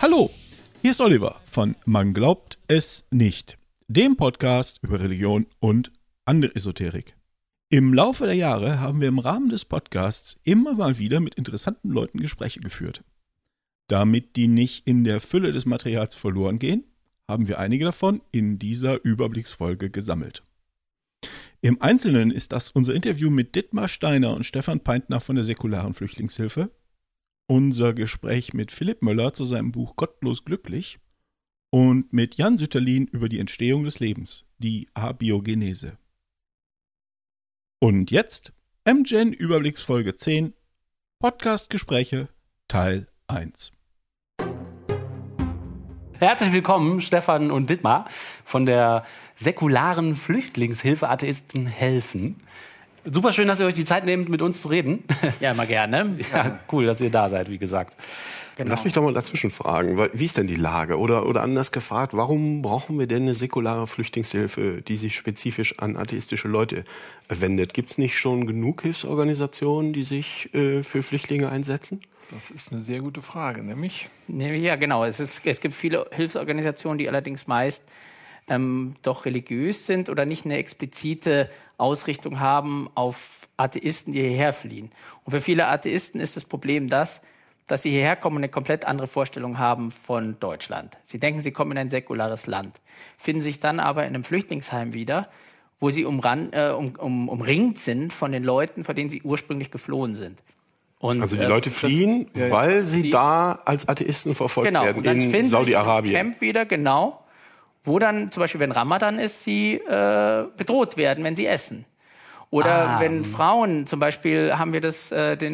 Hallo, hier ist Oliver von Man glaubt es nicht, dem Podcast über Religion und andere Esoterik. Im Laufe der Jahre haben wir im Rahmen des Podcasts immer mal wieder mit interessanten Leuten Gespräche geführt. Damit die nicht in der Fülle des Materials verloren gehen, haben wir einige davon in dieser Überblicksfolge gesammelt. Im Einzelnen ist das unser Interview mit Dietmar Steiner und Stefan Peintner von der säkularen Flüchtlingshilfe, unser Gespräch mit Philipp Möller zu seinem Buch Gottlos glücklich und mit Jan Sütterlin über die Entstehung des Lebens, die Abiogenese. Und jetzt MGen Überblicksfolge 10, Podcast-Gespräche, Teil 1. Herzlich willkommen, Stefan und Dietmar von der säkularen Flüchtlingshilfe Atheisten helfen. Super schön, dass ihr euch die Zeit nehmt, mit uns zu reden. Ja, immer gerne. Ja, cool, dass ihr da seid, wie gesagt. Genau. Lass mich doch mal dazwischen fragen, wie ist denn die Lage? Oder anders gefragt, warum brauchen wir denn eine säkulare Flüchtlingshilfe, die sich spezifisch an atheistische Leute wendet? Gibt es nicht schon genug Hilfsorganisationen, die sich für Flüchtlinge einsetzen? Das ist eine sehr gute Frage, nämlich? Ja, genau. Es gibt viele Hilfsorganisationen, die allerdings meist doch religiös sind oder nicht eine explizite Ausrichtung haben auf Atheisten, die hierher fliehen. Und für viele Atheisten ist das Problem dass sie hierher kommen und eine komplett andere Vorstellung haben von Deutschland. Sie denken, sie kommen in ein säkulares Land, finden sich dann aber in einem Flüchtlingsheim wieder, wo sie umringt sind von den Leuten, vor denen sie ursprünglich geflohen sind. Und, also die Leute fliehen, weil sie da als Atheisten verfolgt werden in Saudi-Arabien. Camp wieder, genau, wo dann zum Beispiel, wenn Ramadan ist, sie bedroht werden, wenn sie essen. Oder wenn Frauen, zum Beispiel haben wir das,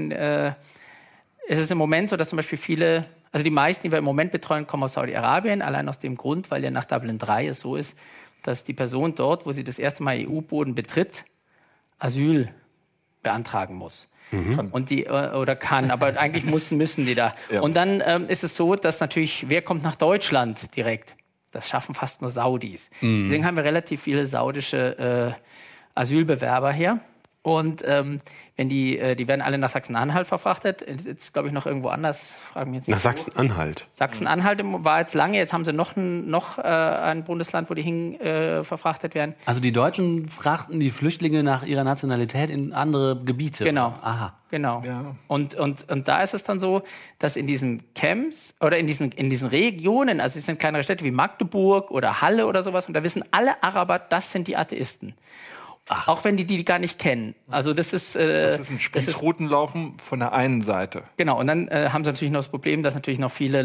ist es im Moment so, dass zum Beispiel viele, also die meisten, die wir im Moment betreuen, kommen aus Saudi-Arabien, allein aus dem Grund, weil ja nach Dublin 3 es so ist, dass die Person dort, wo sie das erste Mal EU-Boden betritt, Asyl beantragen muss. Und oder kann, aber eigentlich müssen die da. Ja. Und dann ist es so, dass natürlich, wer kommt nach Deutschland direkt? Das schaffen fast nur Saudis. Deswegen haben wir relativ viele saudische Asylbewerber hier. Und wenn die werden alle nach Sachsen-Anhalt verfrachtet. Jetzt glaube ich noch irgendwo anders. Fragen mich jetzt nach Sachsen-Anhalt? Sachsen-Anhalt war jetzt lange. Jetzt haben sie noch ein Bundesland, wo die verfrachtet werden. Also die Deutschen frachten die Flüchtlinge nach ihrer Nationalität in andere Gebiete? Genau. Aha. Genau. Ja. Und da ist es dann so, dass in diesen Camps oder in diesen Regionen, also es sind kleinere Städte wie Magdeburg oder Halle oder sowas, und da wissen alle Araber, das sind die Atheisten. Ach. Auch wenn die gar nicht kennen. Also das ist ein Spießrutenlaufen von der einen Seite. Genau. Und dann haben sie natürlich noch das Problem, dass natürlich noch viele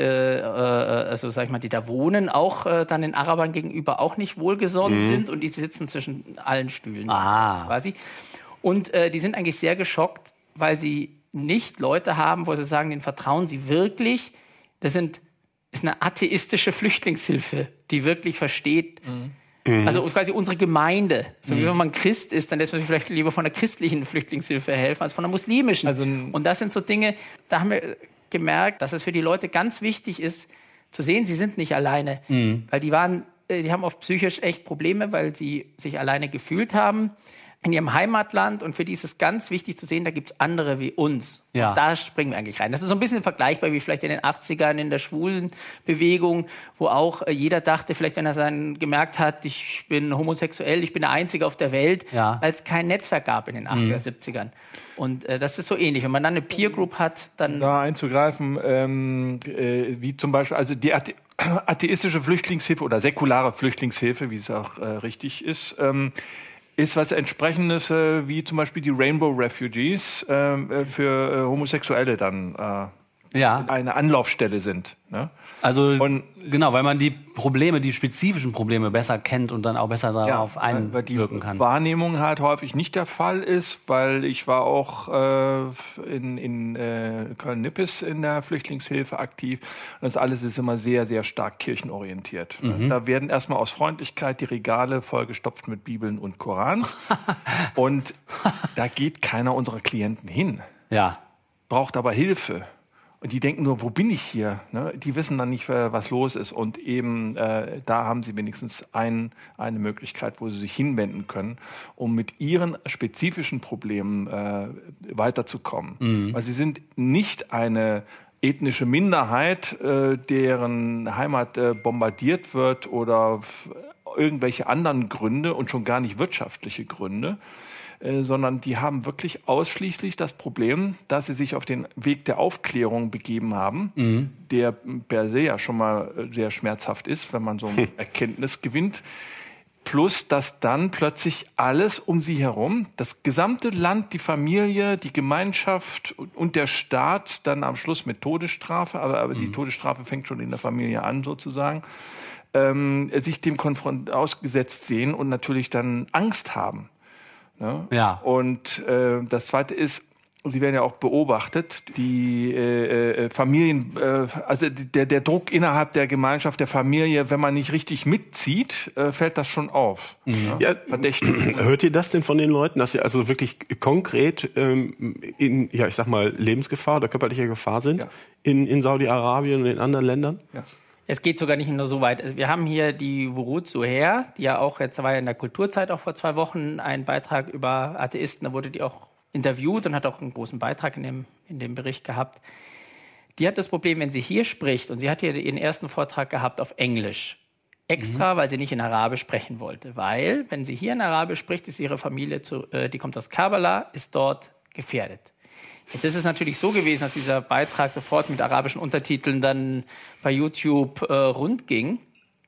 Leute, also sag ich mal, die da wohnen, auch dann den Arabern gegenüber auch nicht wohlgesonnen sind, und die sitzen zwischen allen Stühlen quasi. Und die sind eigentlich sehr geschockt, weil sie nicht Leute haben, wo sie sagen, denen vertrauen sie wirklich. Das ist eine atheistische Flüchtlingshilfe, die wirklich versteht. Also quasi unsere Gemeinde. So wie wenn man Christ ist, dann lässt man sich vielleicht lieber von der christlichen Flüchtlingshilfe helfen als von der muslimischen. Und das sind so Dinge, da haben wir gemerkt, dass es für die Leute ganz wichtig ist, zu sehen, sie sind nicht alleine. Weil die haben oft psychisch echt Probleme, weil sie sich alleine gefühlt haben in ihrem Heimatland, und für die ist es ganz wichtig zu sehen, da gibt es andere wie uns. Ja. Und da springen wir eigentlich rein. Das ist so ein bisschen vergleichbar wie vielleicht in den 80ern in der schwulen Bewegung, wo auch jeder dachte, vielleicht wenn er gemerkt hat, ich bin homosexuell, ich bin der Einzige auf der Welt, weil es kein Netzwerk gab in den 80er, 70ern. Und das ist so ähnlich. Wenn man dann eine Peer Group hat, dann... Da einzugreifen, wie zum Beispiel, also die atheistische Flüchtlingshilfe oder säkulare Flüchtlingshilfe, wie es auch richtig ist was Entsprechendes, wie zum Beispiel die Rainbow Refugees für Homosexuelle dann eine Anlaufstelle sind. Ne? Also genau, weil man die spezifischen Probleme besser kennt und dann auch besser darauf einwirken kann. Die Wahrnehmung halt häufig nicht der Fall ist, weil ich war auch in Köln-Nippes in der Flüchtlingshilfe aktiv. Das alles ist immer sehr, sehr stark kirchenorientiert. Da werden erstmal aus Freundlichkeit die Regale vollgestopft mit Bibeln und Korans. Und da geht keiner unserer Klienten hin. Ja. Braucht aber Hilfe. Und die denken nur, wo bin ich hier? Ne? Die wissen dann nicht, was los ist. Und eben da haben sie wenigstens eine Möglichkeit, wo sie sich hinwenden können, um mit ihren spezifischen Problemen weiterzukommen. Weil sie sind nicht eine ethnische Minderheit, deren Heimat bombardiert wird oder irgendwelche anderen Gründe und schon gar nicht wirtschaftliche Gründe, sondern die haben wirklich ausschließlich das Problem, dass sie sich auf den Weg der Aufklärung begeben haben, der per se ja schon mal sehr schmerzhaft ist, wenn man so eine Erkenntnis gewinnt. Plus, dass dann plötzlich alles um sie herum, das gesamte Land, die Familie, die Gemeinschaft und der Staat dann am Schluss mit Todesstrafe, aber die Todesstrafe fängt schon in der Familie an sozusagen, sich dem ausgesetzt sehen und natürlich dann Angst haben. Ne? Ja. Und das Zweite ist, sie werden ja auch beobachtet, die Familien, also der Druck innerhalb der Gemeinschaft, der Familie, wenn man nicht richtig mitzieht, fällt das schon auf. Ja, verdächtig. Hört ihr das denn von den Leuten, dass sie also wirklich konkret in, ja, ich sag mal, Lebensgefahr oder körperlicher Gefahr sind in Saudi-Arabien und in anderen Ländern? Ja. Es geht sogar nicht nur so weit. Also wir haben hier die Wurud Suher, die ja auch, jetzt war ja in der Kulturzeit auch vor 2 Wochen ein Beitrag über Atheisten, da wurde die auch interviewt und hat auch einen großen Beitrag in dem Bericht gehabt. Die hat das Problem, wenn sie hier spricht, und sie hat hier ihren ersten Vortrag gehabt auf Englisch, extra, weil sie nicht in Arabisch sprechen wollte. Weil, wenn sie hier in Arabisch spricht, ist ihre Familie, die kommt aus Karbala, ist dort gefährdet. Jetzt ist es natürlich so gewesen, dass dieser Beitrag sofort mit arabischen Untertiteln dann bei YouTube rund ging.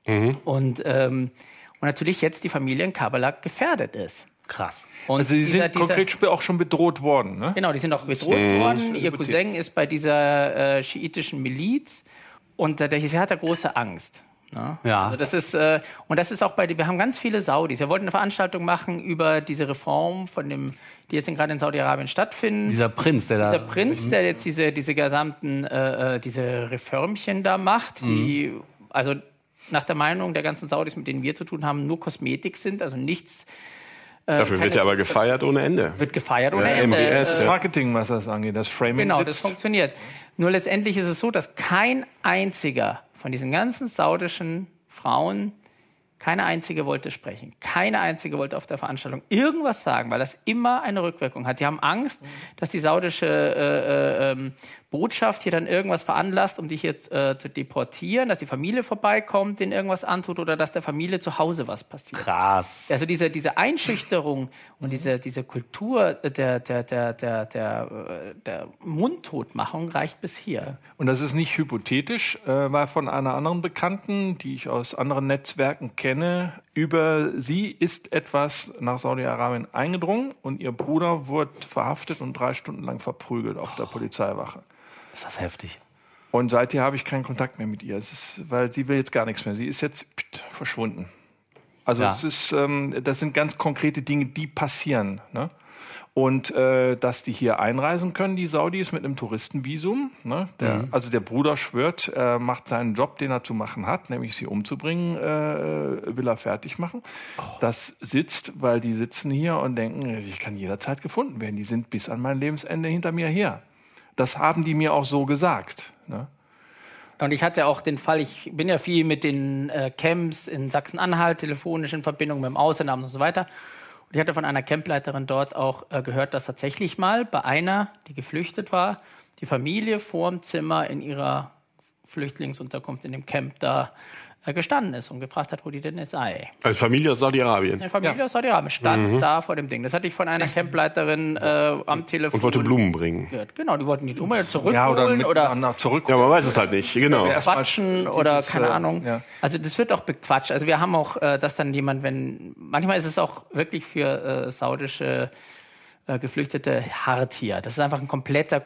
Und natürlich jetzt die Familie in Karbala gefährdet ist. Krass. Und also sie sind konkret auch schon bedroht worden, ne? Genau, die sind auch bedroht worden. Ihr Cousin ist bei dieser schiitischen Miliz und sie hat da große Angst. Ne? Ja. Also das ist, und das ist auch wir haben ganz viele Saudis. Wir wollten eine Veranstaltung machen über diese Reform die jetzt gerade in Saudi-Arabien stattfinden. Dieser Prinz, der jetzt diese gesamten, diese Reformchen da macht, die, also nach der Meinung der ganzen Saudis, mit denen wir zu tun haben, nur Kosmetik sind, also nichts. Dafür wird ja aber gefeiert ohne Ende. Wird gefeiert ohne Ende. Das Marketing, was das angeht, das Framing. Genau, das funktioniert. Nur letztendlich ist es so, dass kein einziger von diesen ganzen saudischen Frauen, keine einzige wollte sprechen. Keine einzige wollte auf der Veranstaltung irgendwas sagen, weil das immer eine Rückwirkung hat. Sie haben Angst, dass die saudische Botschaft hier dann irgendwas veranlasst, um dich jetzt zu deportieren, dass die Familie vorbeikommt, denen irgendwas antut oder dass der Familie zu Hause was passiert. Krass. Also diese Einschüchterung und diese Kultur der Mundtotmachung reicht bis hier. Und das ist nicht hypothetisch, weil von einer anderen Bekannten, die ich aus anderen Netzwerken kenne, über sie ist etwas nach Saudi-Arabien eingedrungen und ihr Bruder wurde verhaftet und 3 Stunden lang verprügelt auf der Polizeiwache. Ist das heftig. Und seither habe ich keinen Kontakt mehr mit ihr. Weil sie will jetzt gar nichts mehr. Sie ist jetzt verschwunden. Also das sind ganz konkrete Dinge, die passieren. Ne? Und dass die hier einreisen können, die Saudis, mit einem Touristenvisum. Ne? Also der Bruder schwört, er macht seinen Job, den er zu machen hat, nämlich sie umzubringen, will er fertig machen. Das sitzt, weil die sitzen hier und denken, ich kann jederzeit gefunden werden. Die sind bis an mein Lebensende hinter mir her. Das haben die mir auch so gesagt. Ne? Und ich hatte auch den Fall, ich bin ja viel mit den Camps in Sachsen-Anhalt, telefonisch in Verbindung mit dem Ausland und so weiter. Und ich hatte von einer Campleiterin dort auch gehört, dass tatsächlich mal bei einer, die geflüchtet war, die Familie vorm Zimmer in ihrer Flüchtlingsunterkunft in dem Camp da gestanden ist und gefragt hat, wo die denn sei. Als Familie aus Saudi-Arabien? Eine Familie aus Saudi-Arabien stand da vor dem Ding. Das hatte ich von einer Campleiterin am Telefon. Und wollte Blumen bringen. Gehört. Genau, die wollten die Blumen zurückholen. Ja, oder zurückholen. Ja, man weiß es halt nicht, genau. Quatschen oder keine Ahnung. Ja. Also das wird auch bequatscht. Also wir haben auch, dass dann jemand, manchmal ist es auch wirklich für saudische Geflüchtete hart hier. Das ist einfach ein kompletter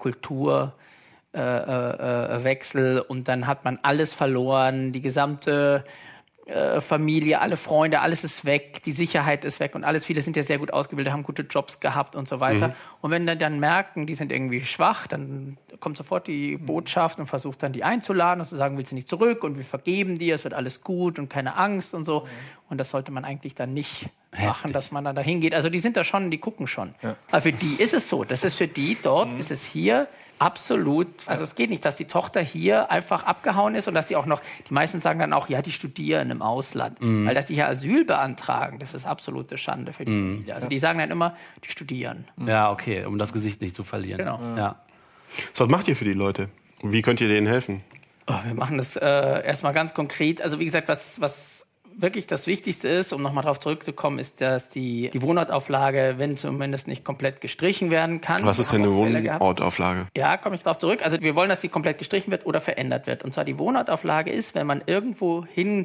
Kulturwechsel und dann hat man alles verloren, die gesamte Familie, alle Freunde, alles ist weg, die Sicherheit ist weg und alles. Viele sind ja sehr gut ausgebildet, haben gute Jobs gehabt und so weiter. Und wenn dann merken, die sind irgendwie schwach, dann kommt sofort die Botschaft und versucht dann die einzuladen und zu sagen, willst du nicht zurück und wir vergeben dir, es wird alles gut und keine Angst und so. Und das sollte man eigentlich dann nicht machen, dass man dann da hingeht. Also die sind da schon, die gucken schon. Ja. Aber für die ist es so, das ist für die, dort ist es hier absolut, also es geht nicht, dass die Tochter hier einfach abgehauen ist und dass sie auch noch, die meisten sagen dann auch, ja, die studieren im Ausland. Weil dass die hier Asyl beantragen, das ist absolute Schande für die Familie. Also die sagen dann immer, die studieren. Ja, okay, um das Gesicht nicht zu verlieren. Genau. Ja. Was macht ihr für die Leute? Wie könnt ihr denen helfen? Wir machen das erstmal ganz konkret. Also wie gesagt, was wirklich das Wichtigste ist, um nochmal darauf zurückzukommen, ist, dass die Wohnortauflage, wenn zumindest nicht komplett gestrichen werden kann. Was ist denn eine Wohnortauflage? Ja, komme ich darauf zurück. Also wir wollen, dass die komplett gestrichen wird oder verändert wird. Und zwar die Wohnortauflage ist, wenn man irgendwo hin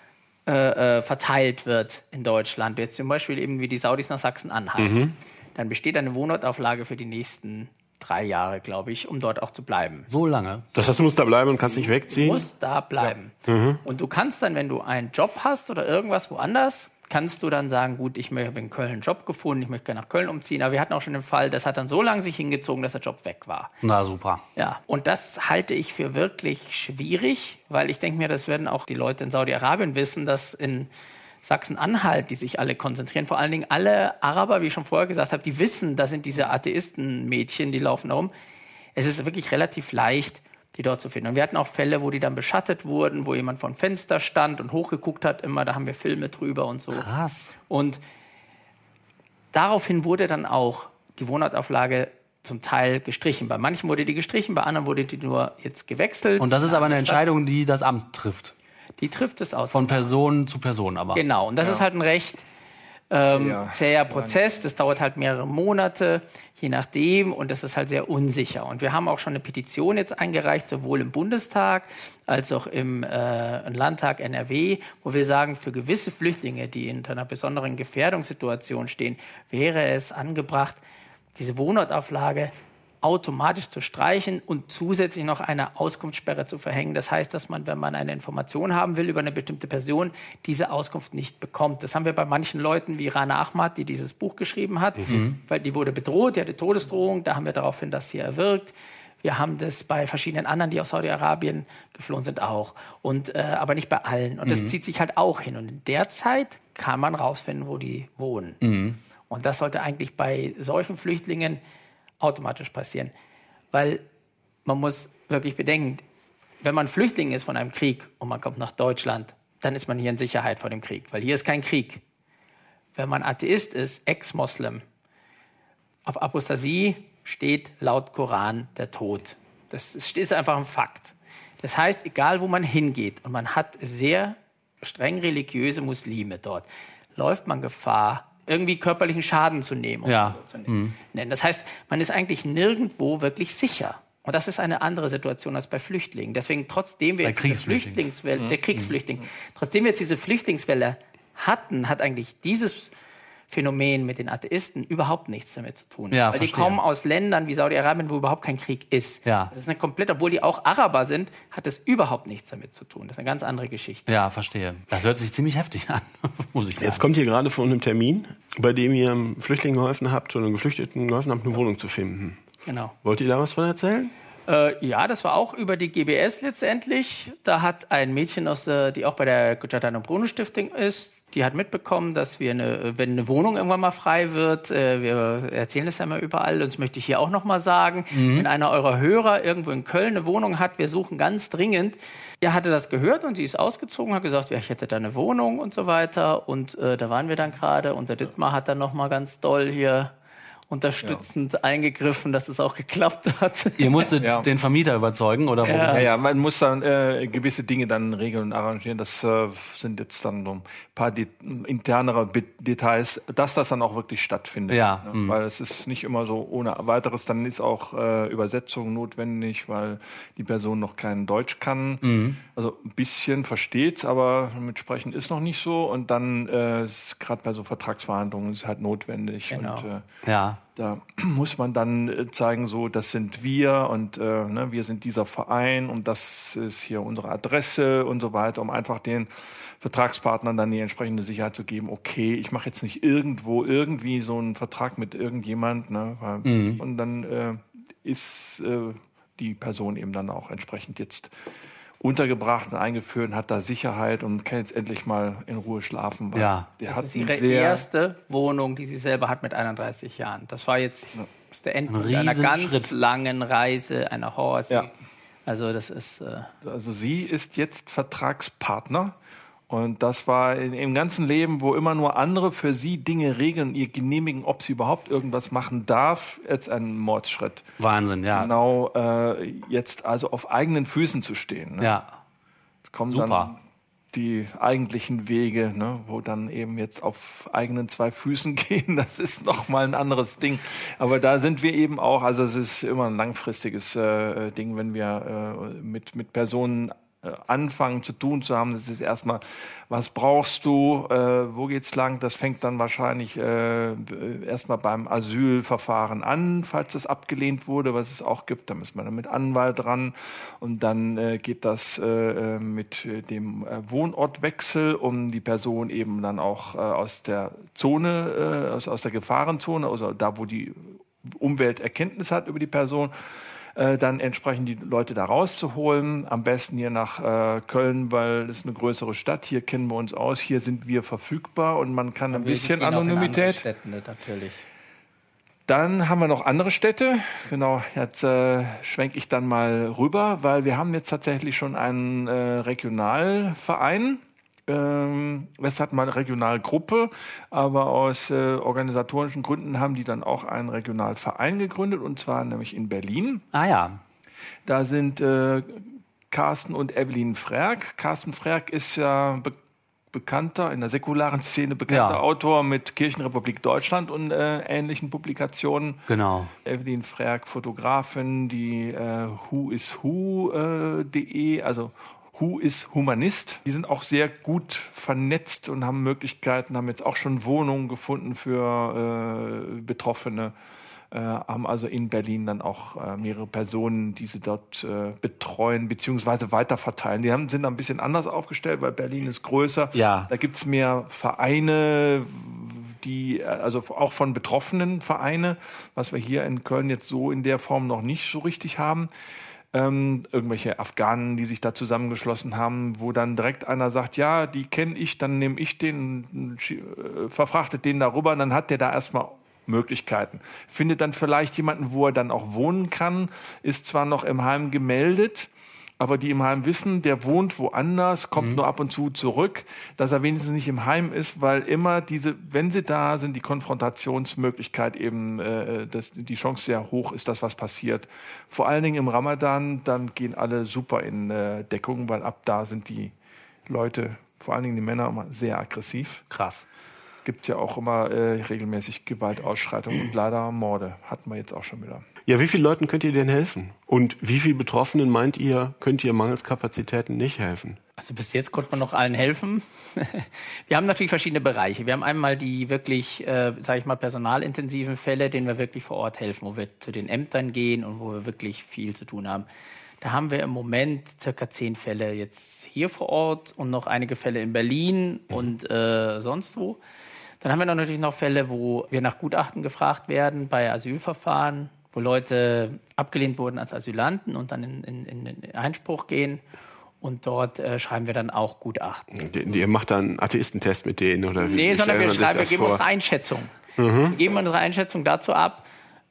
verteilt wird in Deutschland, jetzt zum Beispiel eben wie die Saudis nach Sachsen-Anhalt, dann besteht eine Wohnortauflage für die nächsten 3 Jahre, glaube ich, um dort auch zu bleiben. So lange? Das heißt, du musst da bleiben und kannst nicht wegziehen? Du musst da bleiben. Ja. Und du kannst dann, wenn du einen Job hast oder irgendwas woanders, kannst du dann sagen, gut, ich habe in Köln einen Job gefunden, ich möchte gerne nach Köln umziehen. Aber wir hatten auch schon den Fall, das hat dann so lange sich hingezogen, dass der Job weg war. Na super. Ja, und das halte ich für wirklich schwierig, weil ich denke mir, das werden auch die Leute in Saudi-Arabien wissen, dass in Sachsen-Anhalt, die sich alle konzentrieren, vor allen Dingen alle Araber, wie ich schon vorher gesagt habe, die wissen, da sind diese Atheisten-Mädchen, die laufen da rum. Es ist wirklich relativ leicht, die dort zu finden. Und wir hatten auch Fälle, wo die dann beschattet wurden, wo jemand vor dem Fenster stand und hochgeguckt hat, immer, da haben wir Filme drüber und so. Krass. Und daraufhin wurde dann auch die Wohnortauflage zum Teil gestrichen. Bei manchen wurde die gestrichen, bei anderen wurde die nur jetzt gewechselt. Und das ist aber eine Entscheidung, die das Amt trifft. Die trifft es aus. Von Person zu Person aber. Genau, und das ist halt ein recht zäher Prozess. Das dauert halt mehrere Monate, je nachdem. Und das ist halt sehr unsicher. Und wir haben auch schon eine Petition jetzt eingereicht, sowohl im Bundestag als auch im Landtag NRW, wo wir sagen, für gewisse Flüchtlinge, die in einer besonderen Gefährdungssituation stehen, wäre es angebracht, diese Wohnortauflage automatisch zu streichen und zusätzlich noch eine Auskunftssperre zu verhängen. Das heißt, dass man, wenn man eine Information haben will über eine bestimmte Person, diese Auskunft nicht bekommt. Das haben wir bei manchen Leuten wie Rana Ahmad, die dieses Buch geschrieben hat, weil die wurde bedroht, die hatte Todesdrohung, da haben wir daraufhin, dass sie erwirkt. Wir haben das bei verschiedenen anderen, die aus Saudi-Arabien geflohen sind, auch. Und, aber nicht bei allen. Und das zieht sich halt auch hin. Und in der Zeit kann man rausfinden, wo die wohnen. Und das sollte eigentlich bei solchen Flüchtlingen automatisch passieren. Weil man muss wirklich bedenken, wenn man Flüchtling ist von einem Krieg und man kommt nach Deutschland, dann ist man hier in Sicherheit vor dem Krieg, weil hier ist kein Krieg. Wenn man Atheist ist, Ex-Moslem, auf Apostasie steht laut Koran der Tod. Das ist einfach ein Fakt. Das heißt, egal wo man hingeht und man hat sehr streng religiöse Muslime dort, läuft man Gefahr, irgendwie körperlichen Schaden zu nehmen. Das heißt, man ist eigentlich nirgendwo wirklich sicher. Und das ist eine andere Situation als bei Flüchtlingen. Deswegen, trotzdem wir jetzt trotzdem wir jetzt diese Flüchtlingswelle hatten, hat eigentlich dieses Phänomen mit den Atheisten überhaupt nichts damit zu tun. Ja, weil die kommen aus Ländern wie Saudi-Arabien, wo überhaupt kein Krieg ist. Ja. Das ist eine komplett, obwohl die auch Araber sind, hat das überhaupt nichts damit zu tun. Das ist eine ganz andere Geschichte. Ja, verstehe. Das hört sich ziemlich heftig an, muss ich sagen. Jetzt kommt ihr gerade von einem Termin, bei dem ihr Flüchtlingen geholfen habt oder Geflüchteten geholfen habt, eine Wohnung zu finden. Genau. Wollt ihr da was von erzählen? Ja, das war auch über die GBS letztendlich. Da hat ein Mädchen, die auch bei der Giordano Bruno Stiftung ist, die hat mitbekommen, dass wir wenn eine Wohnung irgendwann mal frei wird, wir erzählen das ja immer überall, und das möchte ich hier auch noch mal sagen, wenn einer eurer Hörer irgendwo in Köln eine Wohnung hat, wir suchen ganz dringend. Er hatte das gehört und sie ist ausgezogen, hat gesagt, ja, ich hätte da eine Wohnung und so weiter. Und da waren wir dann gerade und der Dittmar hat dann noch mal ganz doll hier unterstützend eingegriffen, dass es auch geklappt hat. Ihr musstet den Vermieter überzeugen, oder? Ja, man muss dann gewisse Dinge dann regeln und arrangieren. Das sind jetzt dann so ein paar internere Details, dass das dann auch wirklich stattfindet. Ja. Ne? Weil es ist nicht immer so ohne weiteres. Dann ist auch Übersetzung notwendig, weil die Person noch kein Deutsch kann. Also ein bisschen versteht's, aber mit Sprechen ist noch nicht so. Und dann gerade bei so Vertragsverhandlungen ist halt notwendig. Genau. Und, Da muss man dann zeigen, so, das sind wir und wir sind dieser Verein und das ist hier unsere Adresse und so weiter, um einfach den Vertragspartnern dann die entsprechende Sicherheit zu geben, okay, ich mache jetzt nicht irgendwo irgendwie so einen Vertrag mit irgendjemand, und dann ist die Person eben dann auch entsprechend jetzt untergebracht und eingeführt und hat da Sicherheit und kann jetzt endlich mal in Ruhe schlafen. Weil das ist ihre erste Wohnung, die sie selber hat mit 31 Jahren. Das war jetzt der Endpunkt einer ganz langen Reise, einer Horse. Ja. Also das ist... Also sie ist jetzt Vertragspartner Und das war im ganzen Leben, wo immer nur andere für sie Dinge regeln und ihr genehmigen, ob sie überhaupt irgendwas machen darf, jetzt ein Mordsschritt. Wahnsinn, ja. Genau, jetzt also auf eigenen Füßen zu stehen. Ne? Ja. Jetzt kommen dann die eigentlichen Wege, ne, wo dann eben jetzt auf eigenen 2 Füßen gehen. Das ist nochmal ein anderes Ding. Aber da sind wir eben auch, also es ist immer ein langfristiges Ding, wenn wir mit Personen anfangen zu tun zu haben. Das ist erstmal, was brauchst du, wo geht's lang? Das fängt dann wahrscheinlich erstmal beim Asylverfahren an, falls es abgelehnt wurde, was es auch gibt. Da müssen wir dann mit Anwalt dran. Und dann geht das mit dem Wohnortwechsel, um die Person eben dann auch aus der Zone, aus der Gefahrenzone, also da, wo die Umwelt Erkenntnis hat über die Person, dann entsprechend die Leute da rauszuholen. Am besten hier nach Köln, weil es eine größere Stadt. Hier kennen wir uns aus, hier sind wir verfügbar und man kann ein bisschen Anonymität. Städten, natürlich. Dann haben wir noch andere Städte. Genau, jetzt schwenke ich dann mal rüber, weil wir haben jetzt tatsächlich schon einen Regionalverein. Es hat mal eine Regionalgruppe, aber aus organisatorischen Gründen haben die dann auch einen Regionalverein gegründet, und zwar nämlich in Berlin. Ah ja. Da sind Carsten und Evelyn Frerk. Carsten Frerk ist ja bekannter, in der säkularen Szene bekannter Autor mit Kirchenrepublik Deutschland und ähnlichen Publikationen. Genau. Evelyn Frerk, Fotografin, die whoiswho.de, also Who ist Humanist. Die sind auch sehr gut vernetzt und haben Möglichkeiten, haben jetzt auch schon Wohnungen gefunden für Betroffene, haben also in Berlin dann auch mehrere Personen, die sie dort betreuen bzw. weiterverteilen. Die sind ein bisschen anders aufgestellt, weil Berlin ist größer. Ja. Da gibt's mehr Vereine, die, also auch von betroffenen Vereine, was wir hier in Köln jetzt so in der Form noch nicht so richtig haben. Irgendwelche Afghanen, die sich da zusammengeschlossen haben, wo dann direkt einer sagt, ja, die kenne ich, dann nehme ich den, verfrachtet den darüber, und dann hat der da erstmal Möglichkeiten. Findet dann vielleicht jemanden, wo er dann auch wohnen kann, ist zwar noch im Heim gemeldet, aber die im Heim wissen, der wohnt woanders, kommt nur ab und zu zurück, dass er wenigstens nicht im Heim ist, weil immer wenn sie da sind, die Konfrontationsmöglichkeit eben, die Chance sehr hoch ist, dass was passiert. Vor allen Dingen im Ramadan, dann gehen alle super in Deckung, weil ab da sind die Leute, vor allen Dingen die Männer, immer sehr aggressiv. Krass. Gibt ja auch immer regelmäßig Gewaltausschreitungen und leider Morde. Hatten wir jetzt auch schon wieder. Ja, wie vielen Leuten könnt ihr denn helfen? Und wie vielen Betroffenen meint ihr, könnt ihr mangels Kapazitäten nicht helfen? Also bis jetzt konnte man noch allen helfen. Wir haben natürlich verschiedene Bereiche. Wir haben einmal die wirklich, sage ich mal, personalintensiven Fälle, denen wir wirklich vor Ort helfen, wo wir zu den Ämtern gehen und wo wir wirklich viel zu tun haben. Da haben wir im Moment circa 10 Fälle jetzt hier vor Ort und noch einige Fälle in Berlin und sonst wo. Dann haben wir natürlich noch Fälle, wo wir nach Gutachten gefragt werden bei Asylverfahren, wo Leute abgelehnt wurden als Asylanten und dann in Einspruch gehen. Und dort schreiben wir dann auch Gutachten. Ihr macht dann einen Atheistentest mit denen? Oder wie? Nee, sondern wir geben unsere Einschätzung. Wir geben unsere Einschätzung dazu ab,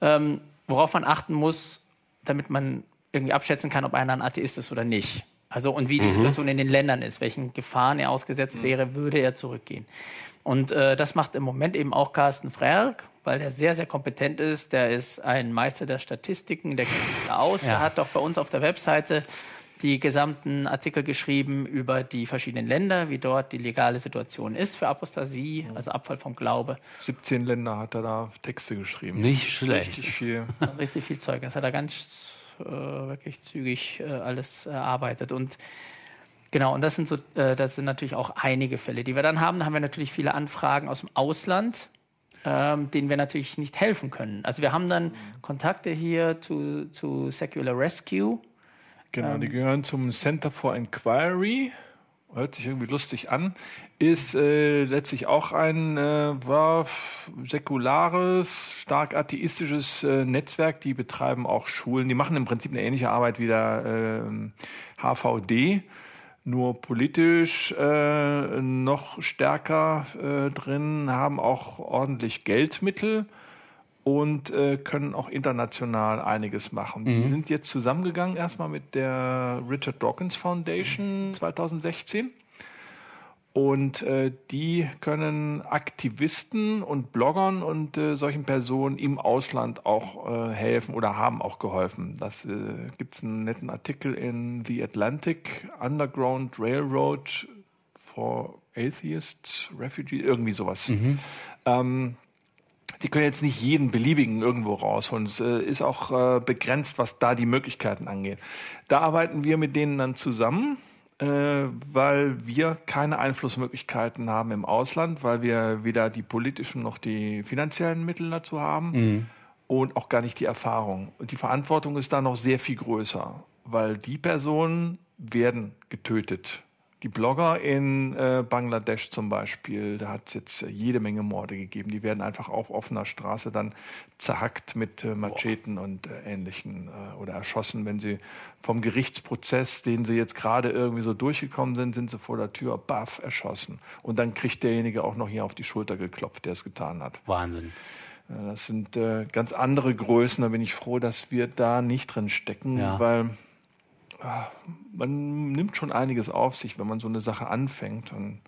worauf man achten muss, damit man irgendwie abschätzen kann, ob einer ein Atheist ist oder nicht. Also und wie die Situation in den Ländern ist, welchen Gefahren er ausgesetzt wäre, würde er zurückgehen. Und das macht im Moment eben auch Carsten Frerk, weil der sehr, sehr kompetent ist. Der ist ein Meister der Statistiken, der kennt sich da aus. Der hat doch bei uns auf der Webseite die gesamten Artikel geschrieben über die verschiedenen Länder, wie dort die legale Situation ist für Apostasie, also Abfall vom Glaube. 17 Länder hat er da Texte geschrieben. Nicht schlecht. Richtig viel. Also richtig viel Zeug. Das hat er ganz wirklich zügig alles erarbeitet. Und genau, und das sind natürlich auch einige Fälle, die wir dann haben. Da haben wir natürlich viele Anfragen aus dem Ausland, denen wir natürlich nicht helfen können. Also wir haben dann Kontakte hier zu Secular Rescue. Genau, die gehören zum Center for Inquiry. Hört sich irgendwie lustig an. Ist letztlich auch ein säkulares, stark atheistisches Netzwerk. Die betreiben auch Schulen. Die machen im Prinzip eine ähnliche Arbeit wie der HVD, nur politisch noch stärker drin, haben auch ordentlich Geldmittel und können auch international einiges machen. Die sind jetzt zusammengegangen erstmal mit der Richard Dawkins Foundation 2016 Und die können Aktivisten und Bloggern und solchen Personen im Ausland auch helfen oder haben auch geholfen. Das gibt es einen netten Artikel in The Atlantic, Underground Railroad for Atheists, Refugees, irgendwie sowas. Die können jetzt nicht jeden beliebigen irgendwo rausholen. Es ist auch begrenzt, was da die Möglichkeiten angeht. Da arbeiten wir mit denen dann zusammen, weil wir keine Einflussmöglichkeiten haben im Ausland, weil wir weder die politischen noch die finanziellen Mittel dazu haben und auch gar nicht die Erfahrung. Und die Verantwortung ist da noch sehr viel größer, weil die Personen werden getötet. Die Blogger in Bangladesch zum Beispiel, da hat es jetzt jede Menge Morde gegeben. Die werden einfach auf offener Straße dann zerhackt mit Macheten und Ähnlichen oder erschossen. Wenn sie vom Gerichtsprozess, den sie jetzt gerade irgendwie so durchgekommen sind, sind sie vor der Tür, baff, erschossen. Und dann kriegt derjenige auch noch hier auf die Schulter geklopft, der es getan hat. Wahnsinn. Das sind ganz andere Größen. Da bin ich froh, dass wir da nicht drin stecken, weil man nimmt schon einiges auf sich, wenn man so eine Sache anfängt. Und,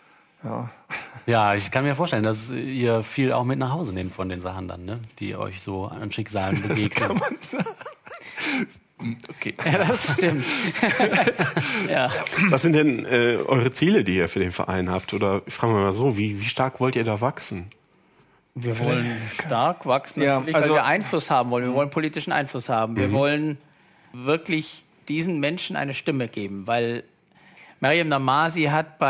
ja, ich kann mir vorstellen, dass ihr viel auch mit nach Hause nehmt von den Sachen dann, ne? Die euch so an Schicksalen begegnen. Das kann man sagen. Okay. Ja, das stimmt. Ja. Was sind denn eure Ziele, die ihr für den Verein habt? Oder ich frage mal so, wie stark wollt ihr da wachsen? Wir wollen stark wachsen, natürlich, weil wir Einfluss haben wollen. Wir wollen politischen Einfluss haben. Wir wollen wirklich diesen Menschen eine Stimme geben, weil Maryam Namasi hat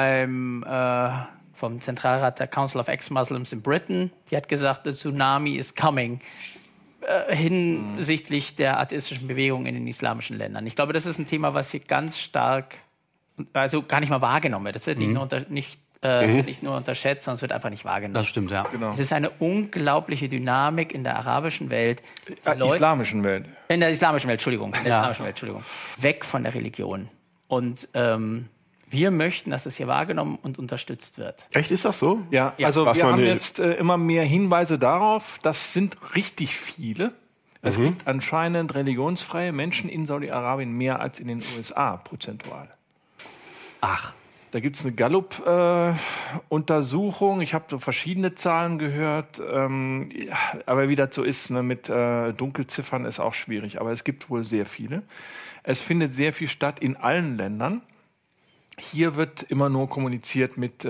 vom Zentralrat der Council of Ex-Muslims in Britain, die hat gesagt, the tsunami is coming, hinsichtlich der atheistischen Bewegung in den islamischen Ländern. Ich glaube, das ist ein Thema, was hier ganz stark, also gar nicht mal wahrgenommen wird. Das wird nicht nur unterschätzt, sondern es wird einfach nicht wahrgenommen. Das stimmt, ja. Genau. Es ist eine unglaubliche Dynamik in der arabischen Welt. Islamischen Welt. In der islamischen Welt, Entschuldigung. Weg von der Religion. Und wir möchten, dass es hier wahrgenommen und unterstützt wird. Echt, ist das so? Ja, also wir haben jetzt immer mehr Hinweise darauf, das sind richtig viele. Es gibt anscheinend religionsfreie Menschen in Saudi-Arabien mehr als in den USA prozentual. Ach. Da gibt es eine Gallup-Untersuchung. Ich habe so verschiedene Zahlen gehört. Aber wie das so ist, ne, mit Dunkelziffern ist auch schwierig. Aber es gibt wohl sehr viele. Es findet sehr viel statt in allen Ländern. Hier wird immer nur kommuniziert mit,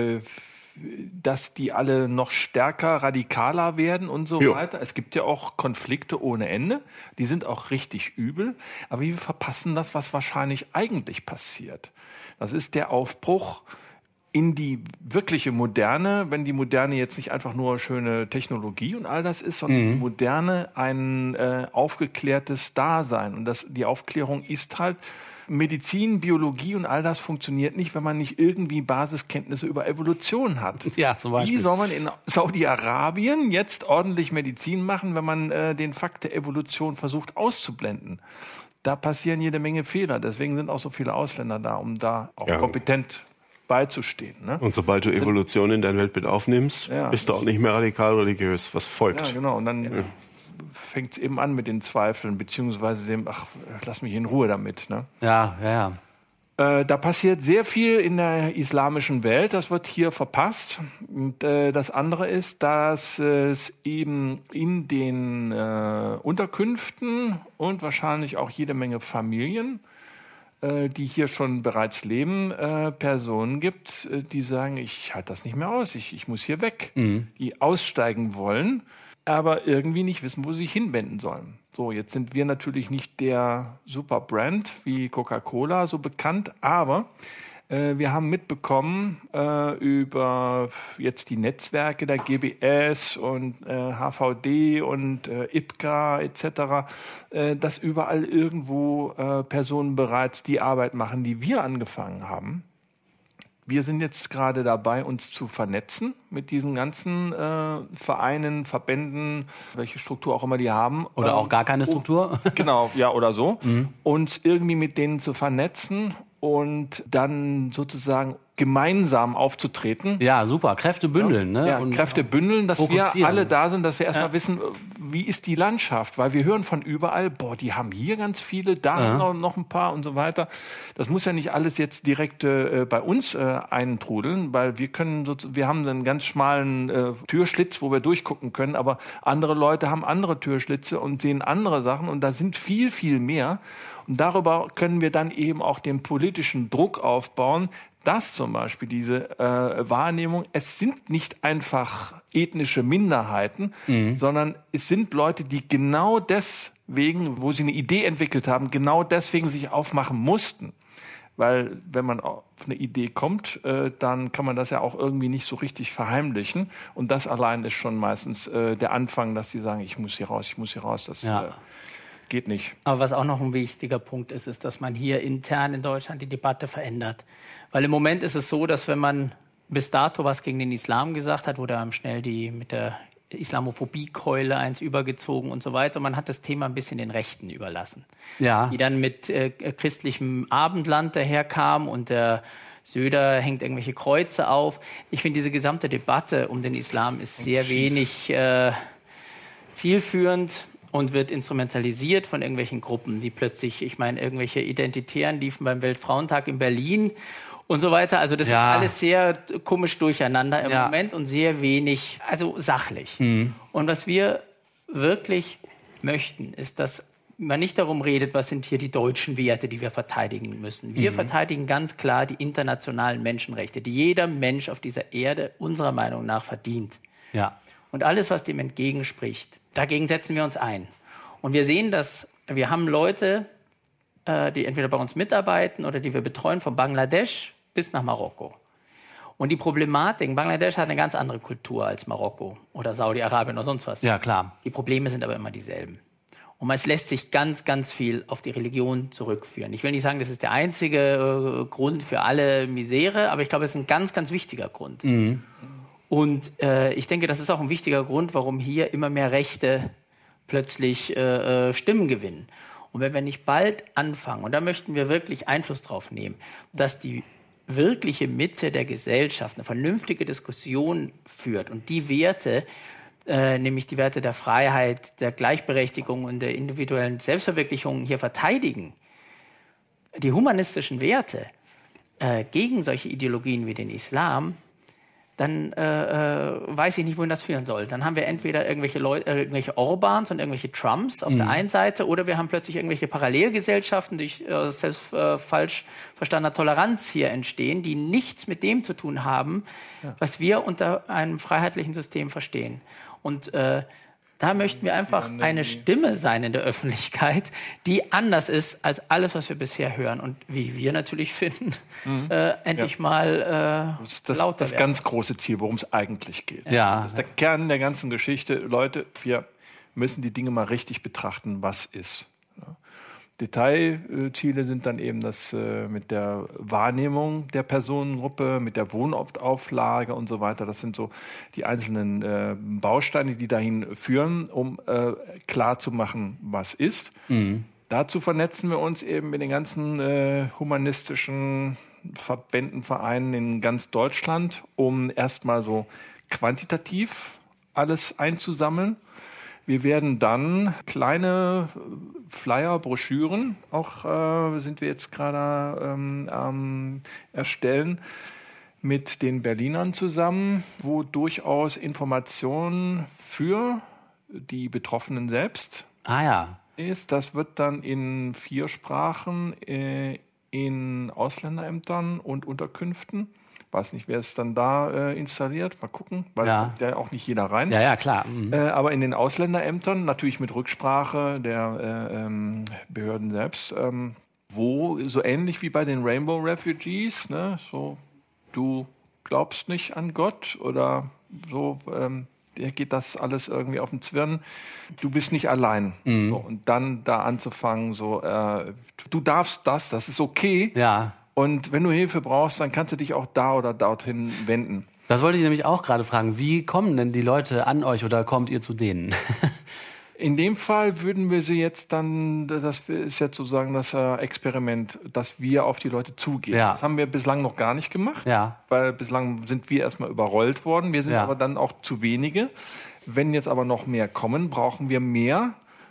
dass die alle noch stärker, radikaler werden und so weiter. Es gibt ja auch Konflikte ohne Ende. Die sind auch richtig übel. Aber wir verpassen das, was wahrscheinlich eigentlich passiert. Das ist der Aufbruch in die wirkliche Moderne, wenn die Moderne jetzt nicht einfach nur schöne Technologie und all das ist, sondern die Moderne ein aufgeklärtes Dasein. Und die Aufklärung ist halt, Medizin, Biologie und all das funktioniert nicht, wenn man nicht irgendwie Basiskenntnisse über Evolution hat. Ja, zum Beispiel. Wie soll man in Saudi-Arabien jetzt ordentlich Medizin machen, wenn man den Fakt der Evolution versucht auszublenden? Da passieren jede Menge Fehler. Deswegen sind auch so viele Ausländer da, um da auch kompetent beizustehen. Ne? Und sobald du Evolution in dein Weltbild aufnimmst, bist du auch nicht mehr radikal religiös. Was folgt? Ja, genau. Und dann fängt es eben an mit den Zweifeln, beziehungsweise dem, lass mich in Ruhe damit. Ne? Ja. Da passiert sehr viel in der islamischen Welt, das wird hier verpasst. Und das andere ist, dass es eben in den Unterkünften und wahrscheinlich auch jede Menge Familien, die hier schon bereits leben, Personen gibt, die sagen, ich halte das nicht mehr aus, ich muss hier weg. Die aussteigen wollen, aber irgendwie nicht wissen, wo sie sich hinwenden sollen. So, jetzt sind wir natürlich nicht der Super-Brand wie Coca-Cola so bekannt, aber wir haben mitbekommen über jetzt die Netzwerke der GBS und HVD und IPCA etc., dass überall irgendwo Personen bereits die Arbeit machen, die wir angefangen haben. Wir sind jetzt gerade dabei, uns zu vernetzen mit diesen ganzen Vereinen, Verbänden, welche Struktur auch immer die haben. Oder auch gar keine Struktur. Genau, ja, oder so. Uns irgendwie mit denen zu vernetzen und dann sozusagen gemeinsam aufzutreten. Ja, super. Kräfte bündeln. Ne? Ja, und Kräfte bündeln, dass wir alle da sind, dass wir erstmal wissen, wie ist die Landschaft? Weil wir hören von überall, die haben hier ganz viele, da haben noch ein paar und so weiter. Das muss ja nicht alles jetzt direkt bei uns eintrudeln, weil wir haben einen ganz schmalen Türschlitz, wo wir durchgucken können, aber andere Leute haben andere Türschlitze und sehen andere Sachen und da sind viel, viel mehr. Und darüber können wir dann eben auch den politischen Druck aufbauen, dass zum Beispiel diese Wahrnehmung, es sind nicht einfach ethnische Minderheiten, sondern es sind Leute, die genau deswegen, wo sie eine Idee entwickelt haben, genau deswegen sich aufmachen mussten. Weil wenn man auf eine Idee kommt, dann kann man das ja auch irgendwie nicht so richtig verheimlichen. Und das allein ist schon meistens der Anfang, dass sie sagen, ich muss hier raus. Das geht nicht. Aber was auch noch ein wichtiger Punkt ist, ist, dass man hier intern in Deutschland die Debatte verändert. Weil im Moment ist es so, dass wenn man bis dato was gegen den Islam gesagt hat, wurde einem schnell mit der Islamophobie-Keule eins übergezogen und so weiter. Man hat das Thema ein bisschen den Rechten überlassen. Ja. Die dann mit christlichem Abendland daherkamen und der Söder hängt irgendwelche Kreuze auf. Ich finde, diese gesamte Debatte um den Islam ist sehr wenig zielführend und wird instrumentalisiert von irgendwelchen Gruppen, die plötzlich, irgendwelche Identitären liefen beim Weltfrauentag in Berlin und so weiter. Also das ist alles sehr komisch durcheinander im Moment und sehr wenig, sachlich. Und was wir wirklich möchten, ist, dass man nicht darum redet, was sind hier die deutschen Werte, die wir verteidigen müssen. Wir verteidigen ganz klar die internationalen Menschenrechte, die jeder Mensch auf dieser Erde unserer Meinung nach verdient. Ja. Und alles, was dem entgegenspricht, dagegen setzen wir uns ein. Und wir sehen, dass wir haben Leute, die entweder bei uns mitarbeiten oder die wir betreuen, von Bangladesch bis nach Marokko. Und die Problematik, Bangladesch hat eine ganz andere Kultur als Marokko oder Saudi-Arabien oder sonst was. Ja, klar. Die Probleme sind aber immer dieselben. Und es lässt sich ganz, ganz viel auf die Religion zurückführen. Ich will nicht sagen, das ist der einzige Grund für alle Misere, aber ich glaube, es ist ein ganz, ganz wichtiger Grund. Und ich denke, das ist auch ein wichtiger Grund, warum hier immer mehr Rechte plötzlich Stimmen gewinnen. Und wenn wir nicht bald anfangen, und da möchten wir wirklich Einfluss drauf nehmen, dass die wirkliche Mitte der Gesellschaft eine vernünftige Diskussion führt und die Werte, nämlich die Werte der Freiheit, der Gleichberechtigung und der individuellen Selbstverwirklichung hier verteidigen, die humanistischen Werte gegen solche Ideologien wie den Islam, dann weiß ich nicht, wohin das führen soll. Dann haben wir entweder irgendwelche Orbans und irgendwelche Trumps auf der einen Seite oder wir haben plötzlich irgendwelche Parallelgesellschaften durch selbst falsch verstandener Toleranz hier entstehen, die nichts mit dem zu tun haben, was wir unter einem freiheitlichen System verstehen. Und da möchten wir einfach eine Stimme sein in der Öffentlichkeit, die anders ist als alles, was wir bisher hören. Und wie wir natürlich finden, endlich mal lauter werden. Das ganz große Ziel, worum es eigentlich geht. Ja. Das ist der Kern der ganzen Geschichte. Leute, wir müssen die Dinge mal richtig betrachten, was ist. Ja. Detailziele sind dann eben das mit der Wahrnehmung der Personengruppe, mit der Wohnortauflage und so weiter. Das sind so die einzelnen Bausteine, die dahin führen, um klar zu machen, was ist. Dazu vernetzen wir uns eben mit den ganzen humanistischen Verbänden, Vereinen in ganz Deutschland, um erstmal so quantitativ alles einzusammeln. Wir werden dann kleine Flyer, Broschüren, auch sind wir jetzt gerade am Erstellen, mit den Berlinern zusammen, wo durchaus Informationen für die Betroffenen selbst ist. Das wird dann in 4 Sprachen in Ausländerämtern und Unterkünften. Weiß nicht, wer es dann da installiert. Mal gucken, weil kommt ja auch nicht jeder rein. Ja, klar. Aber in den Ausländerämtern, natürlich mit Rücksprache der Behörden selbst, wo so ähnlich wie bei den Rainbow Refugees, ne, so, du glaubst nicht an Gott oder so, dir geht das alles irgendwie auf den Zwirn, du bist nicht allein. So, und dann da anzufangen, so, du darfst das ist okay. Ja. Und wenn du Hilfe brauchst, dann kannst du dich auch da oder dorthin wenden. Das wollte ich nämlich auch gerade fragen. Wie kommen denn die Leute an euch oder kommt ihr zu denen? In dem Fall würden wir sie jetzt dann, das ist jetzt sozusagen das Experiment, dass wir auf die Leute zugehen. Ja. Das haben wir bislang noch gar nicht gemacht, weil bislang sind wir erstmal überrollt worden. Wir sind aber dann auch zu wenige. Wenn jetzt aber noch mehr kommen, brauchen wir mehr.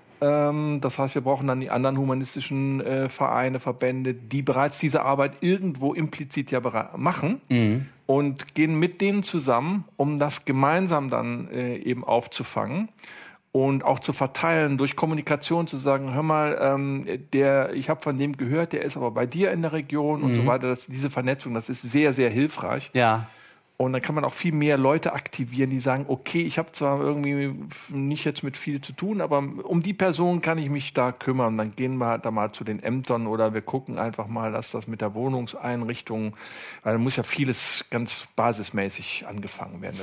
Das heißt, wir brauchen dann die anderen humanistischen Vereine, Verbände, die bereits diese Arbeit irgendwo implizit machen und gehen mit denen zusammen, um das gemeinsam dann eben aufzufangen und auch zu verteilen, durch Kommunikation zu sagen, hör mal, ich habe von dem gehört, der ist aber bei dir in der Region und so weiter. Diese Vernetzung, das ist sehr, sehr hilfreich. Ja. Und dann kann man auch viel mehr Leute aktivieren, die sagen, okay, ich habe zwar irgendwie nicht jetzt mit viel zu tun, aber um die Person kann ich mich da kümmern. Dann gehen wir da mal zu den Ämtern oder wir gucken einfach mal, dass das mit der Wohnungseinrichtung, weil da muss ja vieles ganz basismäßig angefangen werden.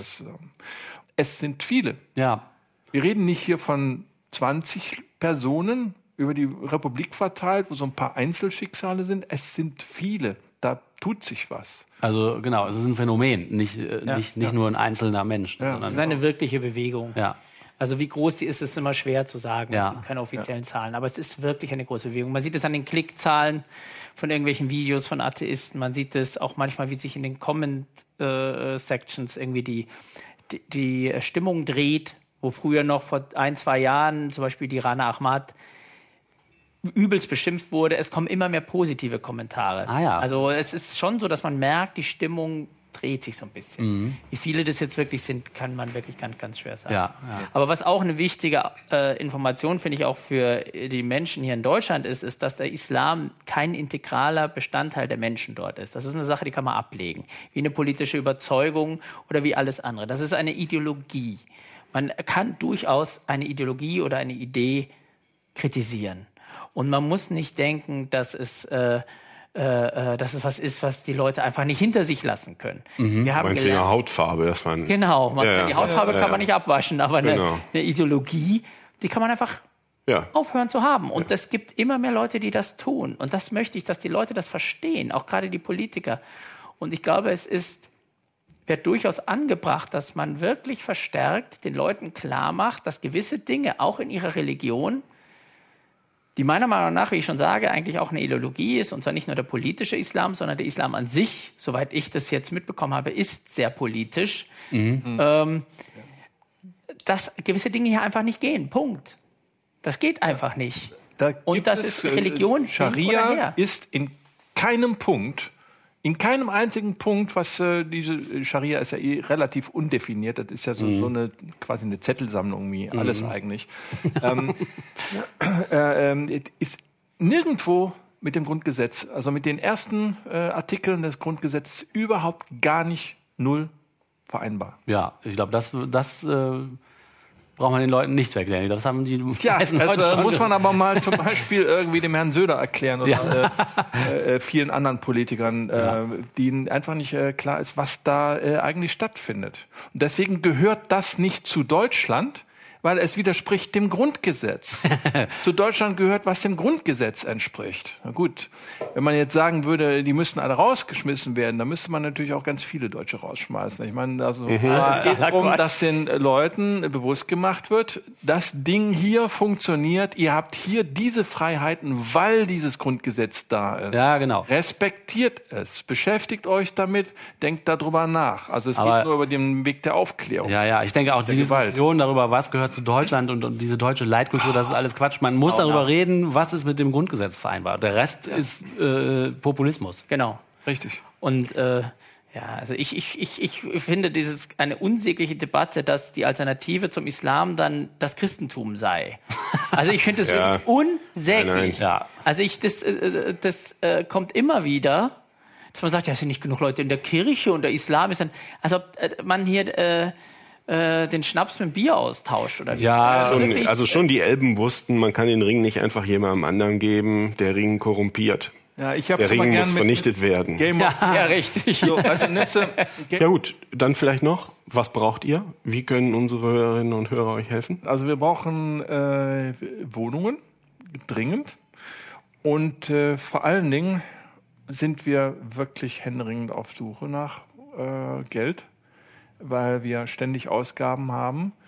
Es sind viele. Ja. Wir reden nicht hier von 20 Personen über die Republik verteilt, wo so ein paar Einzelschicksale sind. Es sind viele. Da tut sich was. Also genau, es ist ein Phänomen, nicht nur ein einzelner Mensch. Ja. Es ist eine wirkliche Bewegung. Ja. Also wie groß die ist immer schwer zu sagen. Es gibt keine offiziellen Zahlen. Aber es ist wirklich eine große Bewegung. Man sieht es an den Klickzahlen von irgendwelchen Videos von Atheisten. Man sieht es auch manchmal, wie sich in den Comment-Sections irgendwie die Stimmung dreht, wo früher noch vor 1-2 Jahren zum Beispiel die Rana Ahmad übelst beschimpft wurde. Es kommen immer mehr positive Kommentare. Also es ist schon so, dass man merkt, die Stimmung dreht sich so ein bisschen. Wie viele das jetzt wirklich sind, kann man wirklich ganz, ganz schwer sagen. Aber was auch eine wichtige Information, finde ich, auch für die Menschen hier in Deutschland ist, dass der Islam kein integraler Bestandteil der Menschen dort ist. Das ist eine Sache, die kann man ablegen. Wie eine politische Überzeugung oder wie alles andere. Das ist eine Ideologie. Man kann durchaus eine Ideologie oder eine Idee kritisieren. Und man muss nicht denken, dass es was ist, was die Leute einfach nicht hinter sich lassen können. Wir haben gelernt, Hautfarbe, dass man die Hautfarbe kann man nicht abwaschen, aber eine Ideologie, die kann man einfach aufhören zu haben. Und es gibt immer mehr Leute, die das tun. Und das möchte ich, dass die Leute das verstehen, auch gerade die Politiker. Und ich glaube, wird durchaus angebracht, dass man wirklich verstärkt den Leuten klar macht, dass gewisse Dinge auch in ihrer Religion, die meiner Meinung nach, wie ich schon sage, eigentlich auch eine Ideologie ist, und zwar nicht nur der politische Islam, sondern der Islam an sich, soweit ich das jetzt mitbekommen habe, ist sehr politisch, dass gewisse Dinge hier einfach nicht gehen. Punkt. Das geht einfach nicht. Und das ist Religion. Scharia ist in keinem einzigen Punkt, was diese Scharia ist ja relativ undefiniert, das ist ja so eine quasi eine Zettelsammlung wie alles eigentlich. Ist nirgendwo mit dem Grundgesetz, also mit den ersten Artikeln des Grundgesetzes überhaupt gar nicht null vereinbar. Ja, ich glaube, das braucht man den Leuten nicht zu erklären. Das haben die meisten Leute muss man aber mal zum Beispiel irgendwie dem Herrn Söder erklären oder vielen anderen Politikern, denen einfach nicht klar ist, was da eigentlich stattfindet. Und deswegen gehört das nicht zu Deutschland, weil es widerspricht dem Grundgesetz. Zu Deutschland gehört, was dem Grundgesetz entspricht. Na gut, wenn man jetzt sagen würde, die müssten alle rausgeschmissen werden, dann müsste man natürlich auch ganz viele Deutsche rausschmeißen. Ich meine, es geht darum, dass den Leuten bewusst gemacht wird, das Ding hier funktioniert, ihr habt hier diese Freiheiten, weil dieses Grundgesetz da ist. Ja, genau. Respektiert es, beschäftigt euch damit, denkt darüber nach. Also es geht nur über den Weg der Aufklärung. Ja, ich denke auch die Diskussion darüber, was gehört zu Deutschland und diese deutsche Leitkultur, das ist alles Quatsch. Man muss darüber reden, was ist mit dem Grundgesetz vereinbart. Der Rest ist Populismus. Genau. Richtig. Und also ich finde eine unsägliche Debatte, dass die Alternative zum Islam dann das Christentum sei. Also ich finde das wirklich unsäglich. Ja. Also das kommt immer wieder, dass man sagt, ja, es sind nicht genug Leute in der Kirche und der Islam ist dann, als ob man hier den Schnaps mit dem Bier austauscht oder wie? Ja, schon die Elben wussten, man kann den Ring nicht einfach jemandem anderen geben, der Ring korrumpiert. Ja, der Ring muss vernichtet werden. Ja, richtig. So, also ja gut, dann vielleicht noch, was braucht ihr? Wie können unsere Hörerinnen und Hörer euch helfen? Also wir brauchen Wohnungen, dringend. Und vor allen Dingen sind wir wirklich händeringend auf Suche nach Geld, weil wir ständig Ausgaben haben.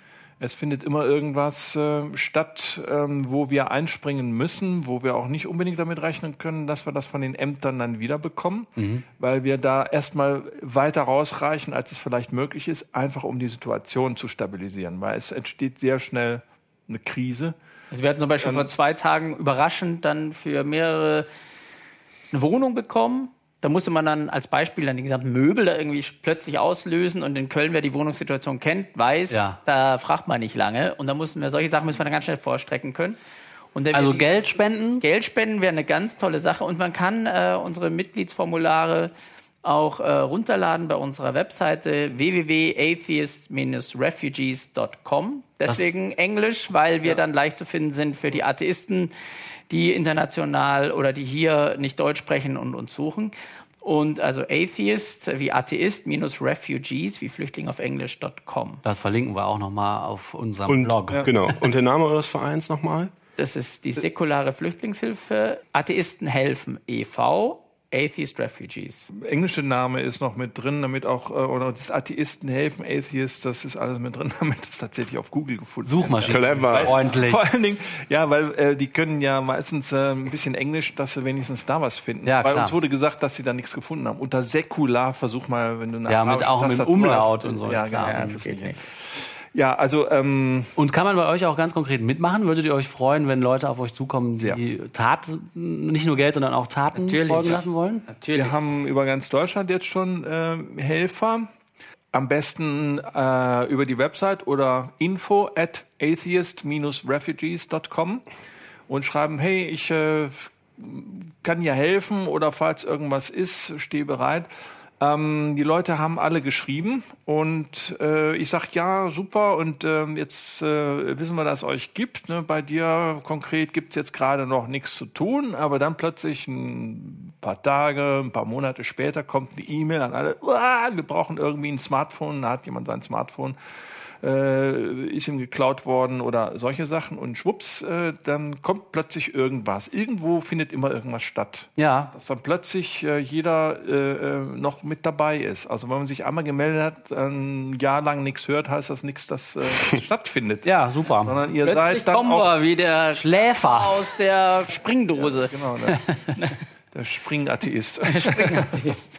Es findet immer irgendwas statt, wo wir einspringen müssen, wo wir auch nicht unbedingt damit rechnen können, dass wir das von den Ämtern dann wieder bekommen, weil wir da erstmal weiter rausreichen, als es vielleicht möglich ist, einfach um die Situation zu stabilisieren, weil es entsteht sehr schnell eine Krise. Also wir hatten zum Beispiel vor 2 Tagen überraschend dann für mehrere eine Wohnung bekommen. Da musste man dann als Beispiel dann die gesamten Möbel da irgendwie plötzlich auslösen. Und in Köln, wer die Wohnungssituation kennt, weiß, da fragt man nicht lange. Und da mussten wir solche Sachen dann ganz schnell vorstrecken können. Und also Geld spenden? Geld spenden wäre eine ganz tolle Sache. Und man kann unsere Mitgliedsformulare auch runterladen bei unserer Webseite www.atheist-refugees.com. Deswegen Englisch, weil wir dann leicht zu finden sind für die Atheisten, die international oder die hier nicht Deutsch sprechen und uns suchen. Und also Atheist wie Atheist -Refugees wie Flüchtling auf Englisch.com. Das verlinken wir auch nochmal auf unserem Blog. Genau. Und der Name eures Vereins nochmal? Das ist die säkulare Flüchtlingshilfe Atheisten helfen e.V. Atheist Refugees. Englische Name ist noch mit drin, damit auch, oder das Atheisten helfen, Atheist, das ist alles mit drin, damit es tatsächlich auf Google gefunden wird. Suchmaschine. Clever. Freundlich. Vor allen Dingen, ja, weil die können ja meistens ein bisschen Englisch, dass sie wenigstens da was finden. Ja, weil klar. uns wurde gesagt, dass sie da nichts gefunden haben. Unter säkular, versuch mal, wenn du eine auch mit Umlaut und so. Ja, genau. Ja, das geht nicht. Ja, also und kann man bei euch auch ganz konkret mitmachen? Würdet ihr euch freuen, wenn Leute auf euch zukommen, die Taten, nicht nur Geld, sondern auch Taten folgen lassen wollen? Natürlich. wir haben über ganz Deutschland jetzt schon Helfer. Am besten über die Website oder info@atheist-refugees.com und schreiben, hey, ich kann ja helfen oder falls irgendwas ist, stehe bereit. Die Leute haben alle geschrieben und ich sag ja, super und jetzt wissen wir, dass es euch gibt. Ne? Bei dir konkret gibt's jetzt gerade noch nichts zu tun, aber dann plötzlich ein paar Tage, ein paar Monate später kommt eine E-Mail an alle, wir brauchen irgendwie ein Smartphone, da hat jemand sein Smartphone, ist ihm geklaut worden oder solche Sachen und schwupps, dann kommt plötzlich irgendwas. Irgendwo findet immer irgendwas statt. Ja. Dass dann plötzlich jeder noch mit dabei ist. Also wenn man sich einmal gemeldet hat, ein Jahr lang nichts hört, heißt das nichts, dass stattfindet. Ja, super. Sondern ihr Plötzlich seid dann kommen auch wir wie der Schläfer aus der Springdose. genau, der Springatheist. Springatheist.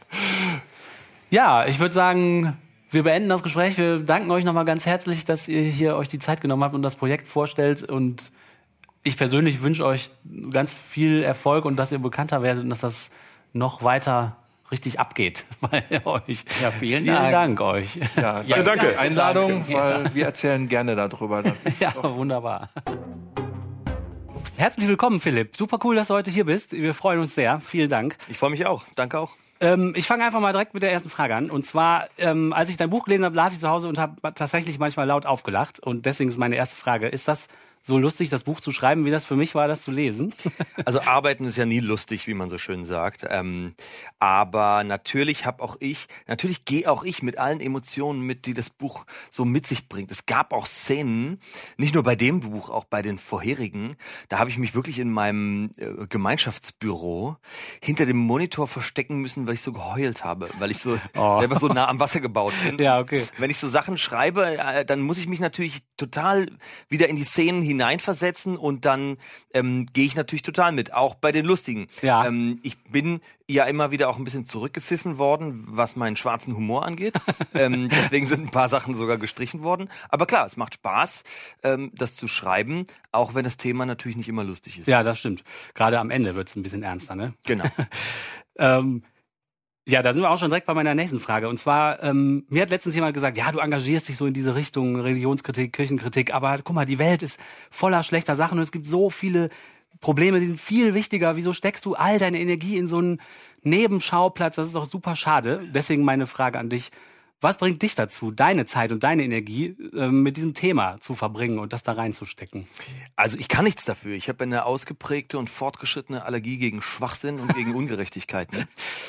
Ja, ich würde sagen, wir beenden das Gespräch. Wir danken euch nochmal ganz herzlich, dass ihr hier euch die Zeit genommen habt und das Projekt vorstellt. Und ich persönlich wünsche euch ganz viel Erfolg und dass ihr bekannter werdet und dass das noch weiter richtig abgeht bei euch. Ja, vielen Dank euch. Ja, danke. Einladung, weil wir erzählen gerne darüber. Ja, wunderbar. Herzlich willkommen, Philipp. Super cool, dass du heute hier bist. Wir freuen uns sehr. Vielen Dank. Ich freue mich auch. Danke auch. Ich fange einfach mal direkt mit der ersten Frage an. Und zwar, als ich dein Buch gelesen habe, las ich zu Hause und habe tatsächlich manchmal laut aufgelacht. Und deswegen ist meine erste Frage, ist das so lustig, das Buch zu schreiben, wie das für mich war, das zu lesen? Also arbeiten ist ja nie lustig, wie man so schön sagt. Aber natürlich gehe auch ich mit allen Emotionen mit, die das Buch so mit sich bringt. Es gab auch Szenen, nicht nur bei dem Buch, auch bei den vorherigen. Da habe ich mich wirklich in meinem Gemeinschaftsbüro hinter dem Monitor verstecken müssen, weil ich so geheult habe, weil ich so selber so nah am Wasser gebaut bin. Ja, okay. Wenn ich so Sachen schreibe, dann muss ich mich natürlich total wieder in die Szenen hineinversetzen und dann gehe ich natürlich total mit, auch bei den Lustigen. Ja. Ich bin ja immer wieder auch ein bisschen zurückgepfiffen worden, was meinen schwarzen Humor angeht. Deswegen sind ein paar Sachen sogar gestrichen worden. Aber klar, es macht Spaß, das zu schreiben, auch wenn das Thema natürlich nicht immer lustig ist. Ja, das stimmt. Gerade am Ende wird es ein bisschen ernster, ne? Genau. Ja, da sind wir auch schon direkt bei meiner nächsten Frage. Und zwar, mir hat letztens jemand gesagt, ja, du engagierst dich so in diese Richtung, Religionskritik, Kirchenkritik, aber guck mal, die Welt ist voller schlechter Sachen und es gibt so viele Probleme, die sind viel wichtiger. Wieso steckst du all deine Energie in so einen Nebenschauplatz? Das ist doch super schade. Deswegen meine Frage an dich. Was bringt dich dazu, deine Zeit und deine Energie mit diesem Thema zu verbringen und das da reinzustecken? Also ich kann nichts dafür. Ich habe eine ausgeprägte und fortgeschrittene Allergie gegen Schwachsinn und gegen Ungerechtigkeiten.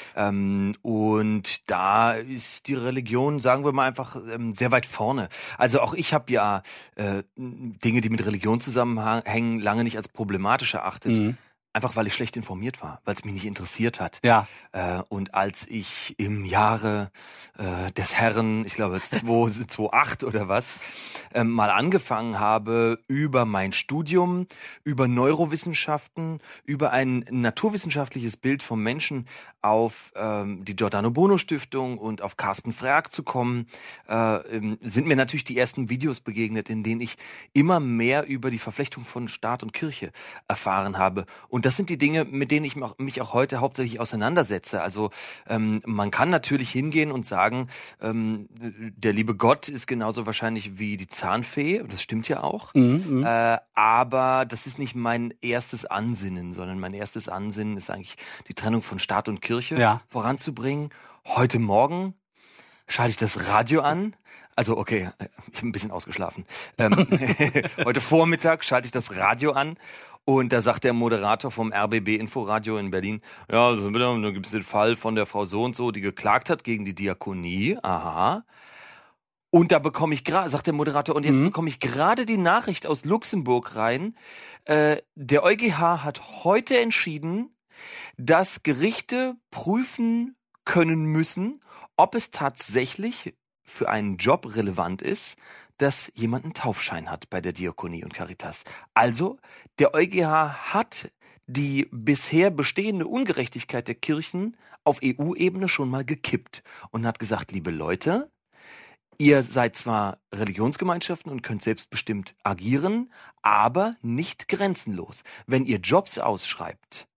Und da ist die Religion, sagen wir mal einfach, sehr weit vorne. Also auch ich habe ja Dinge, die mit Religion zusammenhängen, lange nicht als problematisch erachtet. Mhm. Einfach weil ich schlecht informiert war, weil es mich nicht interessiert hat. Ja. Und als ich im Jahre des Herren, ich glaube 2008 oder was, mal angefangen habe, über mein Studium, über Neurowissenschaften, über ein naturwissenschaftliches Bild vom Menschen auf die Giordano Bruno Stiftung und auf Carsten Frerk zu kommen, sind mir natürlich die ersten Videos begegnet, in denen ich immer mehr über die Verflechtung von Staat und Kirche erfahren habe. Und das sind die Dinge, mit denen ich mich auch heute hauptsächlich auseinandersetze. Also man kann natürlich hingehen und sagen, der liebe Gott ist genauso wahrscheinlich wie die Zahnfee. Das stimmt ja auch. Aber das ist nicht mein erstes Ansinnen, sondern mein erstes Ansinnen ist eigentlich die Trennung von Staat und Kirche voranzubringen. Heute Morgen schalte ich das Radio an. Also okay, ich habe ein bisschen ausgeschlafen. Heute Vormittag schalte ich das Radio an und da sagt der Moderator vom RBB Inforadio in Berlin, ja, also, dann gibt es den Fall von der Frau so und so, die geklagt hat gegen die Diakonie. Aha. Und da bekomme ich gerade, sagt der Moderator, und jetzt bekomme ich gerade die Nachricht aus Luxemburg rein. Der EuGH hat heute entschieden, dass Gerichte prüfen können müssen, ob es tatsächlich für einen Job relevant ist, dass jemand einen Taufschein hat bei der Diakonie und Caritas. Also, der EuGH hat die bisher bestehende Ungerechtigkeit der Kirchen auf EU-Ebene schon mal gekippt und hat gesagt, liebe Leute, ihr seid zwar Religionsgemeinschaften und könnt selbstbestimmt agieren, aber nicht grenzenlos. Wenn ihr Jobs ausschreibt,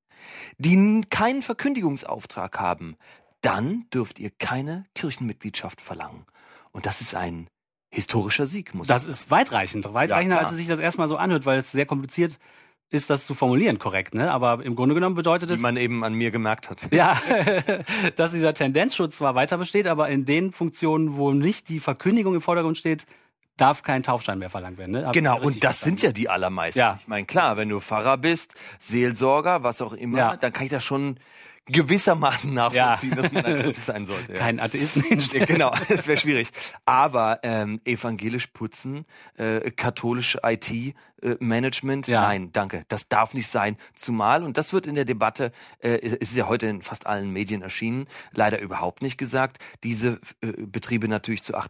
die keinen Verkündigungsauftrag haben, dann dürft ihr keine Kirchenmitgliedschaft verlangen. Und das ist ein historischer Sieg, muss ich sagen. Das ist weitreichender, als es sich das erstmal so anhört, weil es sehr kompliziert ist, das zu formulieren korrekt, ne? Aber im Grunde genommen bedeutet es... Wie man eben an mir gemerkt hat. Ja, dass dieser Tendenzschutz zwar weiter besteht, aber in den Funktionen, wo nicht die Verkündigung im Vordergrund steht, darf kein Taufschein mehr verlangt werden. Ne? Genau, und das sind ja die allermeisten. Ja. Ich meine, klar, wenn du Pfarrer bist, Seelsorger, was auch immer, dann kann ich das schon gewissermaßen nachvollziehen, dass man ein Christ sein sollte. Ja. Kein Atheisten hinstellen. Genau, das wäre schwierig. Aber evangelisch putzen, katholisch IT-Management, nein, danke, das darf nicht sein. Zumal, und das wird in der Debatte, es ist ja heute in fast allen Medien erschienen, leider überhaupt nicht gesagt, diese Betriebe natürlich zu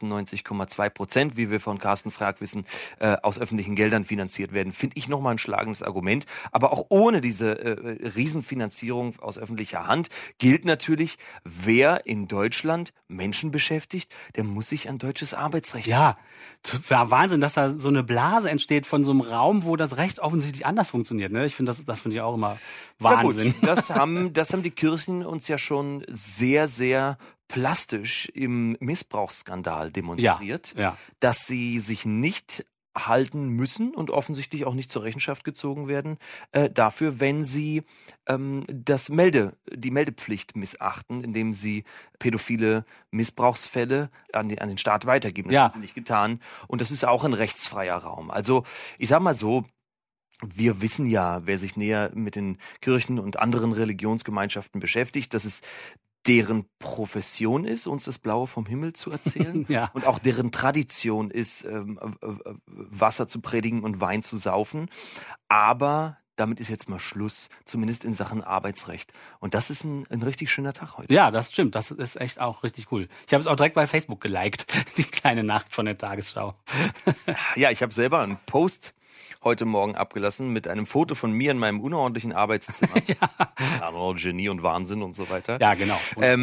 98,2%, wie wir von Carsten Frerk wissen, aus öffentlichen Geldern finanziert werden, finde ich nochmal ein schlagendes Argument. Aber auch ohne diese Riesenfinanzierung aus öffentlicher Hand gilt natürlich, wer in Deutschland Menschen beschäftigt, der muss sich an deutsches Arbeitsrecht. Ja, Wahnsinn, dass da so eine Blase entsteht von so einem Raum, wo das Recht offensichtlich anders funktioniert. Ne? Ich finde, das finde ich auch immer Wahnsinn. Ja gut, das haben die Kirchen uns ja schon sehr, sehr plastisch im Missbrauchsskandal demonstriert, dass sie sich nicht halten müssen und offensichtlich auch nicht zur Rechenschaft gezogen werden dafür, wenn sie die Meldepflicht missachten, indem sie pädophile Missbrauchsfälle an den Staat weitergeben. Das haben sie nicht getan. Und das ist auch ein rechtsfreier Raum. Also ich sag mal so, wir wissen ja, wer sich näher mit den Kirchen und anderen Religionsgemeinschaften beschäftigt, dass es deren Profession ist, uns das Blaue vom Himmel zu erzählen und auch deren Tradition ist, Wasser zu predigen und Wein zu saufen. Aber damit ist jetzt mal Schluss, zumindest in Sachen Arbeitsrecht. Und das ist ein richtig schöner Tag heute. Ja, das stimmt. Das ist echt auch richtig cool. Ich habe es auch direkt bei Facebook geliked, die kleine Nacht von der Tagesschau. Ja, ich habe selber einen Post heute Morgen abgelassen mit einem Foto von mir in meinem unordentlichen Arbeitszimmer. Also Genie und Wahnsinn und so weiter. Ja, genau.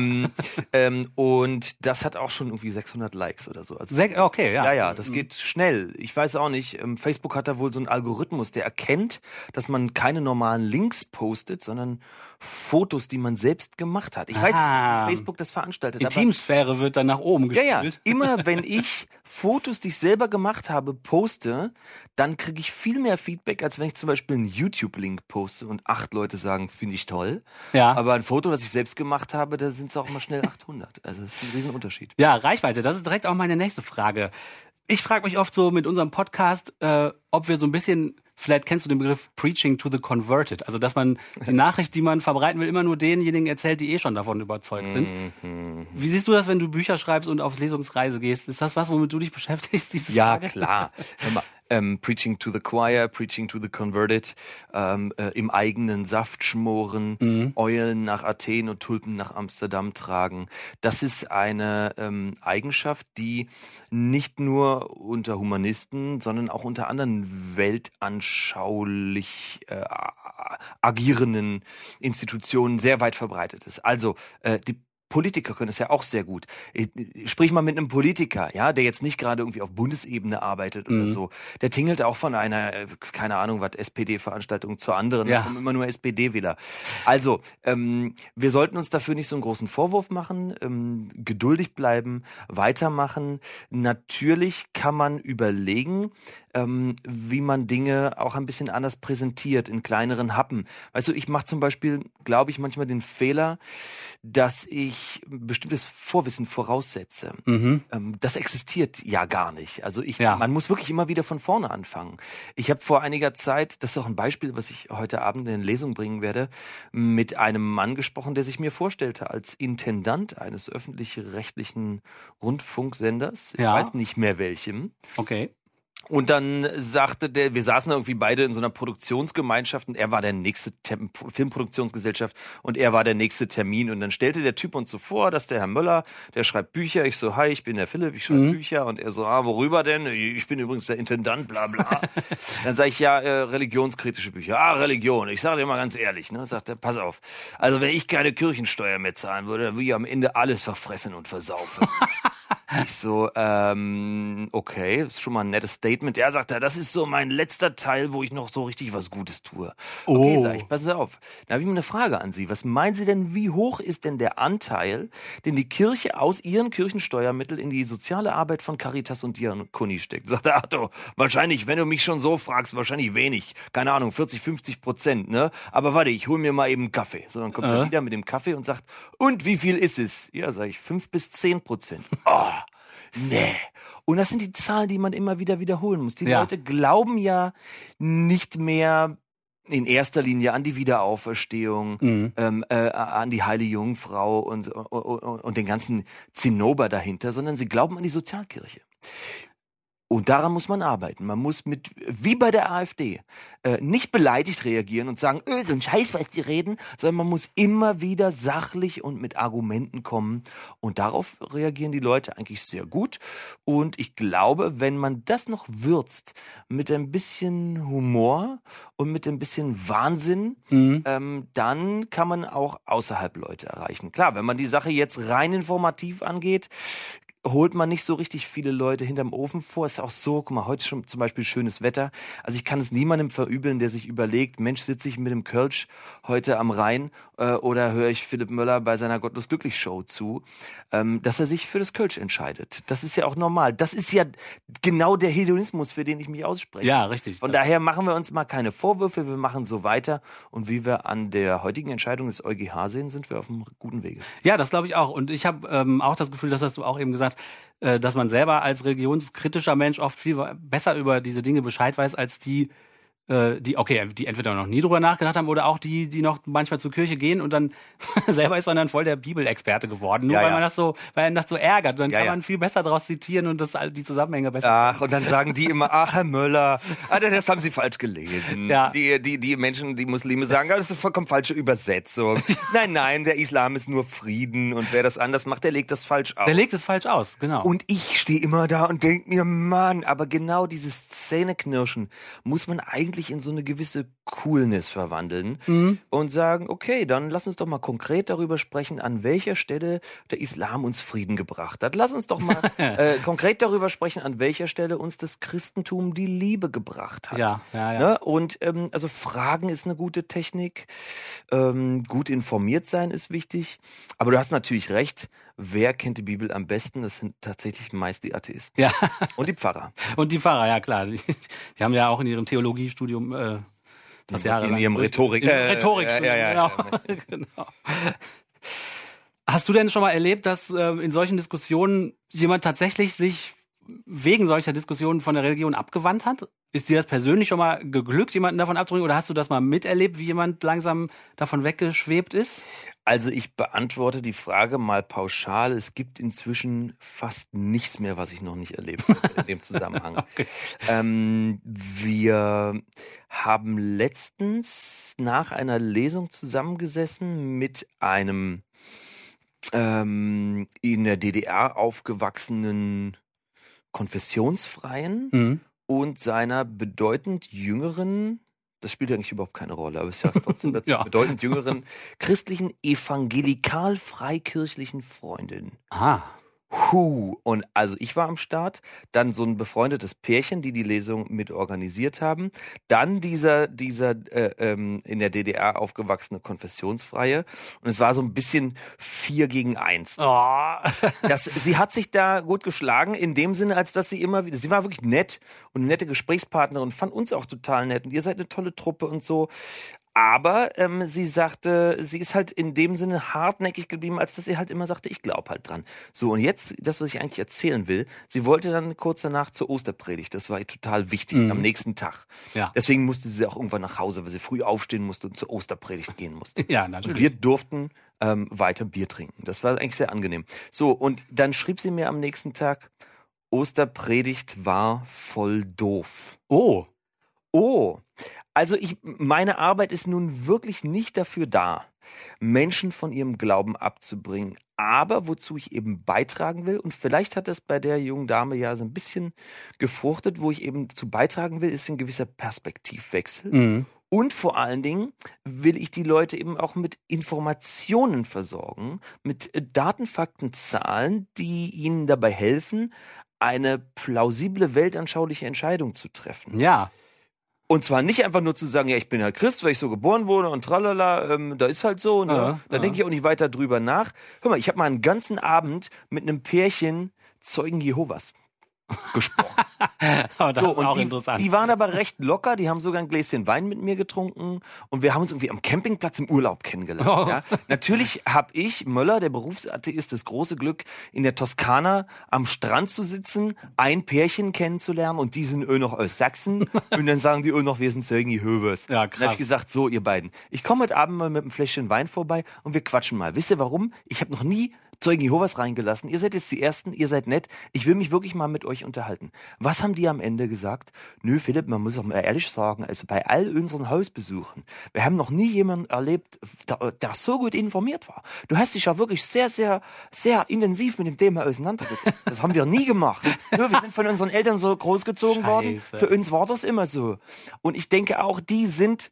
Und das hat auch schon irgendwie 600 Likes oder so. Also, okay, ja. Ja, das geht schnell. Ich weiß auch nicht, Facebook hat da wohl so einen Algorithmus, der erkennt, dass man keine normalen Links postet, sondern Fotos, die man selbst gemacht hat. Ich weiß nicht, wie Facebook das veranstaltet. Die Teamsphäre wird dann nach oben gespielt. Ja, immer wenn ich Fotos, die ich selber gemacht habe, poste, dann kriege ich viel mehr Feedback, als wenn ich zum Beispiel einen YouTube-Link poste und 8 Leute sagen, finde ich toll. Ja. Aber ein Foto, das ich selbst gemacht habe, da sind es auch immer schnell 800. Also das ist ein Riesenunterschied. Ja, Reichweite, das ist direkt auch meine nächste Frage. Ich frage mich oft so mit unserem Podcast, ob wir so ein bisschen, vielleicht kennst du den Begriff Preaching to the Converted, also dass man die Nachricht, die man verbreiten will, immer nur denjenigen erzählt, die schon davon überzeugt sind. Wie siehst du das, wenn du Bücher schreibst und auf Lesungsreise gehst? Ist das was, womit du dich beschäftigst, diese Frage? Ja, klar. Preaching to the choir, preaching to the converted, im eigenen Saft schmoren, Eulen nach Athen und Tulpen nach Amsterdam tragen. Das ist eine Eigenschaft, die nicht nur unter Humanisten, sondern auch unter anderen weltanschaulich agierenden Institutionen sehr weit verbreitet ist. Also die Politiker können es ja auch sehr gut. Sprich mal mit einem Politiker, ja, der jetzt nicht gerade irgendwie auf Bundesebene arbeitet oder so. Der tingelt auch von einer, keine Ahnung, was, SPD-Veranstaltung zur anderen. Da kommen immer nur SPD-Wähler. Also, wir sollten uns dafür nicht so einen großen Vorwurf machen, geduldig bleiben, weitermachen. Natürlich kann man überlegen, wie man Dinge auch ein bisschen anders präsentiert, in kleineren Happen. Weißt du, ich mache zum Beispiel, glaube ich, manchmal den Fehler, dass ich bestimmtes Vorwissen voraussetze. Das existiert ja gar nicht. Also man muss wirklich immer wieder von vorne anfangen. Ich habe vor einiger Zeit, das ist auch ein Beispiel, was ich heute Abend in eine Lesung bringen werde, mit einem Mann gesprochen, der sich mir vorstellte als Intendant eines öffentlich-rechtlichen Rundfunksenders. Ich weiß nicht mehr welchem. Okay. Und dann sagte wir saßen irgendwie beide in so einer Produktionsgemeinschaft und er war der nächste Filmproduktionsgesellschaft und er war der nächste Termin und dann stellte der Typ uns so vor, dass der Herr Möller, der schreibt Bücher. Ich so, hi, ich bin der Philipp, ich schreibe Bücher und er so, worüber denn? Ich bin übrigens der Intendant, bla bla. Dann sage ich, religionskritische Bücher. Religion. Ich sage dir mal ganz ehrlich, ne, sagt er, pass auf. Also wenn ich keine Kirchensteuer mehr zahlen würde, dann würde ich am Ende alles verfressen und versaufen. Ich so, okay, das ist schon mal ein nettes Statement. Er sagt, das ist so mein letzter Teil, wo ich noch so richtig was Gutes tue. Okay, sag ich, pass auf. Da habe ich mir eine Frage an Sie. Was meinen Sie denn, wie hoch ist denn der Anteil, den die Kirche aus ihren Kirchensteuermitteln in die soziale Arbeit von Caritas und Diakonie steckt? Sagt er, wahrscheinlich, wenn du mich schon so fragst, wahrscheinlich wenig. Keine Ahnung, 40-50%, ne? Aber warte, ich hol mir mal eben einen Kaffee. So, dann kommt er wieder mit dem Kaffee und sagt, und wie viel ist es? Ja, sag ich, 5-10%. Nee. Und das sind die Zahlen, die man immer wieder wiederholen muss. Die Leute glauben ja nicht mehr in erster Linie an die Wiederauferstehung, an die Heilige Jungfrau und den ganzen Zinnober dahinter, sondern sie glauben an die Sozialkirche. Und daran muss man arbeiten. Man muss wie bei der AfD, nicht beleidigt reagieren und sagen, so ein Scheiß, was die reden, sondern man muss immer wieder sachlich und mit Argumenten kommen. Und darauf reagieren die Leute eigentlich sehr gut. Und ich glaube, wenn man das noch würzt mit ein bisschen Humor und mit ein bisschen Wahnsinn, dann kann man auch außerhalb Leute erreichen. Klar, wenn man die Sache jetzt rein informativ angeht, holt man nicht so richtig viele Leute hinterm Ofen vor. Ist auch so, guck mal, heute ist schon zum Beispiel schönes Wetter. Also ich kann es niemandem verübeln, der sich überlegt, Mensch, sitze ich mit dem Kölsch heute am Rhein oder höre ich Philipp Möller bei seiner Gottlos-Glücklich-Show zu, dass er sich für das Kölsch entscheidet. Das ist ja auch normal. Das ist ja genau der Hedonismus, für den ich mich ausspreche. Ja, richtig. Von daher machen wir uns mal keine Vorwürfe, wir machen so weiter. Und wie wir an der heutigen Entscheidung des EuGH sehen, sind wir auf einem guten Wege. Ja, das glaube ich auch. Und ich habe auch das Gefühl, das hast du auch eben gesagt, dass man selber als religionskritischer Mensch oft viel besser über diese Dinge Bescheid weiß, als die entweder noch nie drüber nachgedacht haben oder auch die noch manchmal zur Kirche gehen und dann selber ist man dann voll der Bibelexperte geworden. Nur weil einen das so ärgert. Dann kann man viel besser daraus zitieren und die Zusammenhänge besser. Und dann sagen die immer, Herr Möller, das haben Sie falsch gelesen. Ja. Die Menschen, die Muslime sagen, das ist eine vollkommen falsche Übersetzung. Nein, der Islam ist nur Frieden und wer das anders macht, der legt das falsch aus. Der legt es falsch aus, genau. Und ich stehe immer da und denke mir, Mann, aber genau dieses Zähneknirschen muss man eigentlich in so eine gewisse Coolness verwandeln und sagen, okay, dann lass uns doch mal konkret darüber sprechen, an welcher Stelle der Islam uns Frieden gebracht hat. Lass uns doch mal konkret darüber sprechen, an welcher Stelle uns das Christentum die Liebe gebracht hat. Ja. Ne? Und also Fragen ist eine gute Technik, gut informiert sein ist wichtig, aber du hast natürlich recht, wer kennt die Bibel am besten? Das sind tatsächlich meist die Atheisten. Ja. Und die Pfarrer. Und die Pfarrer, ja klar. Die haben ja auch in ihrem Theologiestudium das Jahre in ihrem Rhetorikstudium. Ja. Genau. Hast du denn schon mal erlebt, dass in solchen Diskussionen jemand tatsächlich sich wegen solcher Diskussionen von der Religion abgewandt hat? Ist dir das persönlich schon mal geglückt, jemanden davon abzubringen? Oder hast du das mal miterlebt, wie jemand langsam davon weggeschwebt ist? Also ich beantworte die Frage mal pauschal. Es gibt inzwischen fast nichts mehr, was ich noch nicht erlebt habe in dem Zusammenhang. Okay. Wir haben letztens nach einer Lesung zusammengesessen mit einem in der DDR aufgewachsenen Konfessionsfreien und seiner bedeutend jüngeren, das spielt eigentlich überhaupt keine Rolle, aber es ist ja trotzdem dazu, bedeutend jüngeren christlichen evangelikal-freikirchlichen Freundin. Ah. Und also ich war am Start, dann so ein befreundetes Pärchen, die Lesung mit organisiert haben, dann dieser in der DDR aufgewachsene Konfessionsfreie und es war so ein bisschen 4-gegen-1. Oh. Sie hat sich da gut geschlagen, in dem Sinne, als dass sie war wirklich nett und eine nette Gesprächspartnerin, fand uns auch total nett und ihr seid eine tolle Truppe und so. Aber sie sagte, sie ist halt in dem Sinne hartnäckig geblieben, als dass sie halt immer sagte, ich glaube halt dran. So, und jetzt, das, was ich eigentlich erzählen will, sie wollte dann kurz danach zur Osterpredigt. Das war ihr total wichtig, am nächsten Tag. Ja. Deswegen musste sie auch irgendwann nach Hause, weil sie früh aufstehen musste und zur Osterpredigt gehen musste. Ja, natürlich. Und wir durften weiter Bier trinken. Das war eigentlich sehr angenehm. So, und dann schrieb sie mir am nächsten Tag, Osterpredigt war voll doof. Oh. Also meine Arbeit ist nun wirklich nicht dafür da, Menschen von ihrem Glauben abzubringen, aber wozu ich eben beitragen will, und vielleicht hat das bei der jungen Dame ja so ein bisschen gefruchtet, wo ich eben zu beitragen will, ist ein gewisser Perspektivwechsel. Und vor allen Dingen will ich die Leute eben auch mit Informationen versorgen, mit Daten, Fakten, Zahlen, die ihnen dabei helfen, eine plausible, weltanschauliche Entscheidung zu treffen. Ja. Und zwar nicht einfach nur zu sagen, ja, ich bin halt Christ, weil ich so geboren wurde und tralala, da ist halt so. Ne? Da denke ich auch nicht weiter drüber nach. Hör mal, ich habe mal einen ganzen Abend mit einem Pärchen Zeugen Jehovas gesprochen. Oh, das ist auch interessant. Die waren aber recht locker, die haben sogar ein Gläschen Wein mit mir getrunken und wir haben uns irgendwie am Campingplatz im Urlaub kennengelernt. Oh. Ja. Natürlich habe ich, Möller, der Berufsatheist, das große Glück, in der Toskana am Strand zu sitzen, ein Pärchen kennenzulernen und die sind noch aus Sachsen und dann sagen die noch, wir sind Zeugen Jehovas. Ja, krass. Dann habe ich gesagt, so ihr beiden, ich komme heute Abend mal mit einem Fläschchen Wein vorbei und wir quatschen mal. Wisst ihr warum? Ich habe noch nie Zeugen Jehovas reingelassen. Ihr seid jetzt die Ersten, ihr seid nett. Ich will mich wirklich mal mit euch unterhalten. Was haben die am Ende gesagt? Nö, Philipp, man muss auch mal ehrlich sagen, also bei all unseren Hausbesuchen, wir haben noch nie jemanden erlebt, der so gut informiert war. Du hast dich ja wirklich sehr, sehr, sehr intensiv mit dem Thema auseinandergesetzt. Das haben wir nie gemacht. Nö, wir sind von unseren Eltern so großgezogen worden. Für uns war das immer so. Und ich denke auch, die sind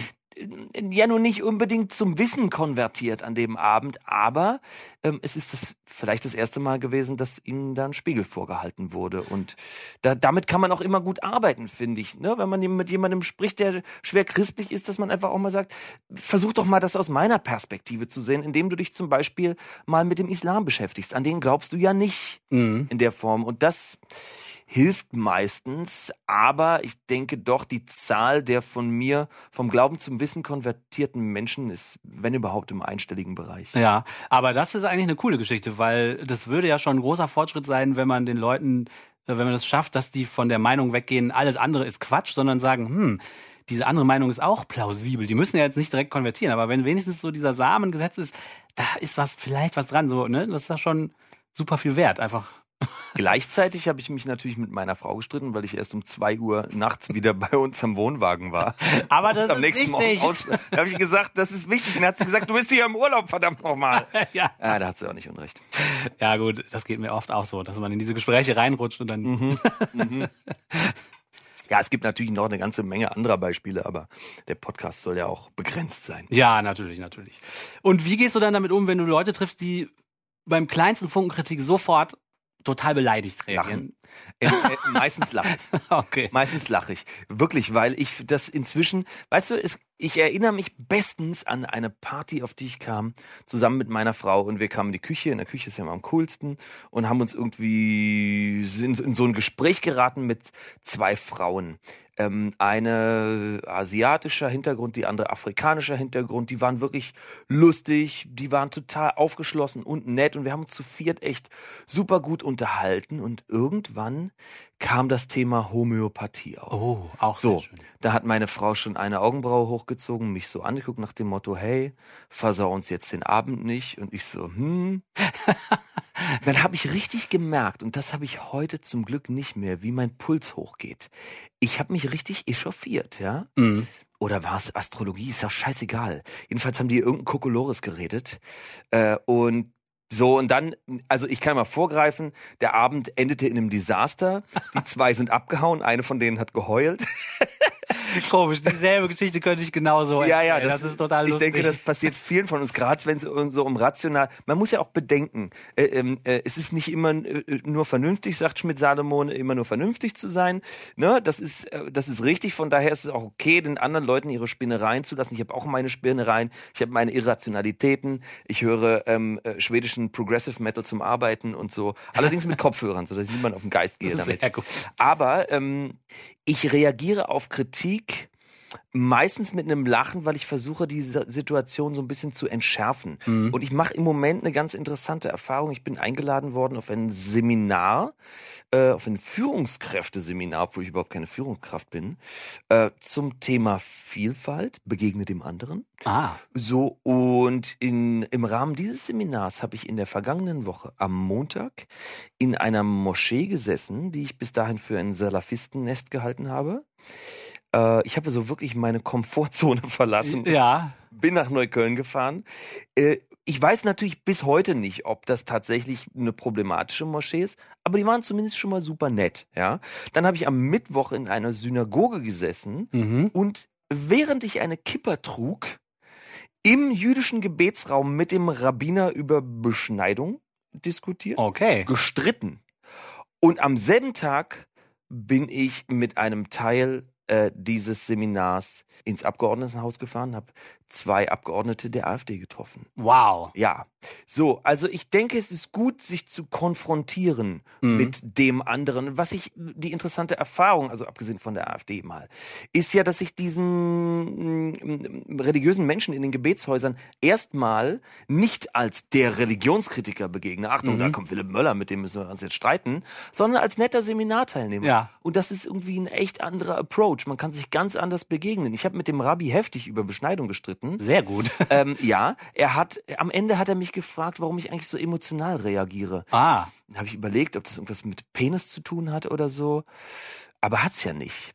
ja nun nicht unbedingt zum Wissen konvertiert an dem Abend, aber es ist vielleicht das erste Mal gewesen, dass ihnen da ein Spiegel vorgehalten wurde. Und damit kann man auch immer gut arbeiten, finde ich. Ne? Wenn man mit jemandem spricht, der schwer christlich ist, dass man einfach auch mal sagt, versuch doch mal das aus meiner Perspektive zu sehen, indem du dich zum Beispiel mal mit dem Islam beschäftigst. An den glaubst du ja nicht in der Form. Und das hilft meistens, aber ich denke doch, die Zahl der von mir vom Glauben zum Wissen konvertierten Menschen ist, wenn überhaupt, im einstelligen Bereich. Ja, aber das ist eigentlich eine coole Geschichte, weil das würde ja schon ein großer Fortschritt sein, wenn man den Leuten, wenn man es schafft, dass die von der Meinung weggehen, alles andere ist Quatsch, sondern sagen, diese andere Meinung ist auch plausibel. Die müssen ja jetzt nicht direkt konvertieren, aber wenn wenigstens so dieser Samen gesetzt ist, da ist vielleicht was dran, so, ne? Das ist ja schon super viel wert, einfach. Gleichzeitig habe ich mich natürlich mit meiner Frau gestritten, weil ich erst um 2 Uhr nachts wieder bei uns am Wohnwagen war. Aber das am ist nächsten wichtig. Da habe ich gesagt, das ist wichtig. Und dann hat sie gesagt, du bist hier im Urlaub, verdammt nochmal. Ja, da hat sie auch nicht unrecht. Ja gut, das geht mir oft auch so, dass man in diese Gespräche reinrutscht und dann... Ja, es gibt natürlich noch eine ganze Menge anderer Beispiele, aber der Podcast soll ja auch begrenzt sein. Ja, natürlich. Und wie gehst du dann damit um, wenn du Leute triffst, die beim kleinsten Funken Kritik sofort total beleidigt reagieren? Meistens lache ich. Okay. Meistens lache ich. Wirklich, weil ich das inzwischen, weißt du, Ich erinnere mich bestens an eine Party, auf die ich kam, zusammen mit meiner Frau. Und wir kamen in die Küche. In der Küche ist ja immer am coolsten. Und haben uns irgendwie in so ein Gespräch geraten mit 2 Frauen. Eine asiatischer Hintergrund, die andere afrikanischer Hintergrund. Die waren wirklich lustig, die waren total aufgeschlossen und nett. Und wir haben uns zu 4 echt super gut unterhalten. Und irgendwann kam das Thema Homöopathie auf. Oh, auch so. Sehr schön. Da hat meine Frau schon eine Augenbraue hochgezogen, mich so angeguckt nach dem Motto, hey, versau uns jetzt den Abend nicht. Und ich so, Dann habe ich richtig gemerkt, und das habe ich heute zum Glück nicht mehr, wie mein Puls hochgeht. Ich habe mich richtig echauffiert, ja? Mhm. Oder war es Astrologie? Ist ja scheißegal. Jedenfalls haben die irgendein Kokolores geredet. Und dann, also ich kann mal vorgreifen, der Abend endete in einem Desaster. Die 2 sind abgehauen, eine von denen hat geheult. Komisch, dieselbe Geschichte könnte ich genauso erzählen. Ja, das ist total lustig. Ich denke, das passiert vielen von uns, gerade wenn es so um rational... Man muss ja auch bedenken, es ist nicht immer nur vernünftig, sagt Schmidt-Salomon, immer nur vernünftig zu sein. Ne? Das ist richtig, von daher ist es auch okay, den anderen Leuten ihre Spinnereien zu lassen. Ich habe auch meine Spinnereien, ich habe meine Irrationalitäten, ich höre schwedischen Progressive Metal zum Arbeiten und so. Allerdings mit Kopfhörern, sodass ich niemand auf den Geist gehe damit. Sehr gut. Aber ich reagiere auf Kritik meistens mit einem Lachen, weil ich versuche, diese Situation so ein bisschen zu entschärfen. Mhm. Und ich mache im Moment eine ganz interessante Erfahrung. Ich bin eingeladen worden auf ein Seminar, auf ein Führungskräfteseminar, obwohl ich überhaupt keine Führungskraft bin, zum Thema Vielfalt, begegne dem anderen. So, und im Rahmen dieses Seminars habe ich in der vergangenen Woche am Montag in einer Moschee gesessen, die ich bis dahin für ein Salafistennest gehalten habe. Ich habe so wirklich meine Komfortzone verlassen. Ja. Bin nach Neukölln gefahren. Ich weiß natürlich bis heute nicht, ob das tatsächlich eine problematische Moschee ist, aber die waren zumindest schon mal super nett. Ja? Dann habe ich am Mittwoch in einer Synagoge gesessen und während ich eine Kippa trug, im jüdischen Gebetsraum mit dem Rabbiner über Beschneidung diskutiert, gestritten. Und am selben Tag bin ich mit einem Teil dieses Seminars ins Abgeordnetenhaus gefahren, habe 2 Abgeordnete der AfD getroffen. Wow. Ja. So, also ich denke, es ist gut, sich zu konfrontieren mit dem anderen. Was die interessante Erfahrung, also abgesehen von der AfD mal, ist ja, dass ich diesen religiösen Menschen in den Gebetshäusern erstmal nicht als der Religionskritiker begegne. Achtung, da kommt Philipp Möller, mit dem müssen wir uns jetzt streiten, sondern als netter Seminarteilnehmer. Ja. Und das ist irgendwie ein echt anderer Approach. Man kann sich ganz anders begegnen. Ich habe mit dem Rabbi heftig über Beschneidung gestritten. Sehr gut. Ja, am Ende hat er mich gefragt, warum ich eigentlich so emotional reagiere. Dann habe ich überlegt, ob das irgendwas mit Penis zu tun hat oder so. Aber hat's ja nicht.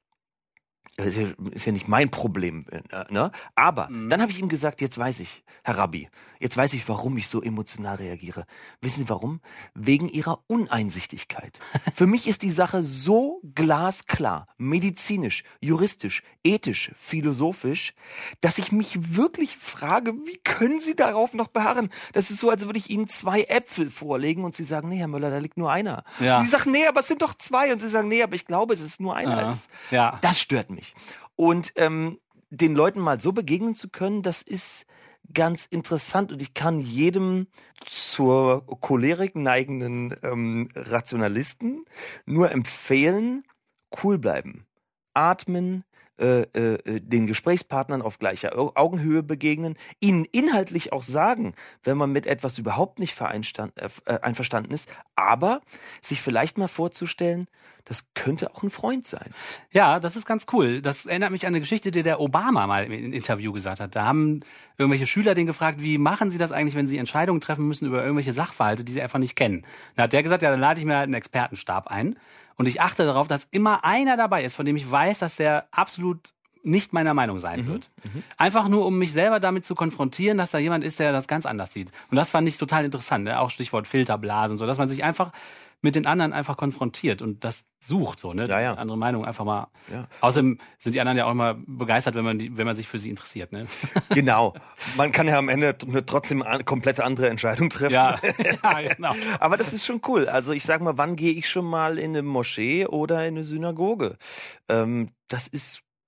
Ist ja nicht mein Problem. Ne? Aber dann habe ich ihm gesagt, jetzt weiß ich, Herr Rabbi, jetzt weiß ich, warum ich so emotional reagiere. Wissen Sie warum? Wegen Ihrer Uneinsichtigkeit. Für mich ist die Sache so glasklar, medizinisch, juristisch, ethisch, philosophisch, dass ich mich wirklich frage, wie können Sie darauf noch beharren? Das ist so, als würde ich Ihnen 2 Äpfel vorlegen und Sie sagen, nee, Herr Möller, da liegt nur einer. Ja. Und Sie sagen, nee, aber es sind doch 2. Und Sie sagen, nee, aber ich glaube, dass es nur einer ist. Ja. Das stört mich. Und den Leuten mal so begegnen zu können, das ist ganz interessant. Und ich kann jedem zur Cholerik neigenden Rationalisten nur empfehlen, cool bleiben, atmen, den Gesprächspartnern auf gleicher Augenhöhe begegnen, ihnen inhaltlich auch sagen, wenn man mit etwas überhaupt nicht einverstanden ist, aber sich vielleicht mal vorzustellen, das könnte auch ein Freund sein. Ja, das ist ganz cool. Das erinnert mich an eine Geschichte, die der Obama mal im Interview gesagt hat. Da haben irgendwelche Schüler den gefragt, wie machen Sie das eigentlich, wenn Sie Entscheidungen treffen müssen über irgendwelche Sachverhalte, die Sie einfach nicht kennen. Da hat der gesagt, ja, dann lade ich mir halt einen Expertenstab ein. Und ich achte darauf, dass immer einer dabei ist, von dem ich weiß, dass der absolut nicht meiner Meinung sein wird. Einfach nur, um mich selber damit zu konfrontieren, dass da jemand ist, der das ganz anders sieht. Und das fand ich total interessant. Ne? Auch Stichwort Filterblasen und so, dass man sich einfach mit den anderen einfach konfrontiert und das sucht, so, ne? Ja. Andere Meinung einfach mal. Ja. Außerdem sind die anderen ja auch immer begeistert, wenn man sich für sie interessiert, ne? Genau. Man kann ja am Ende trotzdem eine komplette andere Entscheidung treffen. Ja, genau. Aber das ist schon cool. Also ich sag mal, wann gehe ich schon mal in eine Moschee oder in eine Synagoge? Das ist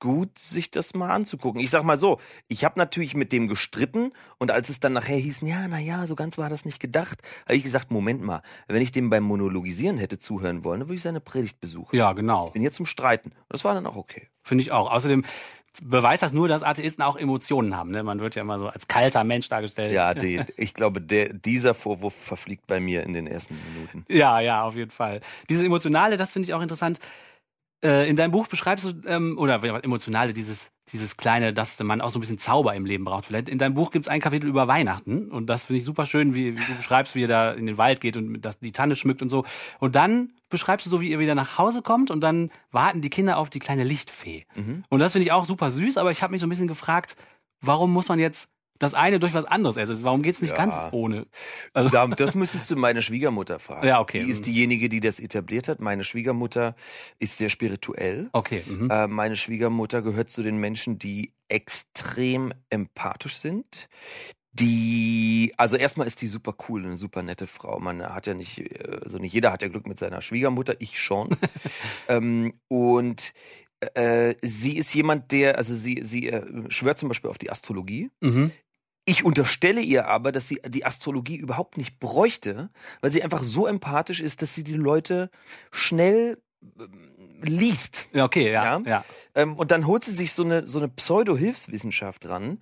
gut, sich das mal anzugucken. Ich sag mal so, ich habe natürlich mit dem gestritten und als es dann nachher hieß, ja, so ganz war das nicht gedacht, habe ich gesagt, Moment mal, wenn ich dem beim Monologisieren hätte zuhören wollen, dann würde ich seine Predigt besuchen. Ja, genau. Ich bin hier zum Streiten. Das war dann auch okay. Finde ich auch. Außerdem beweist das nur, dass Atheisten auch Emotionen haben. Ne? Man wird ja immer so als kalter Mensch dargestellt. Ja, ich glaube, dieser Vorwurf verfliegt bei mir in den ersten Minuten. Ja, auf jeden Fall. Dieses Emotionale, das finde ich auch interessant. In deinem Buch beschreibst du, oder Emotionale, dieses Kleine, dass man auch so ein bisschen Zauber im Leben braucht. Vielleicht in deinem Buch gibt es ein Kapitel über Weihnachten und das finde ich super schön, wie du beschreibst, wie ihr da in den Wald geht und die Tanne schmückt und so. Und dann beschreibst du so, wie ihr wieder nach Hause kommt und dann warten die Kinder auf die kleine Lichtfee. Mhm. Und das finde ich auch super süß, aber ich habe mich so ein bisschen gefragt, warum muss man jetzt das eine durch was anderes ersetzen? Warum geht's nicht ganz ohne? Also das müsstest du meine Schwiegermutter fragen. Ja, okay. Die ist diejenige, die das etabliert hat. Meine Schwiegermutter ist sehr spirituell. Okay. Meine Schwiegermutter gehört zu den Menschen, die extrem empathisch sind. Also erstmal ist die super cool, eine super nette Frau. Man hat ja nicht jeder hat ja Glück mit seiner Schwiegermutter, ich schon. Und sie ist jemand, sie schwört zum Beispiel auf die Astrologie. Mhm. Ich unterstelle ihr aber, dass sie die Astrologie überhaupt nicht bräuchte, weil sie einfach so empathisch ist, dass sie die Leute schnell liest. Ja, okay, ja. Und dann holt sie sich so eine Pseudo-Hilfswissenschaft ran.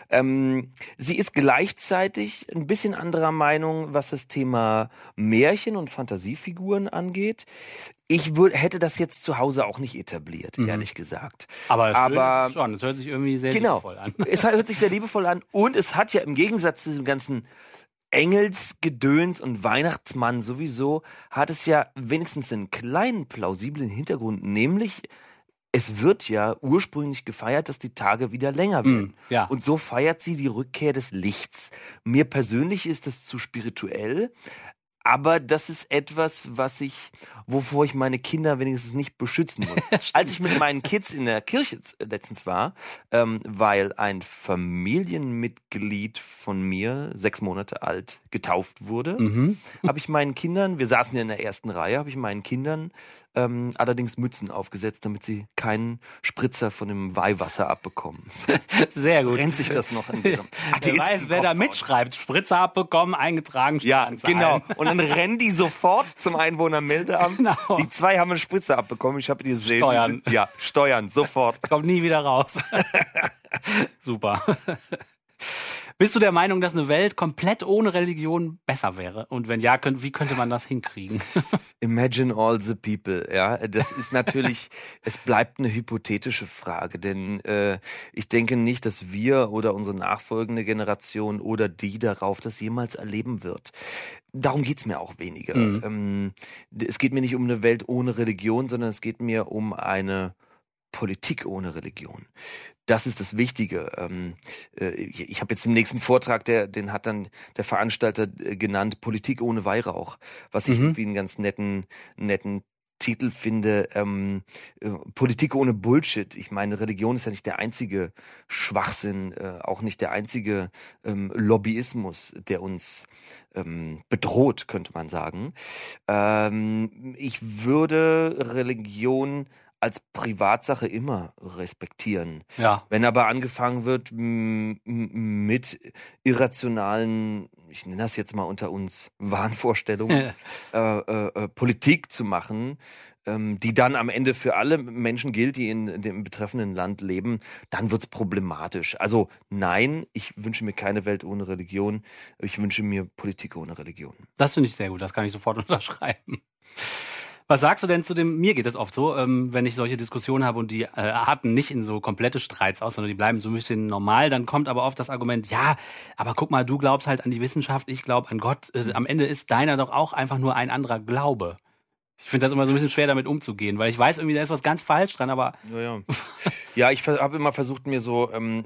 Sie ist gleichzeitig ein bisschen anderer Meinung, was das Thema Märchen und Fantasiefiguren angeht. Ich hätte das jetzt zu Hause auch nicht etabliert, ehrlich gesagt. Aber ist es schon. Es hört sich irgendwie sehr liebevoll an. Es hört sich sehr liebevoll an und es hat ja im Gegensatz zu diesem ganzen Engelsgedöns und Weihnachtsmann sowieso, hat es ja wenigstens einen kleinen plausiblen Hintergrund, nämlich es wird ja ursprünglich gefeiert, dass die Tage wieder länger werden. Ja. Und so feiert sie die Rückkehr des Lichts. Mir persönlich ist das zu spirituell, aber das ist etwas, wovor ich meine Kinder wenigstens nicht beschützen muss. Als ich mit meinen Kids in der Kirche letztens war, weil ein Familienmitglied von mir, 6 Monate alt, getauft wurde, habe ich meinen Kindern, wir saßen ja in der ersten Reihe, habe ich meinen Kindern allerdings Mützen aufgesetzt, damit sie keinen Spritzer von dem Weihwasser abbekommen. Sehr gut. Rennt sich das noch in Wer weiß, wer da mitschreibt. Spritzer abbekommen, eingetragen, ja, genau. Und dann rennen die sofort zum Einwohnermeldeamt. Genau. Die 2 haben einen Spritzer abbekommen. Ich habe die gesehen. Steuern. Ja, Steuern, sofort. Kommt nie wieder raus. Super. Bist du der Meinung, dass eine Welt komplett ohne Religion besser wäre? Und wenn ja, wie könnte man das hinkriegen? Imagine all the people, ja. Das ist natürlich, es bleibt eine hypothetische Frage, denn ich denke nicht, dass wir oder unsere nachfolgende Generation oder die darauf das jemals erleben wird. Darum geht's mir auch weniger. Es geht mir nicht um eine Welt ohne Religion, sondern es geht mir um eine Politik ohne Religion. Das ist das Wichtige. Ich habe jetzt im nächsten Vortrag, den hat dann der Veranstalter genannt, Politik ohne Weihrauch, was ich irgendwie einen ganz netten Titel finde. Politik ohne Bullshit. Ich meine, Religion ist ja nicht der einzige Schwachsinn, auch nicht der einzige Lobbyismus, der uns bedroht, könnte man sagen. Ich würde Religion als Privatsache immer respektieren. Ja. Wenn aber angefangen wird mit irrationalen, ich nenne das jetzt mal unter uns, Wahnvorstellungen, Politik zu machen, die dann am Ende für alle Menschen gilt, die in dem betreffenden Land leben, dann wird's problematisch. Also nein, ich wünsche mir keine Welt ohne Religion, ich wünsche mir Politik ohne Religion. Das finde ich sehr gut, das kann ich sofort unterschreiben. Was sagst du denn zu dem, mir geht es oft so, wenn ich solche Diskussionen habe und die arten nicht in so komplette Streits aus, sondern die bleiben so ein bisschen normal, dann kommt aber oft das Argument, ja, aber guck mal, du glaubst halt an die Wissenschaft, ich glaube an Gott, am Ende ist deiner doch auch einfach nur ein anderer Glaube. Ich finde das immer so ein bisschen schwer, damit umzugehen, weil ich weiß irgendwie, da ist was ganz falsch dran, aber... Ja, ich habe immer versucht, mir so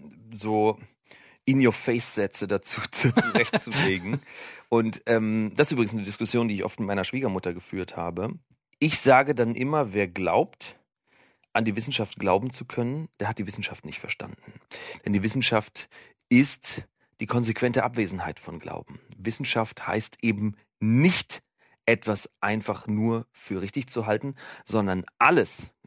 In-Your-Face-Sätze dazu zurechtzulegen. Und das ist übrigens eine Diskussion, die ich oft mit meiner Schwiegermutter geführt habe. Ich sage dann immer, wer glaubt, an die Wissenschaft glauben zu können, der hat die Wissenschaft nicht verstanden. Denn die Wissenschaft ist die konsequente Abwesenheit von Glauben. Wissenschaft heißt eben nicht, etwas einfach nur für richtig zu halten, sondern alles,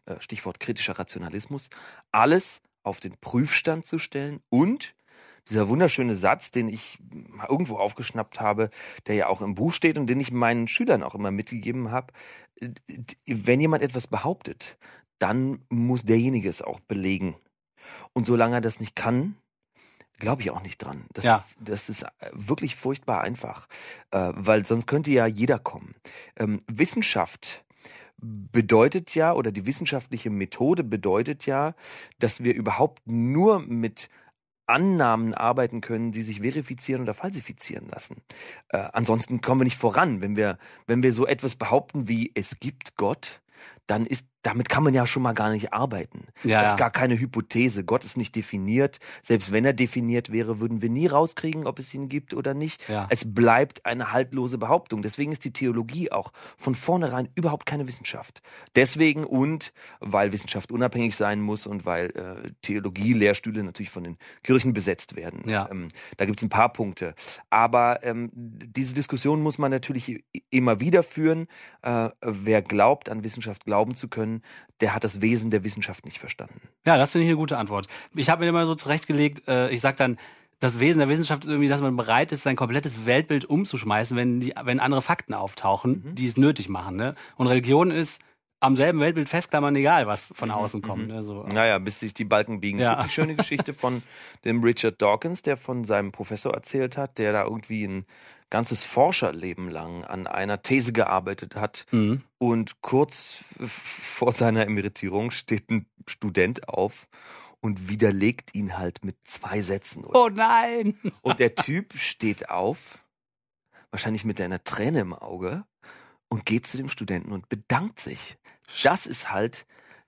Stichwort kritischer Rationalismus, alles auf den Prüfstand zu stellen und dieser wunderschöne Satz, den ich irgendwo aufgeschnappt habe, der ja auch im Buch steht und den ich meinen Schülern auch immer mitgegeben habe, wenn jemand etwas behauptet, dann muss derjenige es auch belegen. Und solange er das nicht kann, glaube ich auch nicht dran. Das ist wirklich furchtbar einfach, weil sonst könnte ja jeder kommen. Wissenschaft bedeutet ja, oder die wissenschaftliche Methode bedeutet ja, dass wir überhaupt nur mit Annahmen arbeiten können, die sich verifizieren oder falsifizieren lassen. Ansonsten kommen wir nicht voran. Wenn wir so etwas behaupten wie es gibt Gott, dann damit kann man ja schon mal gar nicht arbeiten. Das ist gar keine Hypothese. Gott ist nicht definiert. Selbst wenn er definiert wäre, würden wir nie rauskriegen, ob es ihn gibt oder nicht. Ja. Es bleibt eine haltlose Behauptung. Deswegen ist die Theologie auch von vornherein überhaupt keine Wissenschaft. Deswegen und weil Wissenschaft unabhängig sein muss und weil Theologie-Lehrstühle natürlich von den Kirchen besetzt werden. Ja. Da gibt es ein paar Punkte. Aber diese Diskussion muss man natürlich immer wieder führen. Wer glaubt, an Wissenschaft glauben zu können, der hat das Wesen der Wissenschaft nicht verstanden. Ja, das finde ich eine gute Antwort. Ich habe mir immer so zurechtgelegt, ich sage dann, das Wesen der Wissenschaft ist irgendwie, dass man bereit ist, sein komplettes Weltbild umzuschmeißen, wenn andere Fakten auftauchen, die es nötig machen. Ne? Und Religion ist am selben Weltbild festklammern, egal was von außen kommt. Ne? So. Naja, bis sich die Balken biegen. Ja. Die schöne Geschichte von dem Richard Dawkins, der von seinem Professor erzählt hat, der da irgendwie ein ganzes Forscherleben lang an einer These gearbeitet hat. Und kurz vor seiner Emeritierung steht ein Student auf und widerlegt ihn halt mit 2 Sätzen. Oh nein! Und der Typ steht auf, wahrscheinlich mit einer Träne im Auge, und geht zu dem Studenten und bedankt sich. Das ist halt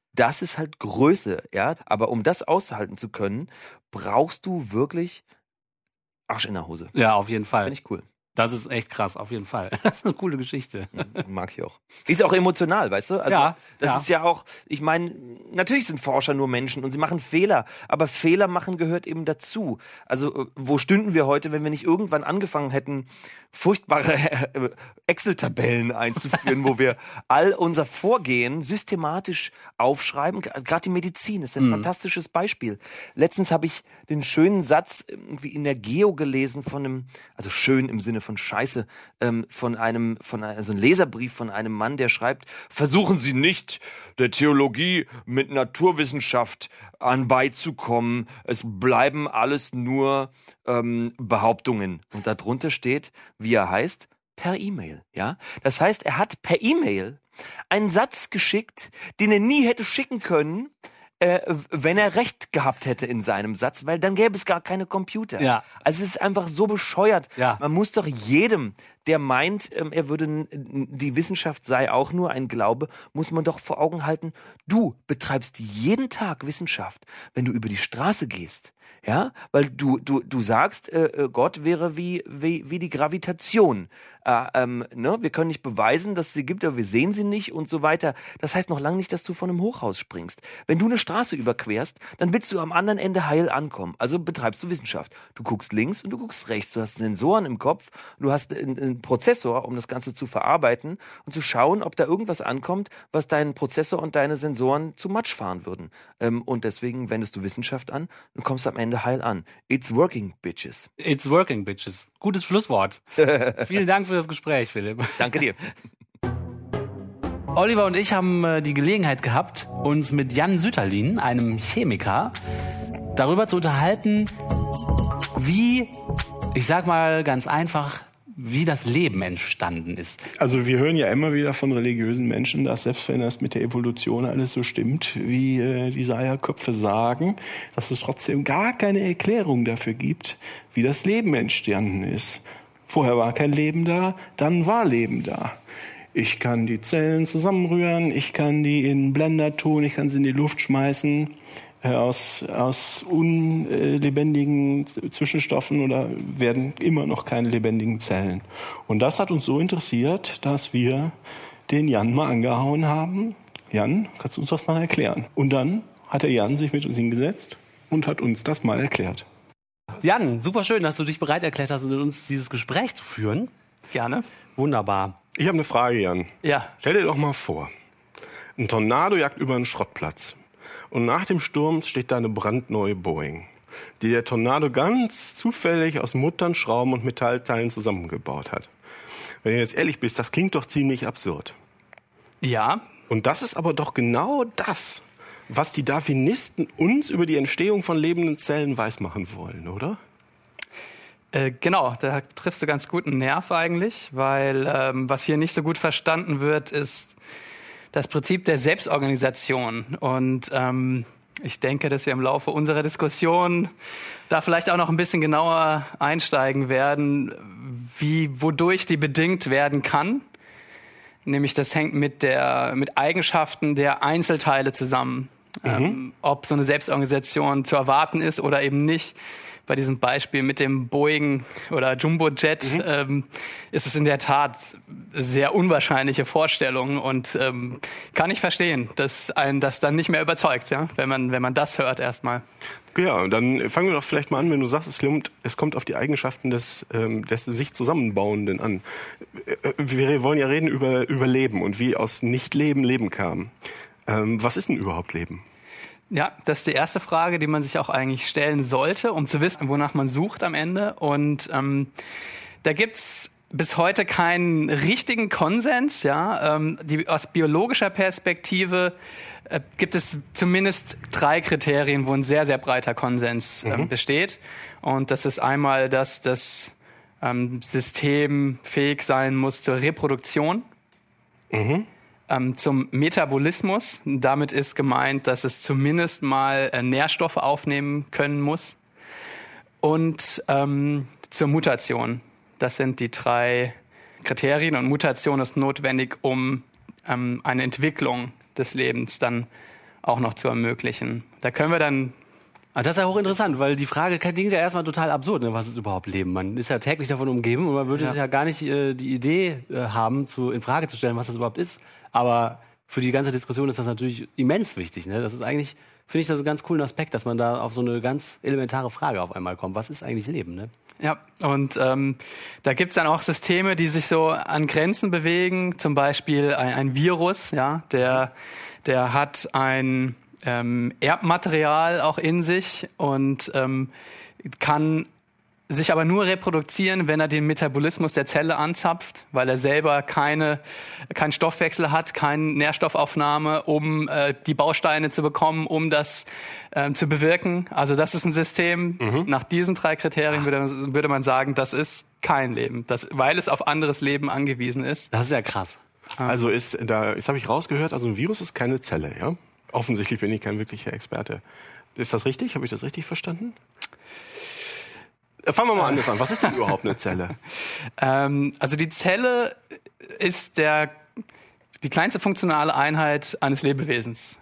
Größe, ja. Aber um das aushalten zu können, brauchst du wirklich Arsch in der Hose. Ja, auf jeden Fall. Finde ich cool. Das ist echt krass, auf jeden Fall. Das ist eine coole Geschichte. Mag ich auch. Ist auch emotional, weißt du? Also, das ist ja auch, ich meine, natürlich sind Forscher nur Menschen und sie machen Fehler, aber Fehler machen gehört eben dazu. Also, wo stünden wir heute, wenn wir nicht irgendwann angefangen hätten, furchtbare Excel-Tabellen einzuführen, wo wir all unser Vorgehen systematisch aufschreiben. Gerade die Medizin ist ein fantastisches Beispiel. Letztens habe ich den schönen Satz irgendwie in der Geo gelesen von einem, also schön im Sinne von Scheiße, so ein Leserbrief von einem Mann, der schreibt: Versuchen Sie nicht, der Theologie mit Naturwissenschaft anbeizukommen. Es bleiben alles nur Behauptungen. Und darunter steht, wie er heißt, per E-Mail. Ja? Das heißt, er hat per E-Mail einen Satz geschickt, den er nie hätte schicken können, wenn er recht gehabt hätte in seinem Satz, weil dann gäbe es gar keine Computer. Ja. Also es ist einfach so bescheuert. Ja. Man muss doch jedem, der meint, die Wissenschaft sei auch nur ein Glaube, muss man doch vor Augen halten, du betreibst jeden Tag Wissenschaft, wenn du über die Straße gehst. Ja, weil du sagst, Gott wäre wie die Gravitation. Wir können nicht beweisen, dass es sie gibt, aber wir sehen sie nicht und so weiter. Das heißt noch lange nicht, dass du von einem Hochhaus springst. Wenn du eine Straße überquerst, dann willst du am anderen Ende heil ankommen. Also betreibst du Wissenschaft. Du guckst links und du guckst rechts. Du hast Sensoren im Kopf, du hast einen Prozessor, um das Ganze zu verarbeiten und zu schauen, ob da irgendwas ankommt, was deinen Prozessor und deine Sensoren zu Matsch fahren würden. Und deswegen wendest du Wissenschaft an und kommst am Ende heil an. It's working, bitches. It's working, bitches. Gutes Schlusswort. Vielen Dank für das Gespräch, Philipp. Danke dir. Oliver und ich haben die Gelegenheit gehabt, uns mit Jan Sütterlin, einem Chemiker, darüber zu unterhalten, wie, ich sag mal ganz einfach, wie das Leben entstanden ist. Also wir hören ja immer wieder von religiösen Menschen, dass selbst wenn das mit der Evolution alles so stimmt, wie die Eierköpfe sagen, dass es trotzdem gar keine Erklärung dafür gibt, wie das Leben entstanden ist. Vorher war kein Leben da, dann war Leben da. Ich kann die Zellen zusammenrühren, ich kann die in einen Blender tun, ich kann sie in die Luft schmeißen. Aus unlebendigen Zwischenstoffen oder werden immer noch keine lebendigen Zellen. Und das hat uns so interessiert, dass wir den Jan mal angehauen haben. Jan, kannst du uns das mal erklären? Und dann hat der Jan sich mit uns hingesetzt und hat uns das mal erklärt. Jan, super schön, dass du dich bereit erklärt hast, mit uns dieses Gespräch zu führen. Gerne. Wunderbar. Ich habe eine Frage, Jan. Ja. Stell dir doch mal vor, Ein Tornado jagt über einen Schrottplatz. Und nach dem Sturm steht da eine brandneue Boeing, die der Tornado ganz zufällig aus Muttern, Schrauben und Metallteilen zusammengebaut hat. Wenn du jetzt ehrlich bist, das klingt doch ziemlich absurd. Ja. Und das ist aber doch genau das, was die Darwinisten uns über die Entstehung von lebenden Zellen weismachen wollen, oder? Genau, da triffst du ganz gut einen Nerv eigentlich, weil was hier nicht so gut verstanden wird, ist das Prinzip der Selbstorganisation. Und ich denke, dass wir im Laufe unserer Diskussion da vielleicht auch noch ein bisschen genauer einsteigen werden, wodurch die bedingt werden kann. Nämlich das hängt mit Eigenschaften der Einzelteile zusammen. Ob so eine Selbstorganisation zu erwarten ist oder eben nicht. Bei diesem Beispiel mit dem Boeing oder Jumbojet ist es in der Tat sehr unwahrscheinliche Vorstellung und kann ich verstehen, dass einen das dann nicht mehr überzeugt, ja, wenn man das hört erstmal. Ja, dann fangen wir doch vielleicht mal an, wenn du sagst, es kommt auf die Eigenschaften des sich Zusammenbauenden an. Wir wollen ja reden über Leben und wie aus Nichtleben Leben kam. Was ist denn überhaupt Leben? Ja, das ist die erste Frage, die man sich auch eigentlich stellen sollte, um zu wissen, wonach man sucht am Ende. Und da gibt's bis heute keinen richtigen Konsens. Ja, aus biologischer Perspektive gibt es zumindest 3 Kriterien, wo ein sehr, sehr breiter Konsens besteht. Und das ist einmal, dass das System fähig sein muss zur Reproduktion. Zum Metabolismus. Damit ist gemeint, dass es zumindest mal Nährstoffe aufnehmen können muss. Und zur Mutation. Das sind die 3 Kriterien. Und Mutation ist notwendig, um eine Entwicklung des Lebens dann auch noch zu ermöglichen. Da können wir dann... Also das ist ja hochinteressant, weil die Frage klingt ja erstmal total absurd, ne? Was ist überhaupt Leben? Man ist ja täglich davon umgeben und man würde ja gar nicht die Idee haben, in Frage zu stellen, was das überhaupt ist. Aber für die ganze Diskussion ist das natürlich immens wichtig. Ne? Das ist eigentlich, finde ich, das einen ganz coolen Aspekt, dass man da auf so eine ganz elementare Frage auf einmal kommt. Was ist eigentlich Leben? Ne? Ja, und da gibt's dann auch Systeme, die sich so an Grenzen bewegen. Zum Beispiel ein Virus, ja, der hat ein Erbmaterial auch in sich und kann sich aber nur reproduzieren, wenn er den Metabolismus der Zelle anzapft, weil er selber keinen Stoffwechsel hat, keine Nährstoffaufnahme, um die Bausteine zu bekommen, um das zu bewirken. Also das ist ein System, nach diesen 3 Kriterien würde man sagen, das ist kein Leben, weil es auf anderes Leben angewiesen ist. Das ist ja krass. Also das habe ich rausgehört, also ein Virus ist keine Zelle, ja? Offensichtlich bin ich kein wirklicher Experte. Ist das richtig? Habe ich das richtig verstanden? Fangen wir mal anders an. Was ist denn überhaupt eine Zelle? Also die Zelle ist die kleinste funktionale Einheit eines Lebewesens.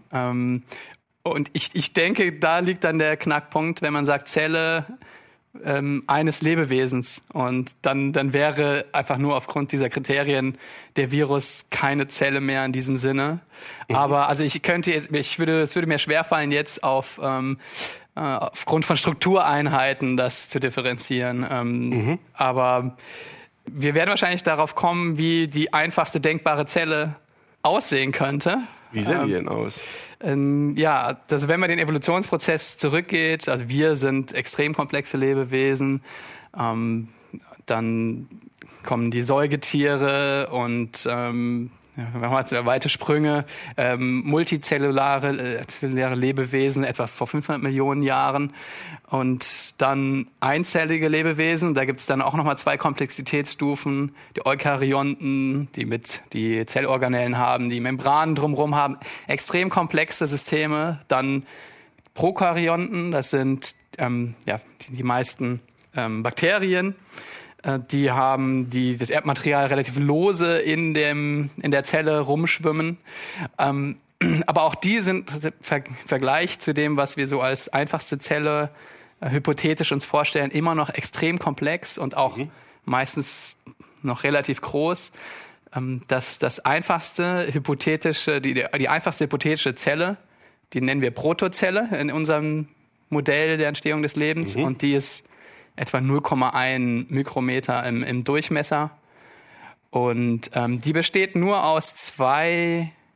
Und ich denke, da liegt dann der Knackpunkt, wenn man sagt Zelle eines Lebewesens. Und dann wäre einfach nur aufgrund dieser Kriterien der Virus keine Zelle mehr in diesem Sinne. Aber also es würde mir schwerfallen, jetzt aufgrund von Struktureinheiten das zu differenzieren. Aber wir werden wahrscheinlich darauf kommen, wie die einfachste denkbare Zelle aussehen könnte. Wie sehen die denn aus? Ja, also wenn man den Evolutionsprozess zurückgeht, also wir sind extrem komplexe Lebewesen, dann kommen die Säugetiere und wir haben jetzt weite Sprünge, multizellulare Lebewesen etwa vor 500 Millionen Jahren und dann einzellige Lebewesen. Da gibt es dann auch nochmal 2 Komplexitätsstufen, die Eukaryonten, die Zellorganellen haben, die Membranen drumherum haben, extrem komplexe Systeme. Dann Prokaryonten, das sind die meisten Bakterien. Die haben das Erbmaterial relativ lose in der Zelle rumschwimmen. Aber auch die sind im Vergleich zu dem, was wir so als einfachste Zelle hypothetisch uns vorstellen, immer noch extrem komplex und auch meistens noch relativ groß. Das einfachste hypothetische, die einfachste hypothetische Zelle, die nennen wir Protozelle in unserem Modell der Entstehung des Lebens und die ist etwa 0,1 Mikrometer im Durchmesser. Und die besteht nur aus 2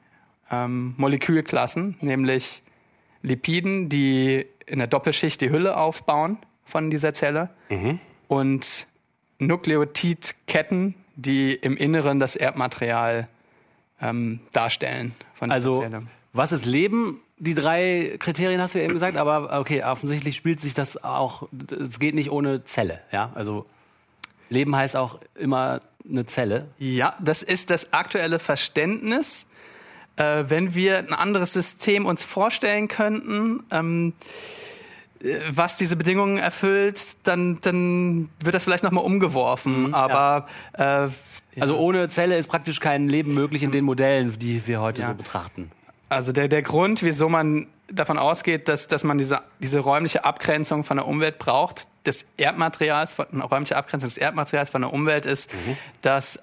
Molekülklassen, nämlich Lipiden, die in der Doppelschicht die Hülle aufbauen von dieser Zelle und Nukleotidketten, die im Inneren das Erbmaterial darstellen von dieser Zelle. Was ist Leben? Die 3 Kriterien hast du ja eben gesagt, aber okay, offensichtlich spielt sich das auch, es geht nicht ohne Zelle, ja? Also Leben heißt auch immer eine Zelle. Ja, das ist das aktuelle Verständnis. Wenn wir ein anderes System uns vorstellen könnten, was diese Bedingungen erfüllt, dann wird das vielleicht nochmal umgeworfen. Aber also ohne Zelle ist praktisch kein Leben möglich in den Modellen, die wir heute so betrachten. Also der Grund, wieso man davon ausgeht, dass man diese räumliche Abgrenzung von der Umwelt braucht, des Erbmaterials, räumliche Abgrenzung des Erbmaterials von der Umwelt ist, dass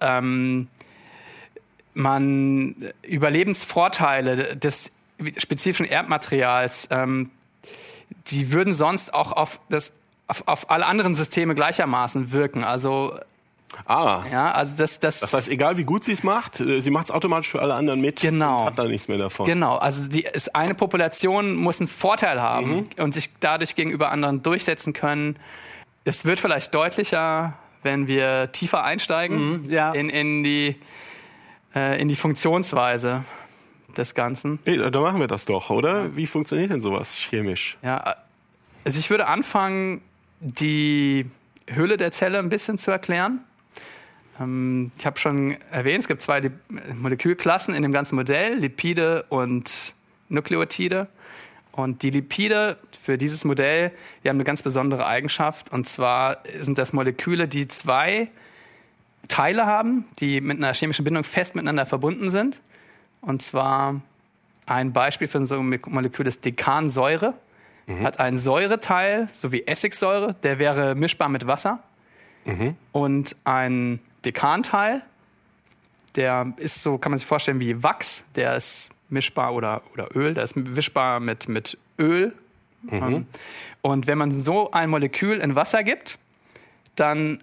man Überlebensvorteile des spezifischen Erbmaterials, die würden sonst auch auf alle anderen Systeme gleichermaßen wirken. Also ja, also das heißt, egal wie gut sie es macht, sie macht es automatisch für alle anderen mit und hat da nichts mehr davon. Genau, also eine Population muss einen Vorteil haben und sich dadurch gegenüber anderen durchsetzen können. Es wird vielleicht deutlicher, wenn wir tiefer einsteigen in die Funktionsweise des Ganzen. Hey, da machen wir das doch, oder? Ja. Wie funktioniert denn sowas chemisch? Ja, also ich würde anfangen, die Hülle der Zelle ein bisschen zu erklären. Ich habe schon erwähnt, es gibt 2 Molekülklassen in dem ganzen Modell, Lipide und Nukleotide. Und die Lipide für dieses Modell, die haben eine ganz besondere Eigenschaft. Und zwar sind das Moleküle, die 2 Teile haben, die mit einer chemischen Bindung fest miteinander verbunden sind. Und zwar ein Beispiel für so ein Molekül ist Dekansäure. Hat einen Säureteil, so wie Essigsäure, der wäre mischbar mit Wasser. Und ein Dekanteil, der ist so, kann man sich vorstellen, wie Wachs, der ist mischbar oder Öl, der ist mischbar mit Öl. Und wenn man so ein Molekül in Wasser gibt, dann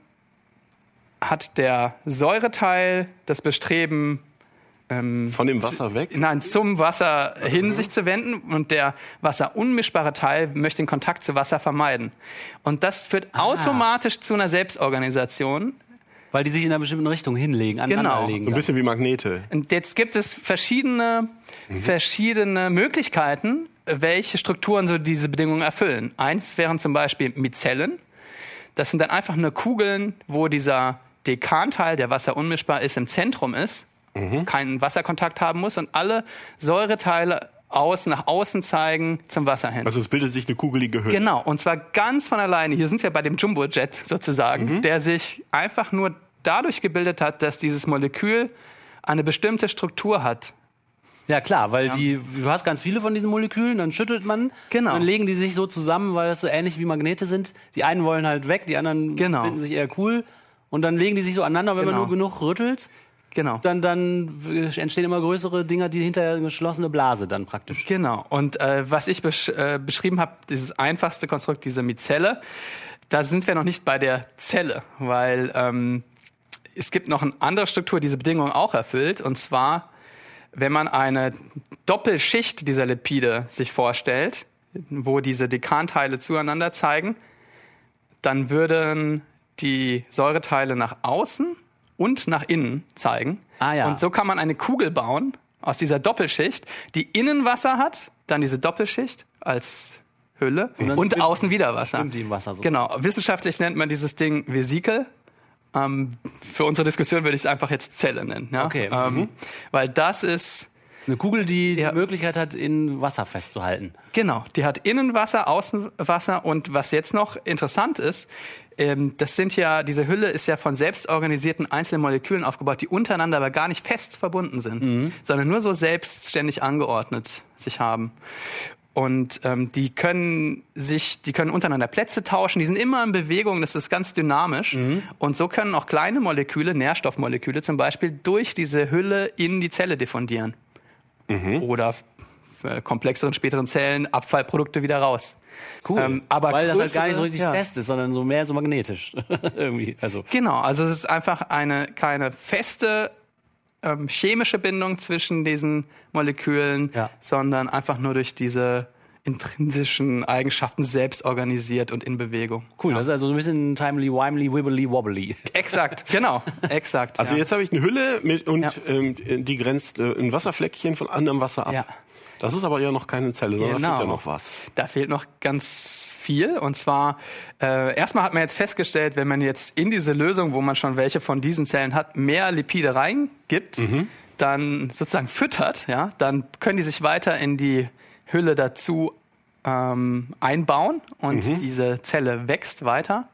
hat der Säureteil das Bestreben, von dem Wasser weg? Nein, zum Wasser hin sich zu wenden, und der wasserunmischbare Teil möchte den Kontakt zu Wasser vermeiden. Und das führt automatisch zu einer Selbstorganisation. Weil die sich in einer bestimmten Richtung hinlegen, aneinanderlegen. So ein bisschen wie Magnete. Und jetzt gibt es verschiedene Möglichkeiten, welche Strukturen so diese Bedingungen erfüllen. Eins wären zum Beispiel Mizellen. Das sind dann einfach nur Kugeln, wo dieser Dekanteil, der wasserunmischbar ist, im Zentrum ist, keinen Wasserkontakt haben muss und alle Säureteile nach außen zeigen zum Wasser hin. Also es bildet sich eine kugelige Hülle. Genau, und zwar ganz von alleine. Hier sind wir bei dem Jumbo-Jet sozusagen, der sich einfach nur dadurch gebildet hat, dass dieses Molekül eine bestimmte Struktur hat. Ja klar, weil du hast ganz viele von diesen Molekülen, dann schüttelt man, dann legen die sich so zusammen, weil das so ähnlich wie Magnete sind. Die einen wollen halt weg, die anderen finden sich eher cool, und dann legen die sich so aneinander, wenn man nur genug rüttelt. Genau. Dann entstehen immer größere Dinger, die hinter eine geschlossene Blase dann praktisch. Genau. Und was ich beschrieben habe, dieses einfachste Konstrukt, diese Mizelle, da sind wir noch nicht bei der Zelle, weil es gibt noch eine andere Struktur, die diese Bedingung auch erfüllt. Und zwar, wenn man eine Doppelschicht dieser Lipide sich vorstellt, wo diese Dekanteile zueinander zeigen, dann würden die Säureteile nach außen und nach innen zeigen. Und so kann man eine Kugel bauen aus dieser Doppelschicht, die innen Wasser hat, dann diese Doppelschicht als Hülle und außen wieder Wasser. Schwimmt die im Wasser so. Genau. Wissenschaftlich nennt man dieses Ding Vesikel. Für unsere Diskussion würde ich es einfach jetzt Zelle nennen. Ja? Okay. Weil das ist eine Kugel, die die Möglichkeit hat, in Wasser festzuhalten. Genau. Die hat innen Wasser, außen Wasser, und was jetzt noch interessant ist, das sind ja, diese Hülle ist ja von selbstorganisierten einzelnen Molekülen aufgebaut, die untereinander aber gar nicht fest verbunden sind, sondern nur so selbstständig angeordnet sich haben. Und die können untereinander Plätze tauschen, die sind immer in Bewegung, das ist ganz dynamisch. Und so können auch kleine Moleküle, Nährstoffmoleküle zum Beispiel, durch diese Hülle in die Zelle diffundieren. Oder komplexeren späteren Zellen Abfallprodukte wieder raus. Cool, aber weil das halt gar nicht so richtig fest ist, sondern so mehr so magnetisch. Irgendwie. Genau, also es ist einfach keine feste chemische Bindung zwischen diesen Molekülen, sondern einfach nur durch diese intrinsischen Eigenschaften selbst organisiert und in Bewegung. Cool, das ist also so ein bisschen timely, wimely, wibbly, wobbly. Exakt, genau, exakt. Also jetzt habe ich eine Hülle die grenzt ein Wasserfleckchen von anderem Wasser ab. Ja. Das ist aber ja noch keine Zelle, sondern da fehlt ja noch was. Da fehlt noch ganz viel. Und zwar, erstmal hat man jetzt festgestellt, wenn man jetzt in diese Lösung, wo man schon welche von diesen Zellen hat, mehr Lipide reingibt, dann sozusagen füttert, dann können die sich weiter in die Hülle dazu einbauen und diese Zelle wächst weiter.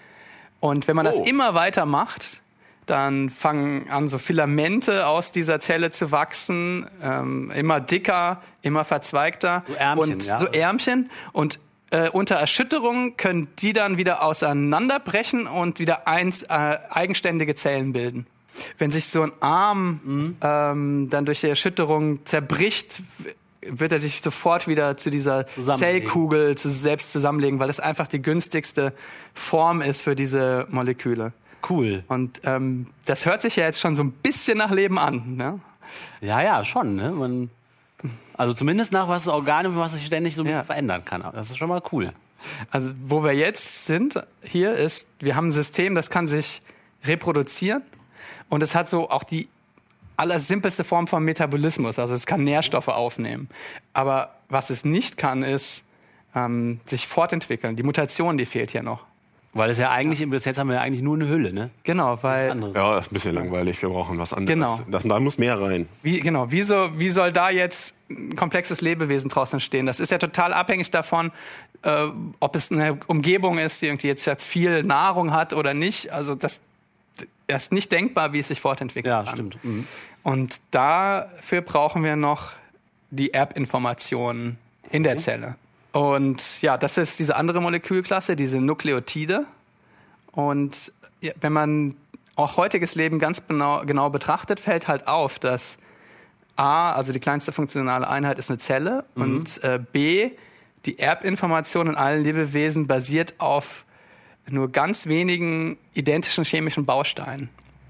Und wenn man das immer weiter macht, dann fangen an so Filamente aus dieser Zelle zu wachsen, immer dicker, immer verzweigter. So Ärmchen, so Ärmchen. Und unter Erschütterung können die dann wieder auseinanderbrechen und wieder eigenständige Zellen bilden. Wenn sich so ein Arm dann durch die Erschütterung zerbricht, wird er sich sofort wieder zu dieser Zellkugel selbst zusammenlegen, weil das einfach die günstigste Form ist für diese Moleküle. Cool. Und das hört sich ja jetzt schon so ein bisschen nach Leben an. Ne? Ja, schon. Ne? Also zumindest nach was Organischem, was sich ständig so ein bisschen verändern kann. Das ist schon mal cool. Also wo wir jetzt sind, hier ist, wir haben ein System, das kann sich reproduzieren und es hat so auch die allersimpelste Form von Metabolismus. Also es kann Nährstoffe aufnehmen. Aber was es nicht kann, ist sich fortentwickeln. Die Mutation, die fehlt hier noch. Weil es ja eigentlich, bis jetzt haben wir ja eigentlich nur eine Hülle, ne? Genau, weil... Ja, das ist ein bisschen langweilig. Wir brauchen was anderes. Genau. Da muss mehr rein. Wie soll da jetzt ein komplexes Lebewesen draus entstehen? Das ist ja total abhängig davon, ob es eine Umgebung ist, die irgendwie jetzt viel Nahrung hat oder nicht. Also das ist nicht denkbar, wie es sich fortentwickelt kann. Ja, stimmt. Mhm. Und dafür brauchen wir noch die Erbinformationen in der Zelle. Und ja, das ist diese andere Molekülklasse, diese Nukleotide. Und wenn man auch heutiges Leben ganz genau betrachtet, fällt halt auf, dass A, also die kleinste funktionale Einheit ist eine Zelle und B, die Erbinformation in allen Lebewesen basiert auf nur ganz wenigen identischen chemischen Bausteinen.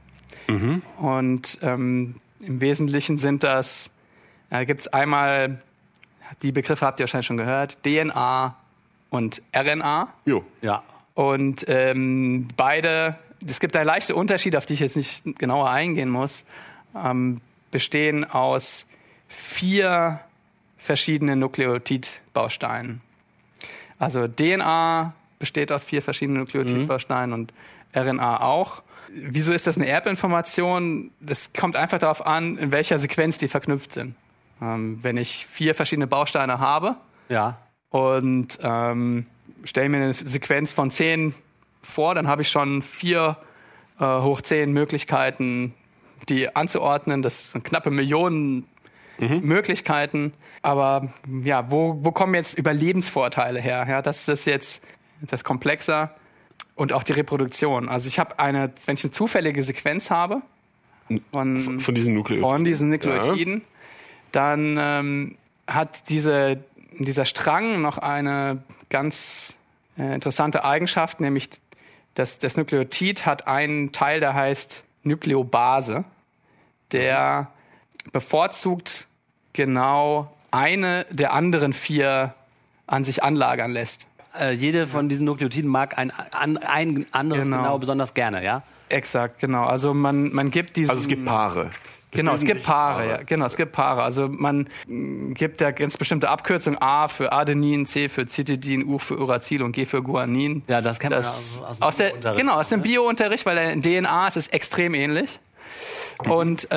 Und im Wesentlichen sind das, gibt es einmal, die Begriffe habt ihr wahrscheinlich schon gehört, DNA und RNA. Jo. Ja. Und beide, es gibt da leichte Unterschiede, auf die ich jetzt nicht genauer eingehen muss, bestehen aus 4 verschiedenen Nukleotidbausteinen. Also DNA besteht aus 4 verschiedenen Nukleotidbausteinen und RNA auch. Wieso ist das eine Erbinformation? Das kommt einfach darauf an, in welcher Sequenz die verknüpft sind. Wenn ich 4 verschiedene Bausteine habe und stelle mir eine Sequenz von 10 vor, dann habe ich schon 4 hoch 10 Möglichkeiten, die anzuordnen. Das sind knappe Millionen Möglichkeiten. Aber ja, wo kommen jetzt Überlebensvorteile her? Ja, das ist jetzt das komplexer. Und auch die Reproduktion. Also ich habe wenn ich eine zufällige Sequenz habe von diesen Nukleotiden, dann hat dieser Strang noch eine ganz interessante Eigenschaft, nämlich das Nukleotid hat einen Teil, der heißt Nukleobase, der bevorzugt genau eine der anderen 4 an sich anlagern lässt. Jede von diesen Nukleotiden mag ein anderes genau besonders gerne, ja? Exakt, genau. Also man gibt diesen... Also es gibt Paare. Genau, es gibt Paare, ja. Genau, es gibt Paare. Also man gibt ja ganz bestimmte Abkürzungen. A für Adenin, C für Cytidin, U für Uracil und G für Guanin. Ja, das kennt man aus dem Bio-Unterricht. Genau, aus dem Bio-Unterricht, weil in DNA ist es extrem ähnlich. Und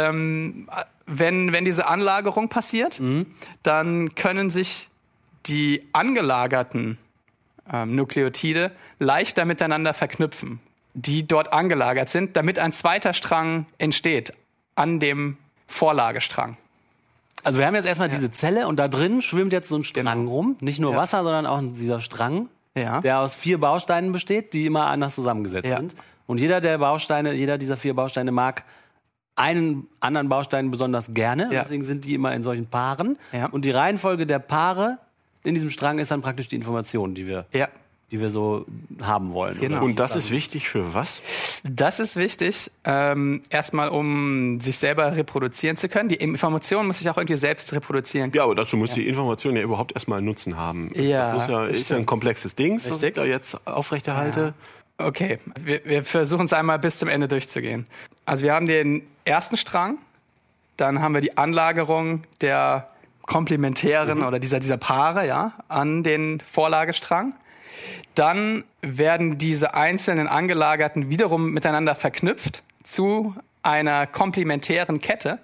wenn diese Anlagerung passiert, dann können sich die angelagerten Nukleotide leichter miteinander verknüpfen, die dort angelagert sind, damit ein zweiter Strang entsteht an dem Vorlagestrang. Also wir haben jetzt erstmal diese Zelle und da drin schwimmt jetzt so ein Strang rum. Nicht nur Wasser, sondern auch dieser Strang, der aus 4 Bausteinen besteht, die immer anders zusammengesetzt sind. Und jeder dieser 4 Bausteine mag einen anderen Baustein besonders gerne. Deswegen sind die immer in solchen Paaren. Und die Reihenfolge der Paare in diesem Strang ist dann praktisch die Information, die wir die wir so haben wollen. Genau. Oder? Und das ist wichtig für was? Das ist wichtig, erstmal um sich selber reproduzieren zu können. Die Information muss sich auch irgendwie selbst reproduzieren können. Ja, aber dazu muss die Information ja überhaupt erstmal Nutzen haben. Ja, das ist ja ein komplexes Ding, das ich da jetzt aufrechterhalte. Ja. Okay, wir versuchen es einmal bis zum Ende durchzugehen. Also wir haben den ersten Strang, dann haben wir die Anlagerung der komplementären oder dieser Paare, ja, an den Vorlagestrang. Dann werden diese einzelnen angelagerten wiederum miteinander verknüpft zu einer komplementären Kette.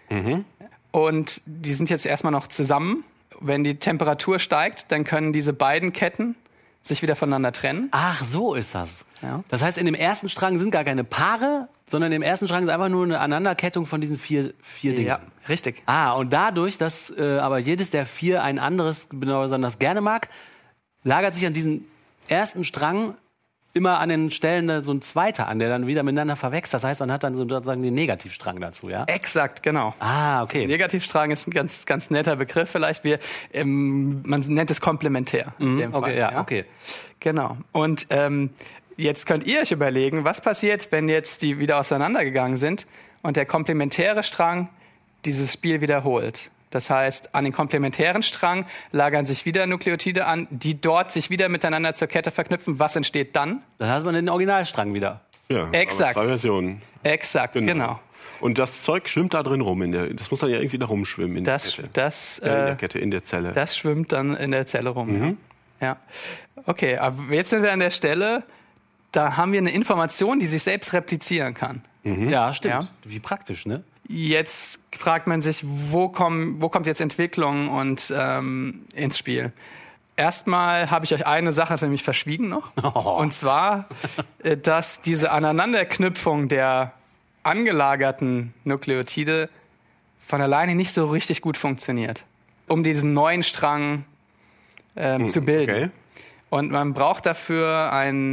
Und die sind jetzt erstmal noch zusammen. Wenn die Temperatur steigt, dann können diese beiden Ketten sich wieder voneinander trennen. Ach, so ist das. Ja. Das heißt, in dem ersten Strang sind gar keine Paare, sondern im ersten Strang ist einfach nur eine Aneinanderkettung von diesen vier Dingen. Ja, richtig. Und dadurch, dass aber jedes der 4 ein anderes besonders gerne mag, lagert sich an diesen ersten Strang immer an den Stellen so ein zweiter an, der dann wieder miteinander verwächst. Das heißt, man hat dann sozusagen den Negativstrang dazu, ja? Exakt, genau. Okay. Negativstrang ist ein ganz, ganz netter Begriff vielleicht. Man nennt es komplementär. In dem Fall, Okay, okay. Genau. Und jetzt könnt ihr euch überlegen, was passiert, wenn jetzt die wieder auseinandergegangen sind und der komplementäre Strang dieses Spiel wiederholt. Das heißt, an den komplementären Strang lagern sich wieder Nukleotide an, die dort sich wieder miteinander zur Kette verknüpfen. Was entsteht dann? Dann hat man den Originalstrang wieder. Ja, Exakt. 2 Versionen. Exakt, genau. Und das Zeug schwimmt da drin rum. Das muss dann ja irgendwie da rumschwimmen in der Kette, in der Zelle. Das schwimmt dann in der Zelle rum. Ja. Okay, aber jetzt sind wir an der Stelle, da haben wir eine Information, die sich selbst replizieren kann. Ja, stimmt. Ja. Wie praktisch, ne? Jetzt fragt man sich, wo kommt jetzt Entwicklung und ins Spiel? Erstmal habe ich euch eine Sache für mich verschwiegen noch. Und zwar, dass diese Aneinanderknüpfung der angelagerten Nukleotide von alleine nicht so richtig gut funktioniert, um diesen neuen Strang zu bilden. Okay. Und man braucht dafür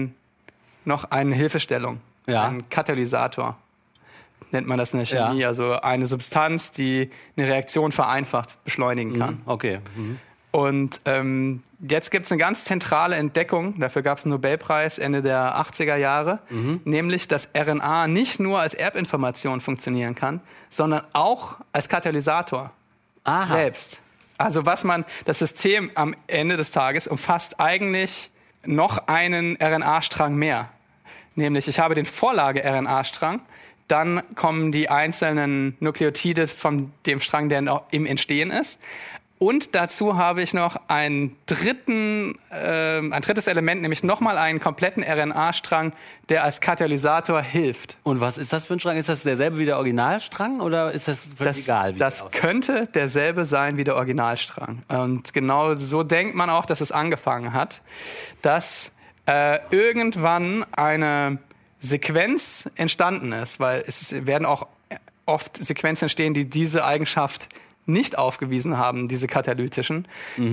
noch eine Hilfestellung, einen Katalysator. Nennt man das in der Chemie, also eine Substanz, die eine Reaktion vereinfacht beschleunigen kann. Okay. Und jetzt gibt es eine ganz zentrale Entdeckung, dafür gab es einen Nobelpreis Ende der 80er Jahre, nämlich, dass RNA nicht nur als Erbinformation funktionieren kann, sondern auch als Katalysator selbst. Also das System am Ende des Tages umfasst eigentlich noch einen RNA-Strang mehr. Nämlich, ich habe den Vorlage-RNA-Strang, dann kommen die einzelnen Nukleotide von dem Strang, der noch im Entstehen ist. Und dazu habe ich noch ein drittes Element, nämlich nochmal einen kompletten RNA-Strang, der als Katalysator hilft. Und was ist das für ein Strang? Ist das derselbe wie der Originalstrang oder ist das völlig egal? Das könnte derselbe sein wie der Originalstrang. Und genau so denkt man auch, dass es angefangen hat, dass irgendwann eine Sequenz entstanden ist, weil es werden auch oft Sequenzen entstehen, die diese Eigenschaft nicht aufgewiesen haben, diese katalytischen.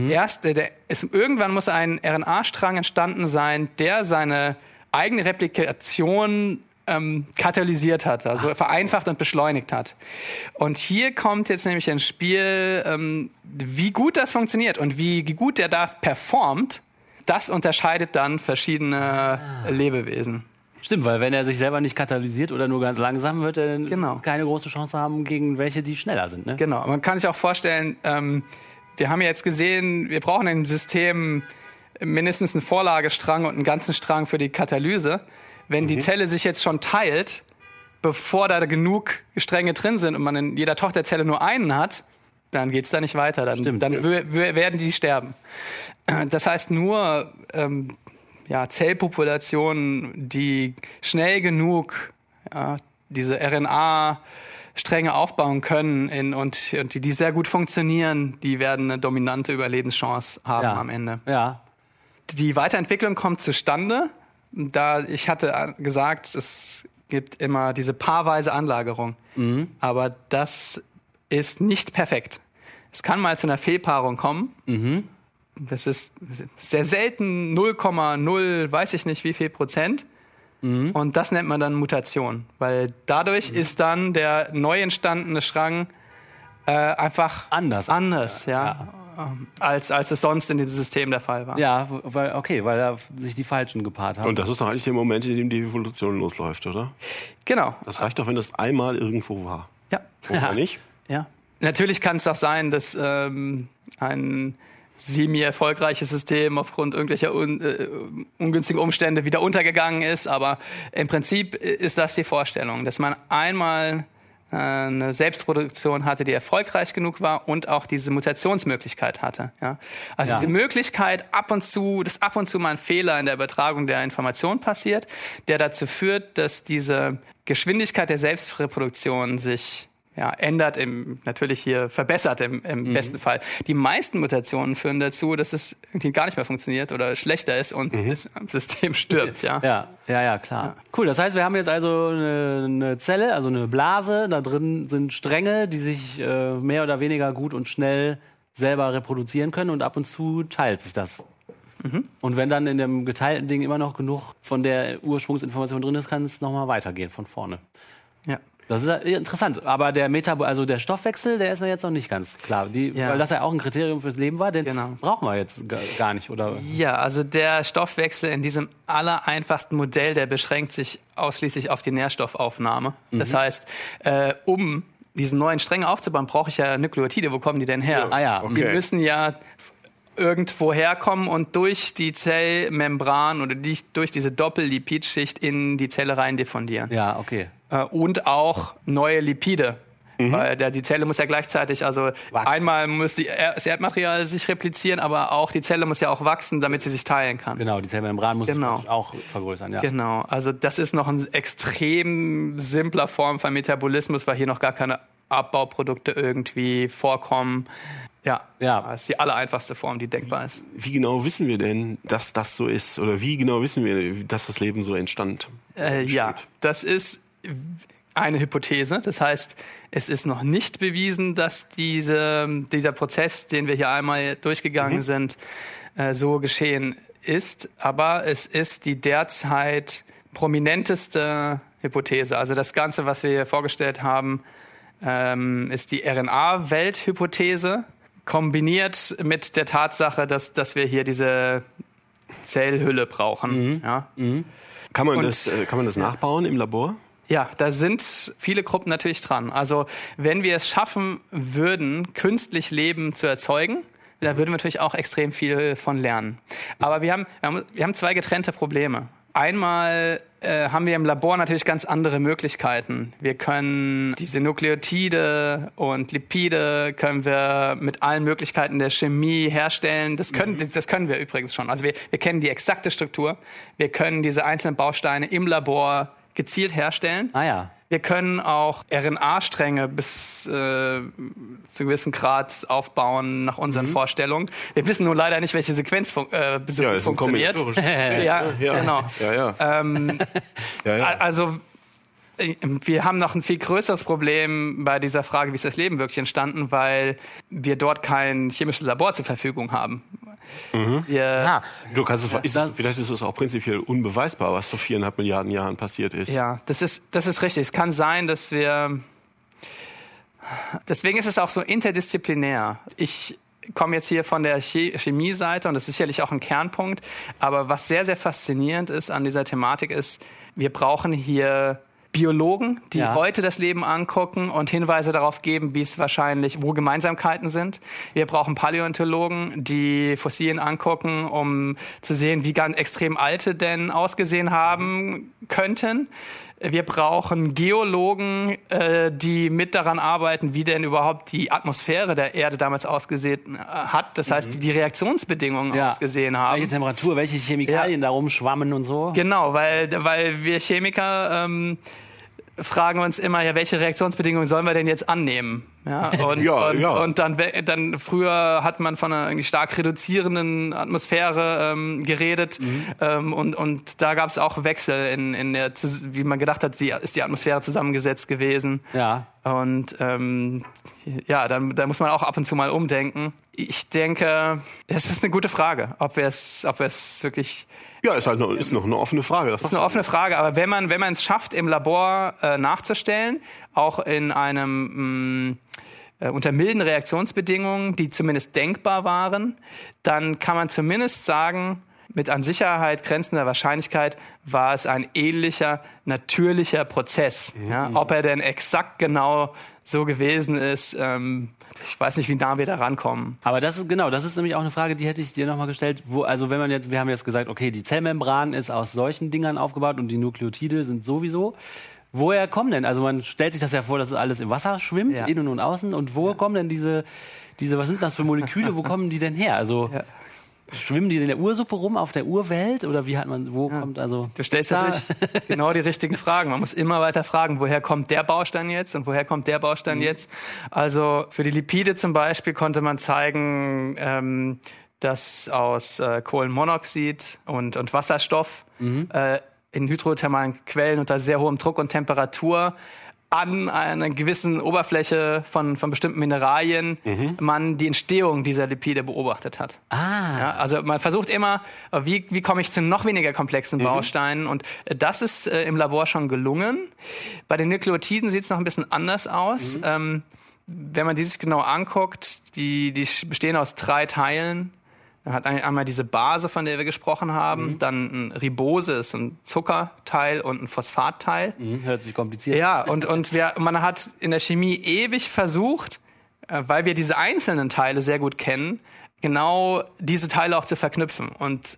Irgendwann muss ein RNA-Strang entstanden sein, der seine eigene Replikation katalysiert hat, also vereinfacht und beschleunigt hat. Und hier kommt jetzt nämlich ins Spiel, wie gut das funktioniert und wie gut der da performt. Das unterscheidet dann verschiedene Lebewesen. Stimmt, weil wenn er sich selber nicht katalysiert oder nur ganz langsam, wird er keine große Chance haben gegen welche, die schneller sind. Ne? Genau, man kann sich auch vorstellen, wir haben ja jetzt gesehen, wir brauchen im System mindestens einen Vorlagestrang und einen ganzen Strang für die Katalyse. Wenn die Zelle sich jetzt schon teilt, bevor da genug Stränge drin sind und man in jeder Tochterzelle nur einen hat, dann geht's da nicht weiter. Dann werden die sterben. Das heißt, nur Zellpopulationen, die schnell genug diese RNA-Stränge aufbauen können und die sehr gut funktionieren, die werden eine dominante Überlebenschance haben am Ende. Ja. Die Weiterentwicklung kommt zustande, da ich hatte gesagt, es gibt immer diese paarweise Anlagerung. Aber das ist nicht perfekt. Es kann mal zu einer Fehlpaarung kommen. Das ist sehr selten, 0,0, weiß ich nicht wie viel Prozent. Und das nennt man dann Mutation, weil dadurch ist dann der neu entstandene Strang einfach anders. Ja. als es sonst in dem System der Fall war. Ja, weil da sich die Falschen gepaart haben. Und das ist doch eigentlich der Moment, in dem die Evolution losläuft, oder? Genau. Das reicht doch, wenn das einmal irgendwo war. Ja. Oder nicht? Ja. Natürlich kann es auch sein, dass ein semi-erfolgreiches System aufgrund irgendwelcher ungünstigen Umstände wieder untergegangen ist. Aber im Prinzip ist das die Vorstellung, dass man einmal eine Selbstproduktion hatte, die erfolgreich genug war und auch diese Mutationsmöglichkeit hatte. Ja? Also diese Möglichkeit, dass ab und zu mal ein Fehler in der Übertragung der Information passiert, der dazu führt, dass diese Geschwindigkeit der Selbstreproduktion sich ändert, natürlich hier verbessert im besten Fall. Die meisten Mutationen führen dazu, dass es irgendwie gar nicht mehr funktioniert oder schlechter ist und das System stirbt. Ja, klar. Ja. Cool, das heißt, wir haben jetzt also eine Zelle, also eine Blase, da drin sind Stränge, die sich mehr oder weniger gut und schnell selber reproduzieren können und ab und zu teilt sich das. Und wenn dann in dem geteilten Ding immer noch genug von der Ursprungsinformation drin ist, kann es nochmal weitergehen von vorne. Ja. Das ist interessant, aber der der Stoffwechsel, der ist mir jetzt noch nicht ganz klar. Weil das ja auch ein Kriterium fürs Leben war, den brauchen wir jetzt gar nicht, oder? Ja, also der Stoffwechsel in diesem allereinfachsten Modell, der beschränkt sich ausschließlich auf die Nährstoffaufnahme. Das heißt, um diesen neuen Stränge aufzubauen, brauche ich ja Nukleotide. Wo kommen die denn her? Die müssen ja irgendwo herkommen und durch die Zellmembran oder durch diese Doppellipidschicht in die Zelle rein diffundieren. Ja, okay. Und auch neue Lipide. Weil die Zelle muss ja gleichzeitig, einmal muss das Erdmaterial sich replizieren, aber auch die Zelle muss ja auch wachsen, damit sie sich teilen kann. Genau, die Zellmembran muss sich auch vergrößern. Ja. Genau, also das ist noch ein extrem simpler Form von Metabolismus, weil hier noch gar keine Abbauprodukte irgendwie vorkommen. Ja, das ist die allereinfachste Form, die denkbar ist. Wie genau wissen wir denn, dass das so ist? Oder wie genau wissen wir, dass das Leben so entstand? Das ist eine Hypothese. Das heißt, es ist noch nicht bewiesen, dass dieser Prozess, den wir hier einmal durchgegangen sind, so geschehen ist. Aber es ist die derzeit prominenteste Hypothese. Also das Ganze, was wir hier vorgestellt haben, ist die RNA-Welthypothese, kombiniert mit der Tatsache, dass wir hier diese Zellhülle brauchen. Kann man das nachbauen im Labor? Ja, da sind viele Gruppen natürlich dran. Also wenn wir es schaffen würden, künstlich Leben zu erzeugen, da würden wir natürlich auch extrem viel von lernen. Aber wir haben zwei getrennte Probleme. Einmal haben wir im Labor natürlich ganz andere Möglichkeiten. Wir können diese Nukleotide und Lipide können wir mit allen Möglichkeiten der Chemie herstellen. Das können wir übrigens schon. Also wir kennen die exakte Struktur. Wir können diese einzelnen Bausteine im Labor gezielt herstellen. Wir können auch RNA-Stränge bis zu einem gewissen Grad aufbauen nach unseren Vorstellungen. Wir wissen nur leider nicht, welche Sequenz funktioniert. Genau. Also wir haben noch ein viel größeres Problem bei dieser Frage, wie ist das Leben wirklich entstanden, weil wir dort kein chemisches Labor zur Verfügung haben. Du kannst vielleicht ist es auch prinzipiell unbeweisbar, was vor 4,5 Milliarden Jahren passiert ist. Ja, das ist richtig. Es kann sein, dass deswegen ist es auch so interdisziplinär. Ich komme jetzt hier von der Chemie-Seite und das ist sicherlich auch ein Kernpunkt. Aber was sehr, sehr faszinierend ist an dieser Thematik ist, wir brauchen hier Biologen, die heute das Leben angucken und Hinweise darauf geben, wo Gemeinsamkeiten sind. Wir brauchen Paläontologen, die Fossilien angucken, um zu sehen, wie ganz extrem alte denn ausgesehen haben könnten. Wir brauchen Geologen, die mit daran arbeiten, wie denn überhaupt die Atmosphäre der Erde damals ausgesehen hat. Das heißt, die Reaktionsbedingungen ausgesehen haben. Welche Temperatur, welche Chemikalien da rumschwammen und so. Genau, weil wir Chemiker fragen uns immer, welche Reaktionsbedingungen sollen wir denn jetzt annehmen? Und dann früher hat man von einer irgendwie stark reduzierenden Atmosphäre geredet und da gab es auch Wechsel in der, wie man gedacht hat, ist die Atmosphäre zusammengesetzt gewesen. Und da muss man auch ab und zu mal umdenken. Ich denke, es ist eine gute Frage, ob wir es wirklich... Ja, ist noch eine offene Frage. Das ist eine offene Frage, aber wenn man es schafft, im Labor nachzustellen, auch in einem unter milden Reaktionsbedingungen, die zumindest denkbar waren, dann kann man zumindest sagen, mit an Sicherheit grenzender Wahrscheinlichkeit war es ein ähnlicher, natürlicher Prozess. Ja, ob er denn exakt genau so gewesen ist, ich weiß nicht, wie nah wir da rankommen. Aber das ist nämlich auch eine Frage, die hätte ich dir nochmal gestellt. Wir haben jetzt gesagt, okay, die Zellmembran ist aus solchen Dingern aufgebaut und die Nukleotide sind sowieso. Woher kommen denn? Also man stellt sich das ja vor, dass es alles im Wasser schwimmt, innen und außen. Und wo kommen denn diese, was sind das für Moleküle? Wo kommen die denn her? Also schwimmen die in der Ursuppe rum, auf der Urwelt? Oder kommt also... Du stellst natürlich genau die richtigen Fragen. Man muss immer weiter fragen, woher kommt der Baustein jetzt und woher kommt der Baustein jetzt? Also für die Lipide zum Beispiel konnte man zeigen, dass aus Kohlenmonoxid und Wasserstoff in hydrothermalen Quellen unter sehr hohem Druck und Temperatur an einer gewissen Oberfläche von bestimmten Mineralien man die Entstehung dieser Lipide beobachtet hat. Ja, also man versucht immer, wie komme ich zu noch weniger komplexen Bausteinen, und das ist im Labor schon gelungen. Bei den Nukleotiden sieht es noch ein bisschen anders aus. Wenn man die sich genau anguckt, die bestehen aus 3 Teilen. Man hat einmal diese Base, von der wir gesprochen haben, dann ein Ribose, ist ein Zuckerteil, und ein Phosphatteil. Hört sich kompliziert an. Ja, und man hat in der Chemie ewig versucht, weil wir diese einzelnen Teile sehr gut kennen, genau diese Teile auch zu verknüpfen. Und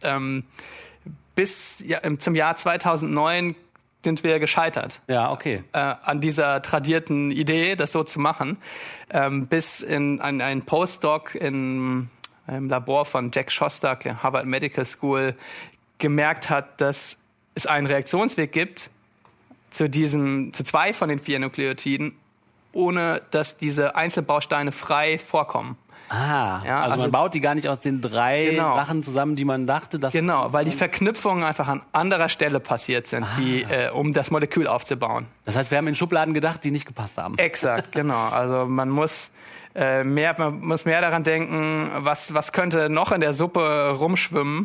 bis zum Jahr 2009 sind wir gescheitert. Ja, okay. An dieser tradierten Idee, das so zu machen, bis in ein Postdoc im Labor von Jack Szostak, der Harvard Medical School, gemerkt hat, dass es einen Reaktionsweg gibt zu 2 von den 4 Nukleotiden, ohne dass diese Einzelbausteine frei vorkommen. Ja, also man baut die gar nicht aus den 3 Sachen zusammen, die man dachte. Genau, weil die Verknüpfungen einfach an anderer Stelle passiert sind, um das Molekül aufzubauen. Das heißt, wir haben in Schubladen gedacht, die nicht gepasst haben. Exakt, genau. Also man muss mehr daran denken, was könnte noch in der Suppe rumschwimmen,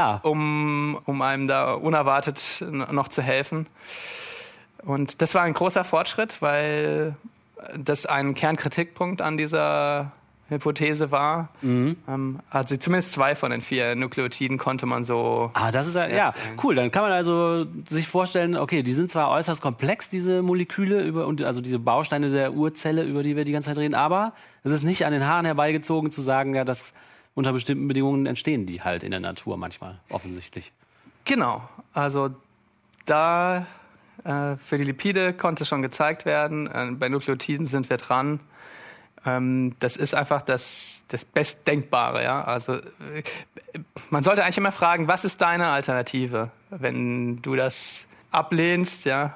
um einem da unerwartet noch zu helfen. Und das war ein großer Fortschritt, weil das ein Kernkritikpunkt an dieser Hypothese war. Also zumindest 2 von den 4 Nukleotiden konnte man so... das ist cool. Dann kann man also sich vorstellen, okay, die sind zwar äußerst komplex, diese Moleküle, also diese Bausteine der Urzelle, über die wir die ganze Zeit reden, aber es ist nicht an den Haaren herbeigezogen zu sagen, ja, dass unter bestimmten Bedingungen entstehen die halt in der Natur manchmal, offensichtlich. Genau. Also da für die Lipide konnte schon gezeigt werden, bei Nukleotiden sind wir dran. Das ist einfach das Bestdenkbare, ja. Also man sollte eigentlich immer fragen, was ist deine Alternative, wenn du das ablehnst, ja.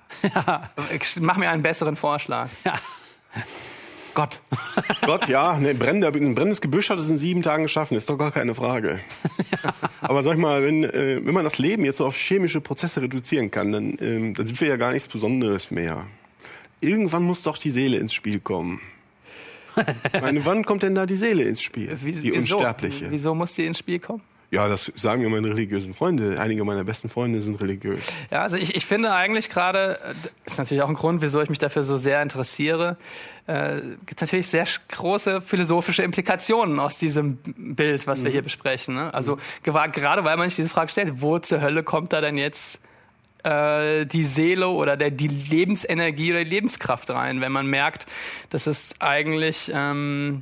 Mach mir einen besseren Vorschlag. Ja. Gott, ja, ein brennendes Gebüsch hat es in 7 Tagen geschaffen, ist doch gar keine Frage. Aber sag mal, wenn man das Leben jetzt so auf chemische Prozesse reduzieren kann, dann sind wir ja gar nichts Besonderes mehr. Irgendwann muss doch die Seele ins Spiel kommen. Ich meine, wann kommt denn da die Seele ins Spiel? Die Unsterbliche. Wieso muss die ins Spiel kommen? Ja, das sagen mir meine religiösen Freunde. Einige meiner besten Freunde sind religiös. Ja, also ich finde eigentlich gerade, ist natürlich auch ein Grund, wieso ich mich dafür so sehr interessiere, gibt natürlich sehr große philosophische Implikationen aus diesem Bild, was wir hier besprechen. Ne? Also gerade weil man sich diese Frage stellt, wo zur Hölle kommt da denn jetzt die Seele oder die Lebensenergie oder die Lebenskraft rein, wenn man merkt, das ist eigentlich eine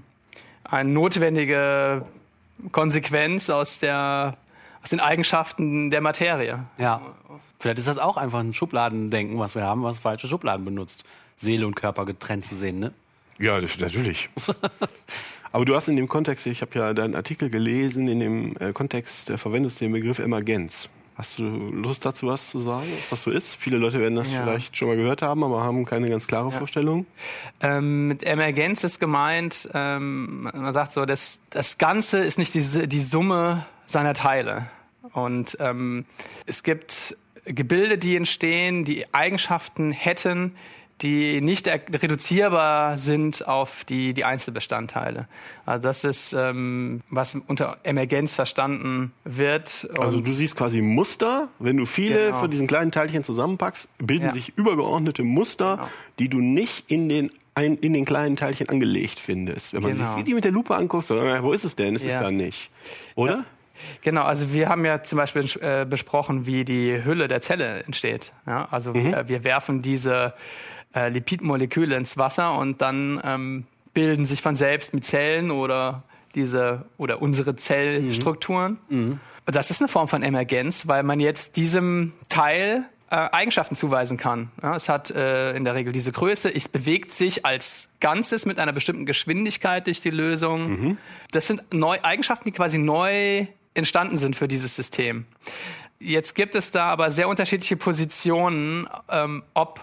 notwendige Konsequenz aus den Eigenschaften der Materie. Ja, vielleicht ist das auch einfach ein Schubladendenken, was wir haben, was falsche Schubladen benutzt. Seele und Körper getrennt zu sehen, ne? Ja, natürlich. Aber du hast in dem Kontext, ich habe ja deinen Artikel gelesen, in dem Kontext verwendest du den Begriff Emergenz. Hast du Lust dazu, was zu sagen, was das so ist? Viele Leute werden das vielleicht schon mal gehört haben, aber haben keine ganz klare Vorstellung. Mit Emergenz ist gemeint, man sagt so, das Ganze ist nicht die Summe seiner Teile. Und es gibt Gebilde, die entstehen, die Eigenschaften hätten, die nicht reduzierbar sind auf die Einzelbestandteile. Also das ist, was unter Emergenz verstanden wird. Und also du siehst quasi Muster, wenn du viele von diesen kleinen Teilchen zusammenpackst, bilden sich übergeordnete Muster, die du nicht in den in den kleinen Teilchen angelegt findest. Wenn man sich die mit der Lupe anguckt, so, wo ist es denn? Ist es da nicht? Oder? Ja. Genau, also wir haben ja zum Beispiel besprochen, wie die Hülle der Zelle entsteht. Ja, also wir werfen diese Lipidmoleküle ins Wasser und dann bilden sich von selbst mit Zellen oder unsere Zellstrukturen. Und das ist eine Form von Emergenz, weil man jetzt diesem Teil Eigenschaften zuweisen kann. Ja, es hat in der Regel diese Größe, es bewegt sich als Ganzes mit einer bestimmten Geschwindigkeit durch die Lösung. Das sind Eigenschaften, die quasi neu entstanden sind für dieses System. Jetzt gibt es da aber sehr unterschiedliche Positionen, ob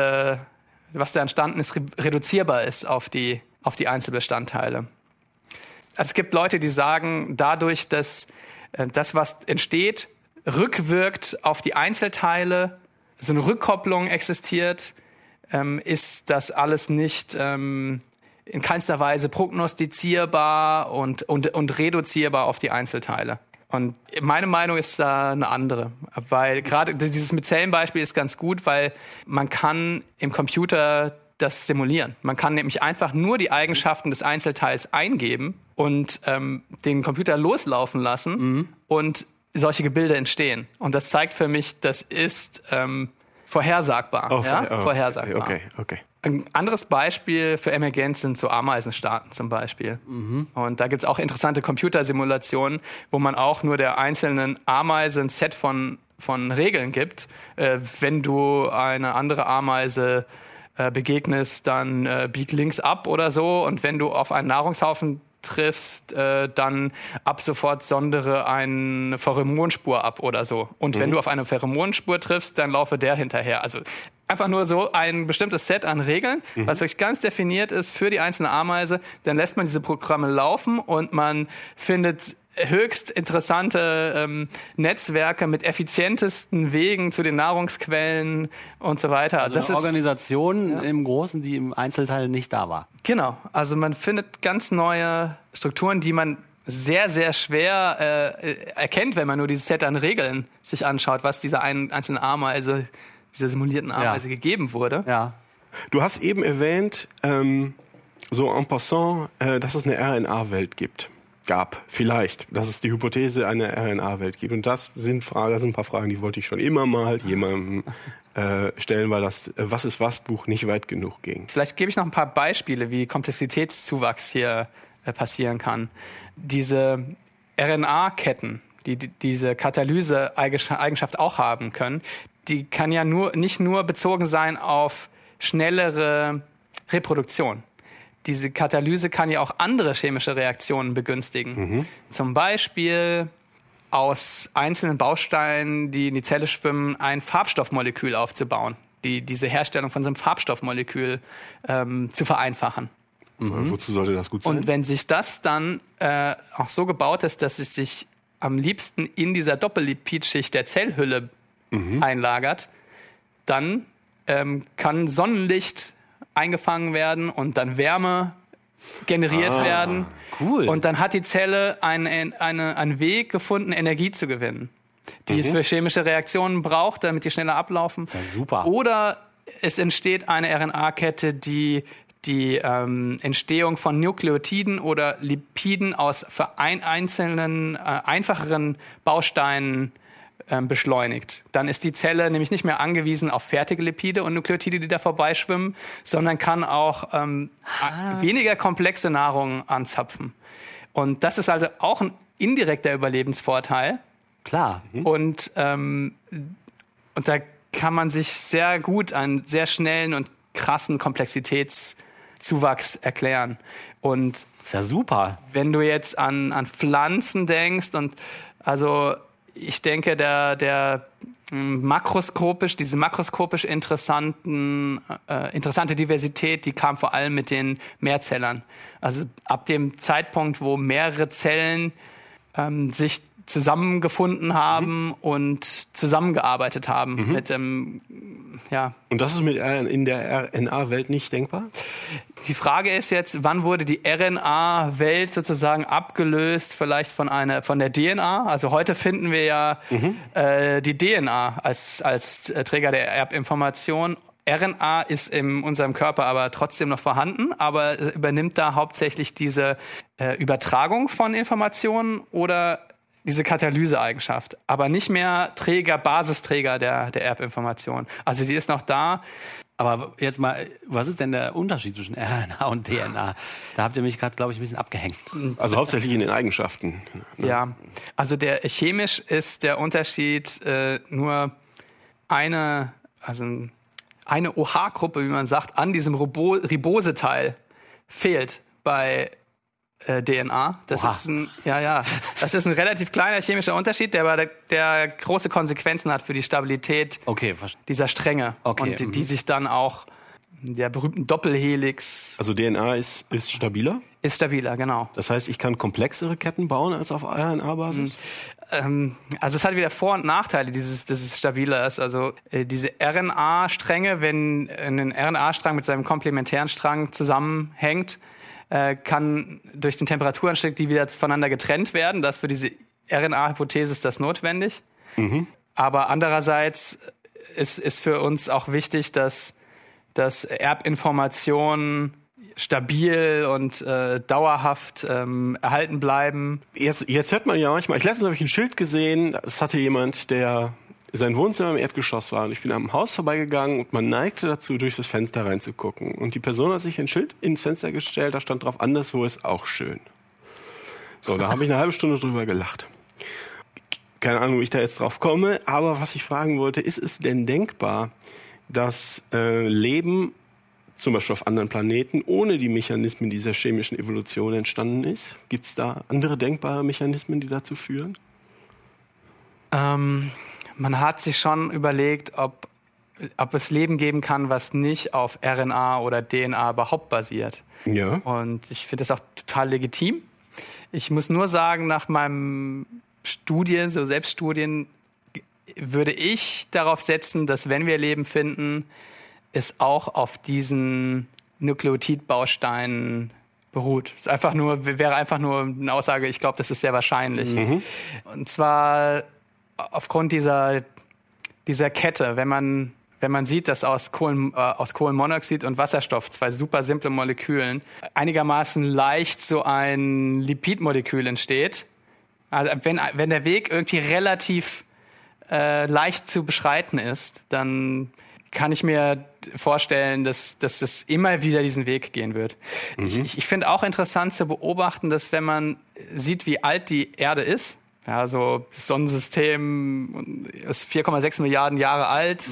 was da entstanden ist, reduzierbar ist auf die Einzelbestandteile. Also es gibt Leute, die sagen, dadurch, dass das, was entsteht, rückwirkt auf die Einzelteile, so eine Rückkopplung existiert, ist das alles nicht in keinster Weise prognostizierbar und reduzierbar auf die Einzelteile. Und meine Meinung ist da eine andere, weil gerade dieses mit Zellenbeispiel ist ganz gut, weil man kann im Computer das simulieren. Man kann nämlich einfach nur die Eigenschaften des Einzelteils eingeben und den Computer loslaufen lassen und solche Gebilde entstehen. Und das zeigt für mich, das ist vorhersagbar. Vorhersagbar. Okay. Ein anderes Beispiel für Emergenz sind so Ameisenstaaten zum Beispiel. Und da gibt es auch interessante Computersimulationen, wo man auch nur der einzelnen Ameise ein Set von Regeln gibt. Wenn du eine andere Ameise begegnest, dann bieg links ab oder so. Und wenn du auf einen Nahrungshaufen triffst, dann ab sofort sondere eine Pheromonspur ab oder so. Und wenn du auf eine Pheromonspur triffst, dann laufe der hinterher. Also einfach nur so ein bestimmtes Set an Regeln, was wirklich ganz definiert ist für die einzelne Ameise. Dann lässt man diese Programme laufen und man findet höchst interessante Netzwerke mit effizientesten Wegen zu den Nahrungsquellen und so weiter. Also das eine Organisation im Großen, die im Einzelteil nicht da war. Genau, also man findet ganz neue Strukturen, die man sehr, sehr schwer erkennt, wenn man nur dieses Set an Regeln sich anschaut, was dieser einzelnen Ameise, dieser simulierten Ameise gegeben wurde. Ja. Du hast eben erwähnt, so en passant, dass es eine RNA-Welt gab, vielleicht, dass es die Hypothese einer RNA-Welt gibt. Und das sind ein paar Fragen, die wollte ich schon immer mal jemandem stellen, weil das Was ist was Buch nicht weit genug ging. Vielleicht gebe ich noch ein paar Beispiele, wie Komplexitätszuwachs hier passieren kann. Diese RNA-Ketten, die diese Katalyse-Eigenschaft auch haben können, die kann ja nicht nur bezogen sein auf schnellere Reproduktion. Diese Katalyse kann ja auch andere chemische Reaktionen begünstigen. Zum Beispiel aus einzelnen Bausteinen, die in die Zelle schwimmen, ein Farbstoffmolekül aufzubauen, diese Herstellung von so einem Farbstoffmolekül zu vereinfachen. Wozu sollte das gut sein? Und wenn sich das dann auch so gebaut ist, dass es sich am liebsten in dieser Doppellipidschicht der Zellhülle einlagert, dann kann Sonnenlicht eingefangen werden und dann Wärme generiert werden. Cool. Und dann hat die Zelle einen Weg gefunden, Energie zu gewinnen, die es für chemische Reaktionen braucht, damit die schneller ablaufen. Das ist ja super. Oder es entsteht eine RNA-Kette, die Entstehung von Nukleotiden oder Lipiden aus einzelnen, einfacheren Bausteinen beschleunigt. Dann ist die Zelle nämlich nicht mehr angewiesen auf fertige Lipide und Nukleotide, die da vorbeischwimmen, sondern kann auch weniger komplexe Nahrung anzapfen. Und das ist also auch ein indirekter Überlebensvorteil. Klar. Und da kann man sich sehr gut einen sehr schnellen und krassen Komplexitätszuwachs erklären. Und ist ja super. Wenn du jetzt an Pflanzen denkst und also ich denke, diese makroskopisch interessante Diversität, die kam vor allem mit den Mehrzellern. Also ab dem Zeitpunkt, wo mehrere Zellen sich zusammengefunden haben und zusammengearbeitet haben mit Und das ist in der RNA-Welt nicht denkbar? Die Frage ist jetzt, wann wurde die RNA-Welt sozusagen abgelöst, vielleicht von der DNA? Also heute finden wir ja die DNA als Träger der Erbinformation. RNA ist in unserem Körper aber trotzdem noch vorhanden, aber übernimmt da hauptsächlich diese Übertragung von Informationen oder diese Katalyseeigenschaft, aber nicht mehr Basisträger der Erbinformation. Also sie ist noch da. Aber jetzt mal, was ist denn der Unterschied zwischen RNA und DNA? Da habt ihr mich gerade, glaube ich, ein bisschen abgehängt. Also hauptsächlich in den Eigenschaften. Ne? Ja, also chemisch ist der Unterschied nur eine OH-Gruppe, wie man sagt, an diesem Riboseteil fehlt bei DNA. Das ist ein relativ kleiner chemischer Unterschied, der aber der große Konsequenzen hat für die Stabilität dieser Stränge. Okay. Und die sich dann auch der berühmten Doppelhelix... Also DNA ist stabiler? Ist stabiler, genau. Das heißt, ich kann komplexere Ketten bauen als auf RNA-Basis? Also es hat wieder Vor- und Nachteile, dass es stabiler ist. Also diese RNA-Stränge, wenn ein RNA-Strang mit seinem komplementären Strang zusammenhängt, kann durch den Temperaturanstieg die wieder voneinander getrennt werden. Das für diese RNA-Hypothese ist das notwendig. Aber andererseits ist für uns auch wichtig, dass Erbinformationen stabil und dauerhaft erhalten bleiben. Jetzt hört man ja manchmal, letztens habe ich ein Schild gesehen, es hatte jemand, der sein Wohnzimmer im Erdgeschoss war und ich bin am Haus vorbeigegangen und man neigte dazu, durch das Fenster reinzugucken. Und die Person hat sich ein Schild ins Fenster gestellt, da stand drauf, anderswo ist auch schön. So, da habe ich eine halbe Stunde drüber gelacht. Keine Ahnung, wie ich da jetzt drauf komme, aber was ich fragen wollte, ist es denn denkbar, dass Leben zum Beispiel auf anderen Planeten ohne die Mechanismen dieser chemischen Evolution entstanden ist? Gibt es da andere denkbare Mechanismen, die dazu führen? Man hat sich schon überlegt, ob es Leben geben kann, was nicht auf RNA oder DNA überhaupt basiert. Ja. Und ich finde das auch total legitim. Ich muss nur sagen, nach meinen Selbststudien, würde ich darauf setzen, dass wenn wir Leben finden, es auch auf diesen Nukleotidbausteinen beruht. Wäre einfach nur eine Aussage, ich glaube, das ist sehr wahrscheinlich. Und zwar aufgrund dieser Kette, wenn man sieht, dass aus Kohlenmonoxid und Wasserstoff, zwei super simple Molekülen, einigermaßen leicht so ein Lipidmolekül entsteht. Also wenn der Weg irgendwie relativ leicht zu beschreiten ist, dann kann ich mir vorstellen, dass es immer wieder diesen Weg gehen wird. Ich finde auch interessant zu beobachten, dass wenn man sieht, wie alt die Erde ist, also das Sonnensystem ist 4,6 Milliarden Jahre alt,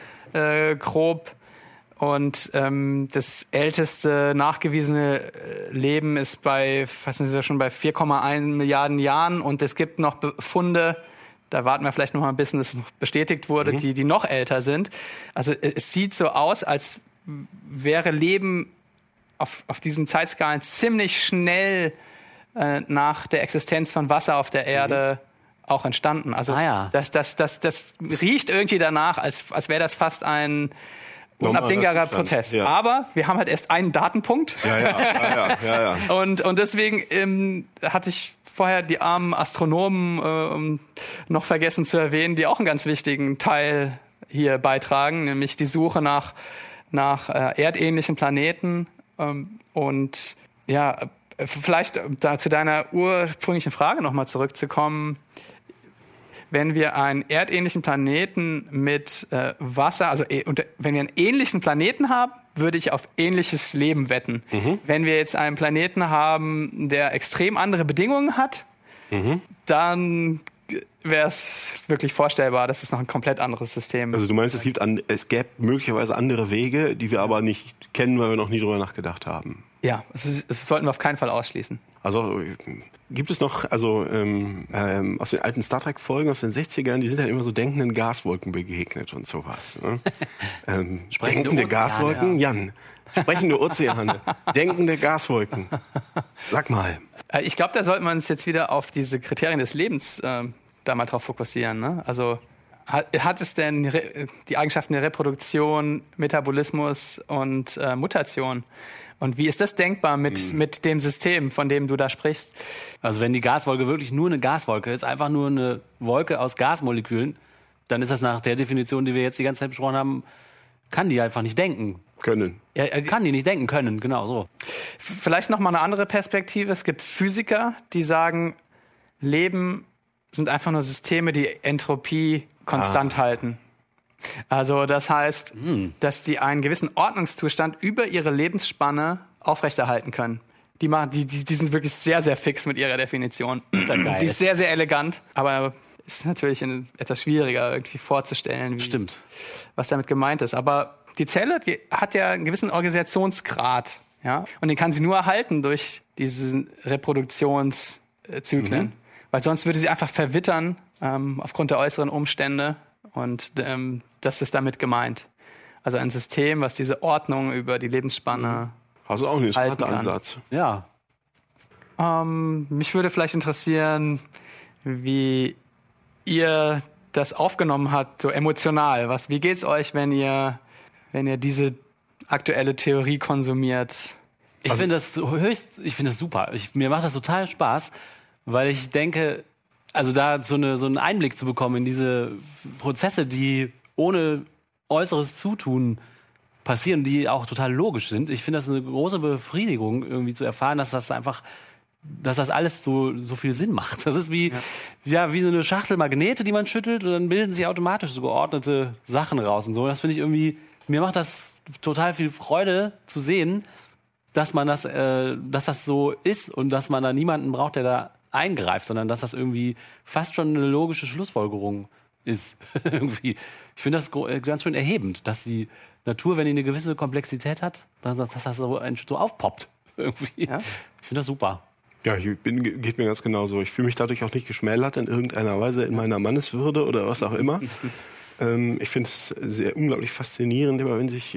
grob. Und das älteste nachgewiesene Leben ist schon bei 4,1 Milliarden Jahren. Und es gibt noch Befunde, da warten wir vielleicht noch mal ein bisschen, dass es noch bestätigt wurde, die noch älter sind. Also es sieht so aus, als wäre Leben auf diesen Zeitskalen ziemlich schnell nach der Existenz von Wasser auf der Erde auch entstanden. Also das riecht irgendwie danach, als wäre das fast ein unabdingbarer Prozess. Ja. Aber wir haben halt erst einen Datenpunkt. Ja. Und deswegen hatte ich vorher die armen Astronomen noch vergessen zu erwähnen, die auch einen ganz wichtigen Teil hier beitragen, nämlich die Suche nach erdähnlichen Planeten. Und ja, vielleicht da zu deiner ursprünglichen Frage nochmal zurückzukommen. Wenn wir einen erdähnlichen Planeten mit Wasser, wenn wir einen ähnlichen Planeten haben, würde ich auf ähnliches Leben wetten. Wenn wir jetzt einen Planeten haben, der extrem andere Bedingungen hat, dann wäre es wirklich vorstellbar, dass es noch ein komplett anderes System ist. Also du meinst, es gäbe möglicherweise andere Wege, die wir aber nicht kennen, weil wir noch nie drüber nachgedacht haben? Ja, das sollten wir auf keinen Fall ausschließen. Also gibt es noch, aus den alten Star Trek-Folgen aus den 60ern, die sind ja immer so denkenden Gaswolken begegnet und sowas. Ne? Denkende Gaswolken? Ja. Jan, sprechende Ozeane, denkende Gaswolken. Sag mal. Ich glaube, da sollte man uns jetzt wieder auf diese Kriterien des Lebens da mal drauf fokussieren. Ne? Also hat es denn die Eigenschaften der Reproduktion, Metabolismus und Mutation? Und wie ist das denkbar mit dem System, von dem du da sprichst? Also wenn die Gaswolke wirklich nur eine Gaswolke ist, einfach nur eine Wolke aus Gasmolekülen, dann ist das nach der Definition, die wir jetzt die ganze Zeit besprochen haben, kann die einfach nicht denken. Können. Ja, kann die nicht denken können, genau so. Vielleicht noch mal eine andere Perspektive. Es gibt Physiker, die sagen, Leben sind einfach nur Systeme, die Entropie konstant halten. Also das heißt, dass die einen gewissen Ordnungszustand über ihre Lebensspanne aufrechterhalten können. Die sind wirklich sehr, sehr fix mit ihrer Definition. Die ist sehr, sehr elegant, aber ist natürlich etwas schwieriger irgendwie vorzustellen, was damit gemeint ist. Aber die Zelle, die hat ja einen gewissen Organisationsgrad, ja, und den kann sie nur erhalten durch diese Reproduktionszyklen, weil sonst würde sie einfach verwittern aufgrund der äußeren Umstände, und das ist damit gemeint. Also ein System, was diese Ordnung über die Lebensspanne Also auch nicht ein Ansatz. Ja. Mich würde vielleicht interessieren, wie ihr das aufgenommen habt, so emotional. Wie geht's euch, wenn ihr diese aktuelle Theorie konsumiert? Ich finde das super. Mir macht das total Spaß, weil ich denke, also da so einen Einblick zu bekommen in diese Prozesse, die ohne äußeres Zutun passieren, die auch total logisch sind. Ich finde das eine große Befriedigung, irgendwie zu erfahren, dass das alles so viel Sinn macht. Das ist wie so eine Schachtel Magnete, die man schüttelt, und dann bilden sich automatisch so geordnete Sachen raus und so. Das finde ich irgendwie, mir macht das total viel Freude zu sehen, dass das so ist und dass man da niemanden braucht, der da eingreift, sondern dass das irgendwie fast schon eine logische Schlussfolgerung ist. Irgendwie. Ich finde das ganz schön erhebend, dass die Natur, wenn die eine gewisse Komplexität hat, dass das so aufpoppt. Irgendwie. Ja? Ich finde das super. Ja, geht mir ganz genauso. Ich fühle mich dadurch auch nicht geschmälert in irgendeiner Weise in meiner Manneswürde oder was auch immer. Ich finde es sehr unglaublich faszinierend, immer wenn sich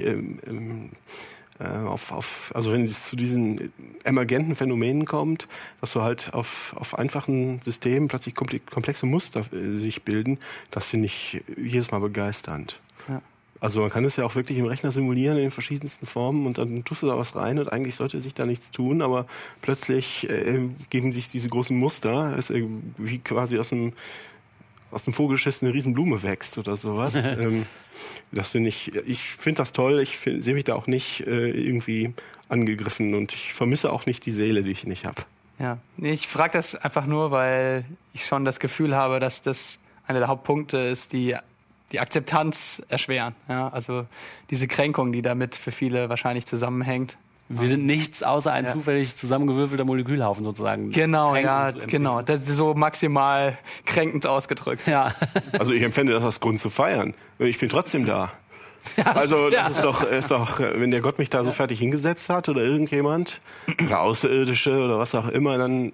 wenn es zu diesen emergenten Phänomenen kommt, dass so halt auf einfachen Systemen plötzlich komplexe Muster sich bilden. Das finde ich jedes Mal begeisternd. Ja. Also man kann es ja auch wirklich im Rechner simulieren in den verschiedensten Formen, und dann tust du da was rein und eigentlich sollte sich da nichts tun, aber plötzlich geben sich diese großen Muster, wie quasi aus dem Vogelschiss eine Riesenblume wächst oder sowas. Das finde ich finde das toll. Ich sehe mich da auch nicht irgendwie angegriffen, und ich vermisse auch nicht die Seele, die ich nicht habe. Ja, ich frage das einfach nur, weil ich schon das Gefühl habe, dass das einer der Hauptpunkte ist, die Akzeptanz erschweren. Ja, also diese Kränkung, die damit für viele wahrscheinlich zusammenhängt. Wir sind nichts außer ein zufällig zusammengewürfelter Molekülhaufen sozusagen. Genau, genau. Das ist so maximal kränkend ausgedrückt. Ja. Also ich empfinde das als Grund zu feiern. Ich bin trotzdem da. Ja, also das ist doch, wenn der Gott mich da so fertig hingesetzt hat oder irgendjemand oder Außerirdische oder was auch immer, dann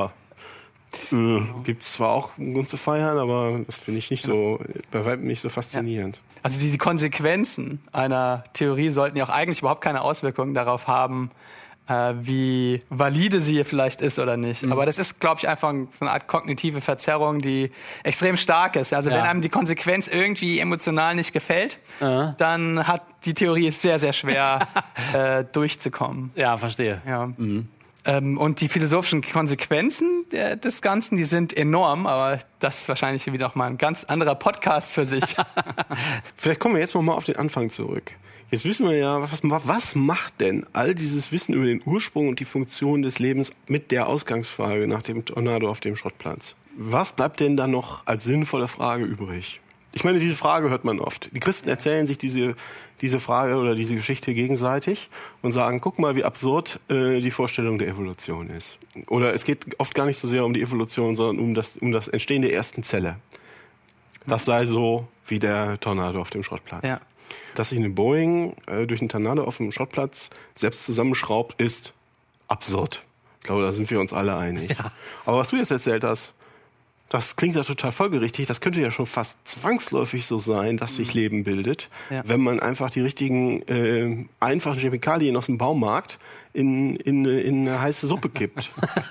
gibt es zwar auch einen Grund zu feiern, aber das finde ich bei weitem nicht so faszinierend. Ja. Also die Konsequenzen einer Theorie sollten ja auch eigentlich überhaupt keine Auswirkungen darauf haben, wie valide sie vielleicht ist oder nicht. Aber das ist, glaube ich, einfach so eine Art kognitive Verzerrung, die extrem stark ist. Also wenn einem die Konsequenz irgendwie emotional nicht gefällt, dann hat die Theorie es sehr, sehr schwer durchzukommen. Ja, verstehe. Ja. Und die philosophischen Konsequenzen des Ganzen, die sind enorm, aber das ist wahrscheinlich wieder auch mal ein ganz anderer Podcast für sich. Vielleicht kommen wir jetzt mal auf den Anfang zurück. Jetzt wissen wir ja, was macht denn all dieses Wissen über den Ursprung und die Funktion des Lebens mit der Ausgangsfrage nach dem Tornado auf dem Schrottplatz? Was bleibt denn da noch als sinnvolle Frage übrig? Ich meine, diese Frage hört man oft. Die Christen erzählen sich diese Frage oder diese Geschichte gegenseitig und sagen, guck mal, wie absurd die Vorstellung der Evolution ist. Oder es geht oft gar nicht so sehr um die Evolution, sondern um das Entstehen der ersten Zelle. Das sei so wie der Tornado auf dem Schrottplatz. Ja. Dass sich eine Boeing durch einen Tornado auf dem Schrottplatz selbst zusammenschraubt, ist absurd. Ich glaube, da sind wir uns alle einig. Ja. Aber was du jetzt erzählt hast, das klingt ja total folgerichtig. Das könnte ja schon fast zwangsläufig so sein, dass sich Leben bildet, wenn man einfach die richtigen einfachen Chemikalien aus dem Baumarkt in eine heiße Suppe kippt.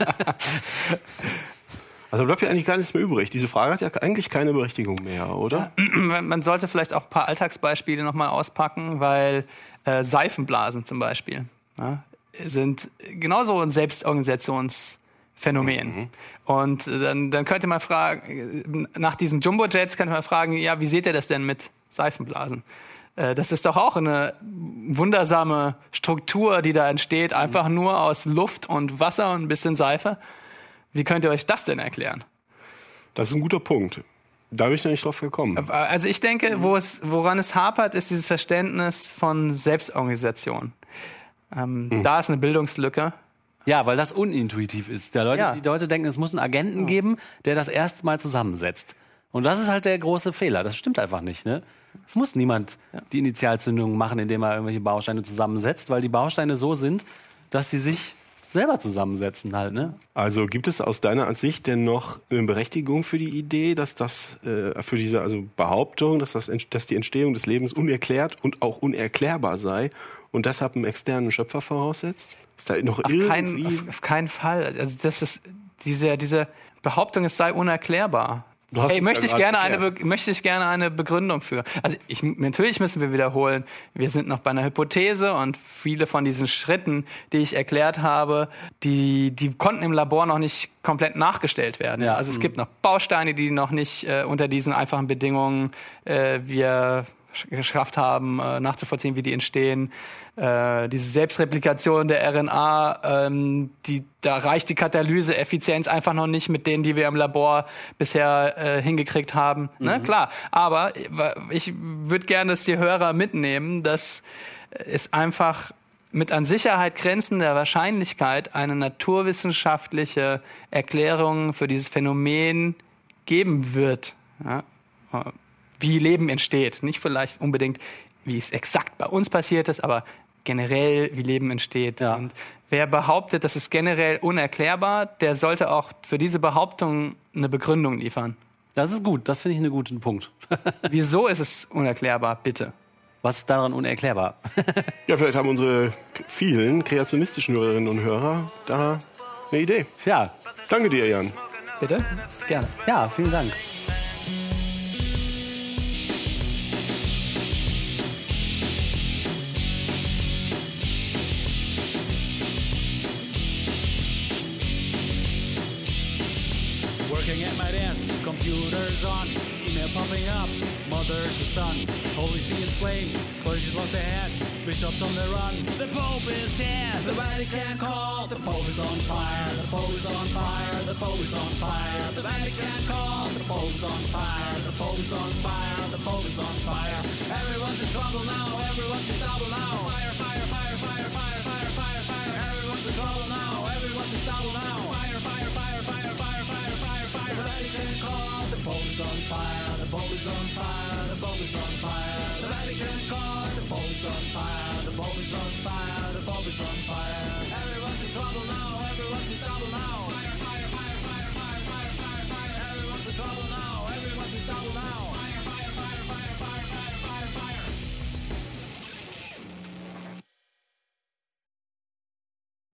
Also bleibt ja eigentlich gar nichts mehr übrig. Diese Frage hat ja eigentlich keine Berechtigung mehr, oder? Ja, man sollte vielleicht auch ein paar Alltagsbeispiele nochmal auspacken, weil Seifenblasen zum Beispiel sind genauso ein Selbstorganisationsphänomen. Und dann könnte man fragen, nach diesen Jumbo-Jets könnte man fragen, ja, wie seht ihr das denn mit Seifenblasen? Das ist doch auch eine wundersame Struktur, die da entsteht, einfach nur aus Luft und Wasser und ein bisschen Seife. Wie könnt ihr euch das denn erklären? Das ist ein guter Punkt. Da bin ich noch nicht drauf gekommen. Also ich denke, woran es hapert, ist dieses Verständnis von Selbstorganisation. Da ist eine Bildungslücke. Ja, weil das unintuitiv ist. Die Leute denken, es muss einen Agenten geben, der das erste Mal zusammensetzt. Und das ist halt der große Fehler. Das stimmt einfach nicht, ne? Es muss niemand die Initialzündung machen, indem er irgendwelche Bausteine zusammensetzt, weil die Bausteine so sind, dass sie sich selber zusammensetzen halt, ne? Also gibt es aus deiner Ansicht denn noch eine Berechtigung für die Idee, dass das für diese Behauptung, dass die Entstehung des Lebens unerklärt und auch unerklärbar sei und deshalb einen externen Schöpfer voraussetzt? Ist da noch auf keinen Fall. Also das ist diese Behauptung, es sei unerklärbar. Möchte ich gerne eine Begründung für. Also natürlich müssen wir wiederholen, wir sind noch bei einer Hypothese und viele von diesen Schritten, die ich erklärt habe, die konnten im Labor noch nicht komplett nachgestellt werden. Ja. Also es gibt noch Bausteine, die noch nicht unter diesen einfachen Bedingungen wir geschafft haben, nachzuvollziehen, wie die entstehen. Diese Selbstreplikation der RNA, da reicht die Katalyse-Effizienz einfach noch nicht mit denen, die wir im Labor bisher hingekriegt haben. Ne? Klar, aber ich würde gerne, dass die Hörer mitnehmen, dass es einfach mit an Sicherheit grenzender Wahrscheinlichkeit eine naturwissenschaftliche Erklärung für dieses Phänomen geben wird. Ja? Wie Leben entsteht. Nicht vielleicht unbedingt, wie es exakt bei uns passiert ist, aber generell, wie Leben entsteht. Ja. Und wer behauptet, das ist generell unerklärbar, der sollte auch für diese Behauptung eine Begründung liefern. Das ist gut, das finde ich einen guten Punkt. Wieso ist es unerklärbar, bitte? Was ist daran unerklärbar? Ja, vielleicht haben unsere vielen kreationistischen Hörerinnen und Hörer da eine Idee. Ja. Danke dir, Jan. Bitte? Gerne. Ja, vielen Dank. Working at my desk, computers on, email popping up, mother to son, holy see in flames, clergy's lost their head, bishops on the run, the Pope is dead, the Vatican call, the Pope is on fire, the Pope is on fire, the Pope is on fire, the Vatican call, the Pope is on fire, the Pope is on fire, the Pope is on fire, everyone's in trouble now, everyone's in trouble now, fire, fire, fire, fire, fire, fire, fire, fire, everyone's in trouble now, everyone's in trouble now, fire, fire, fire, fire, fire, fire, fire, fire, the Vatican call, the Pope is on fire, the Pope is on fire, the Pope is on fire, the Vatican call, the Pope is on fire, the Pope is on fire, the Pope is on fire, everyone's in trouble now, everyone's in trouble now, fire.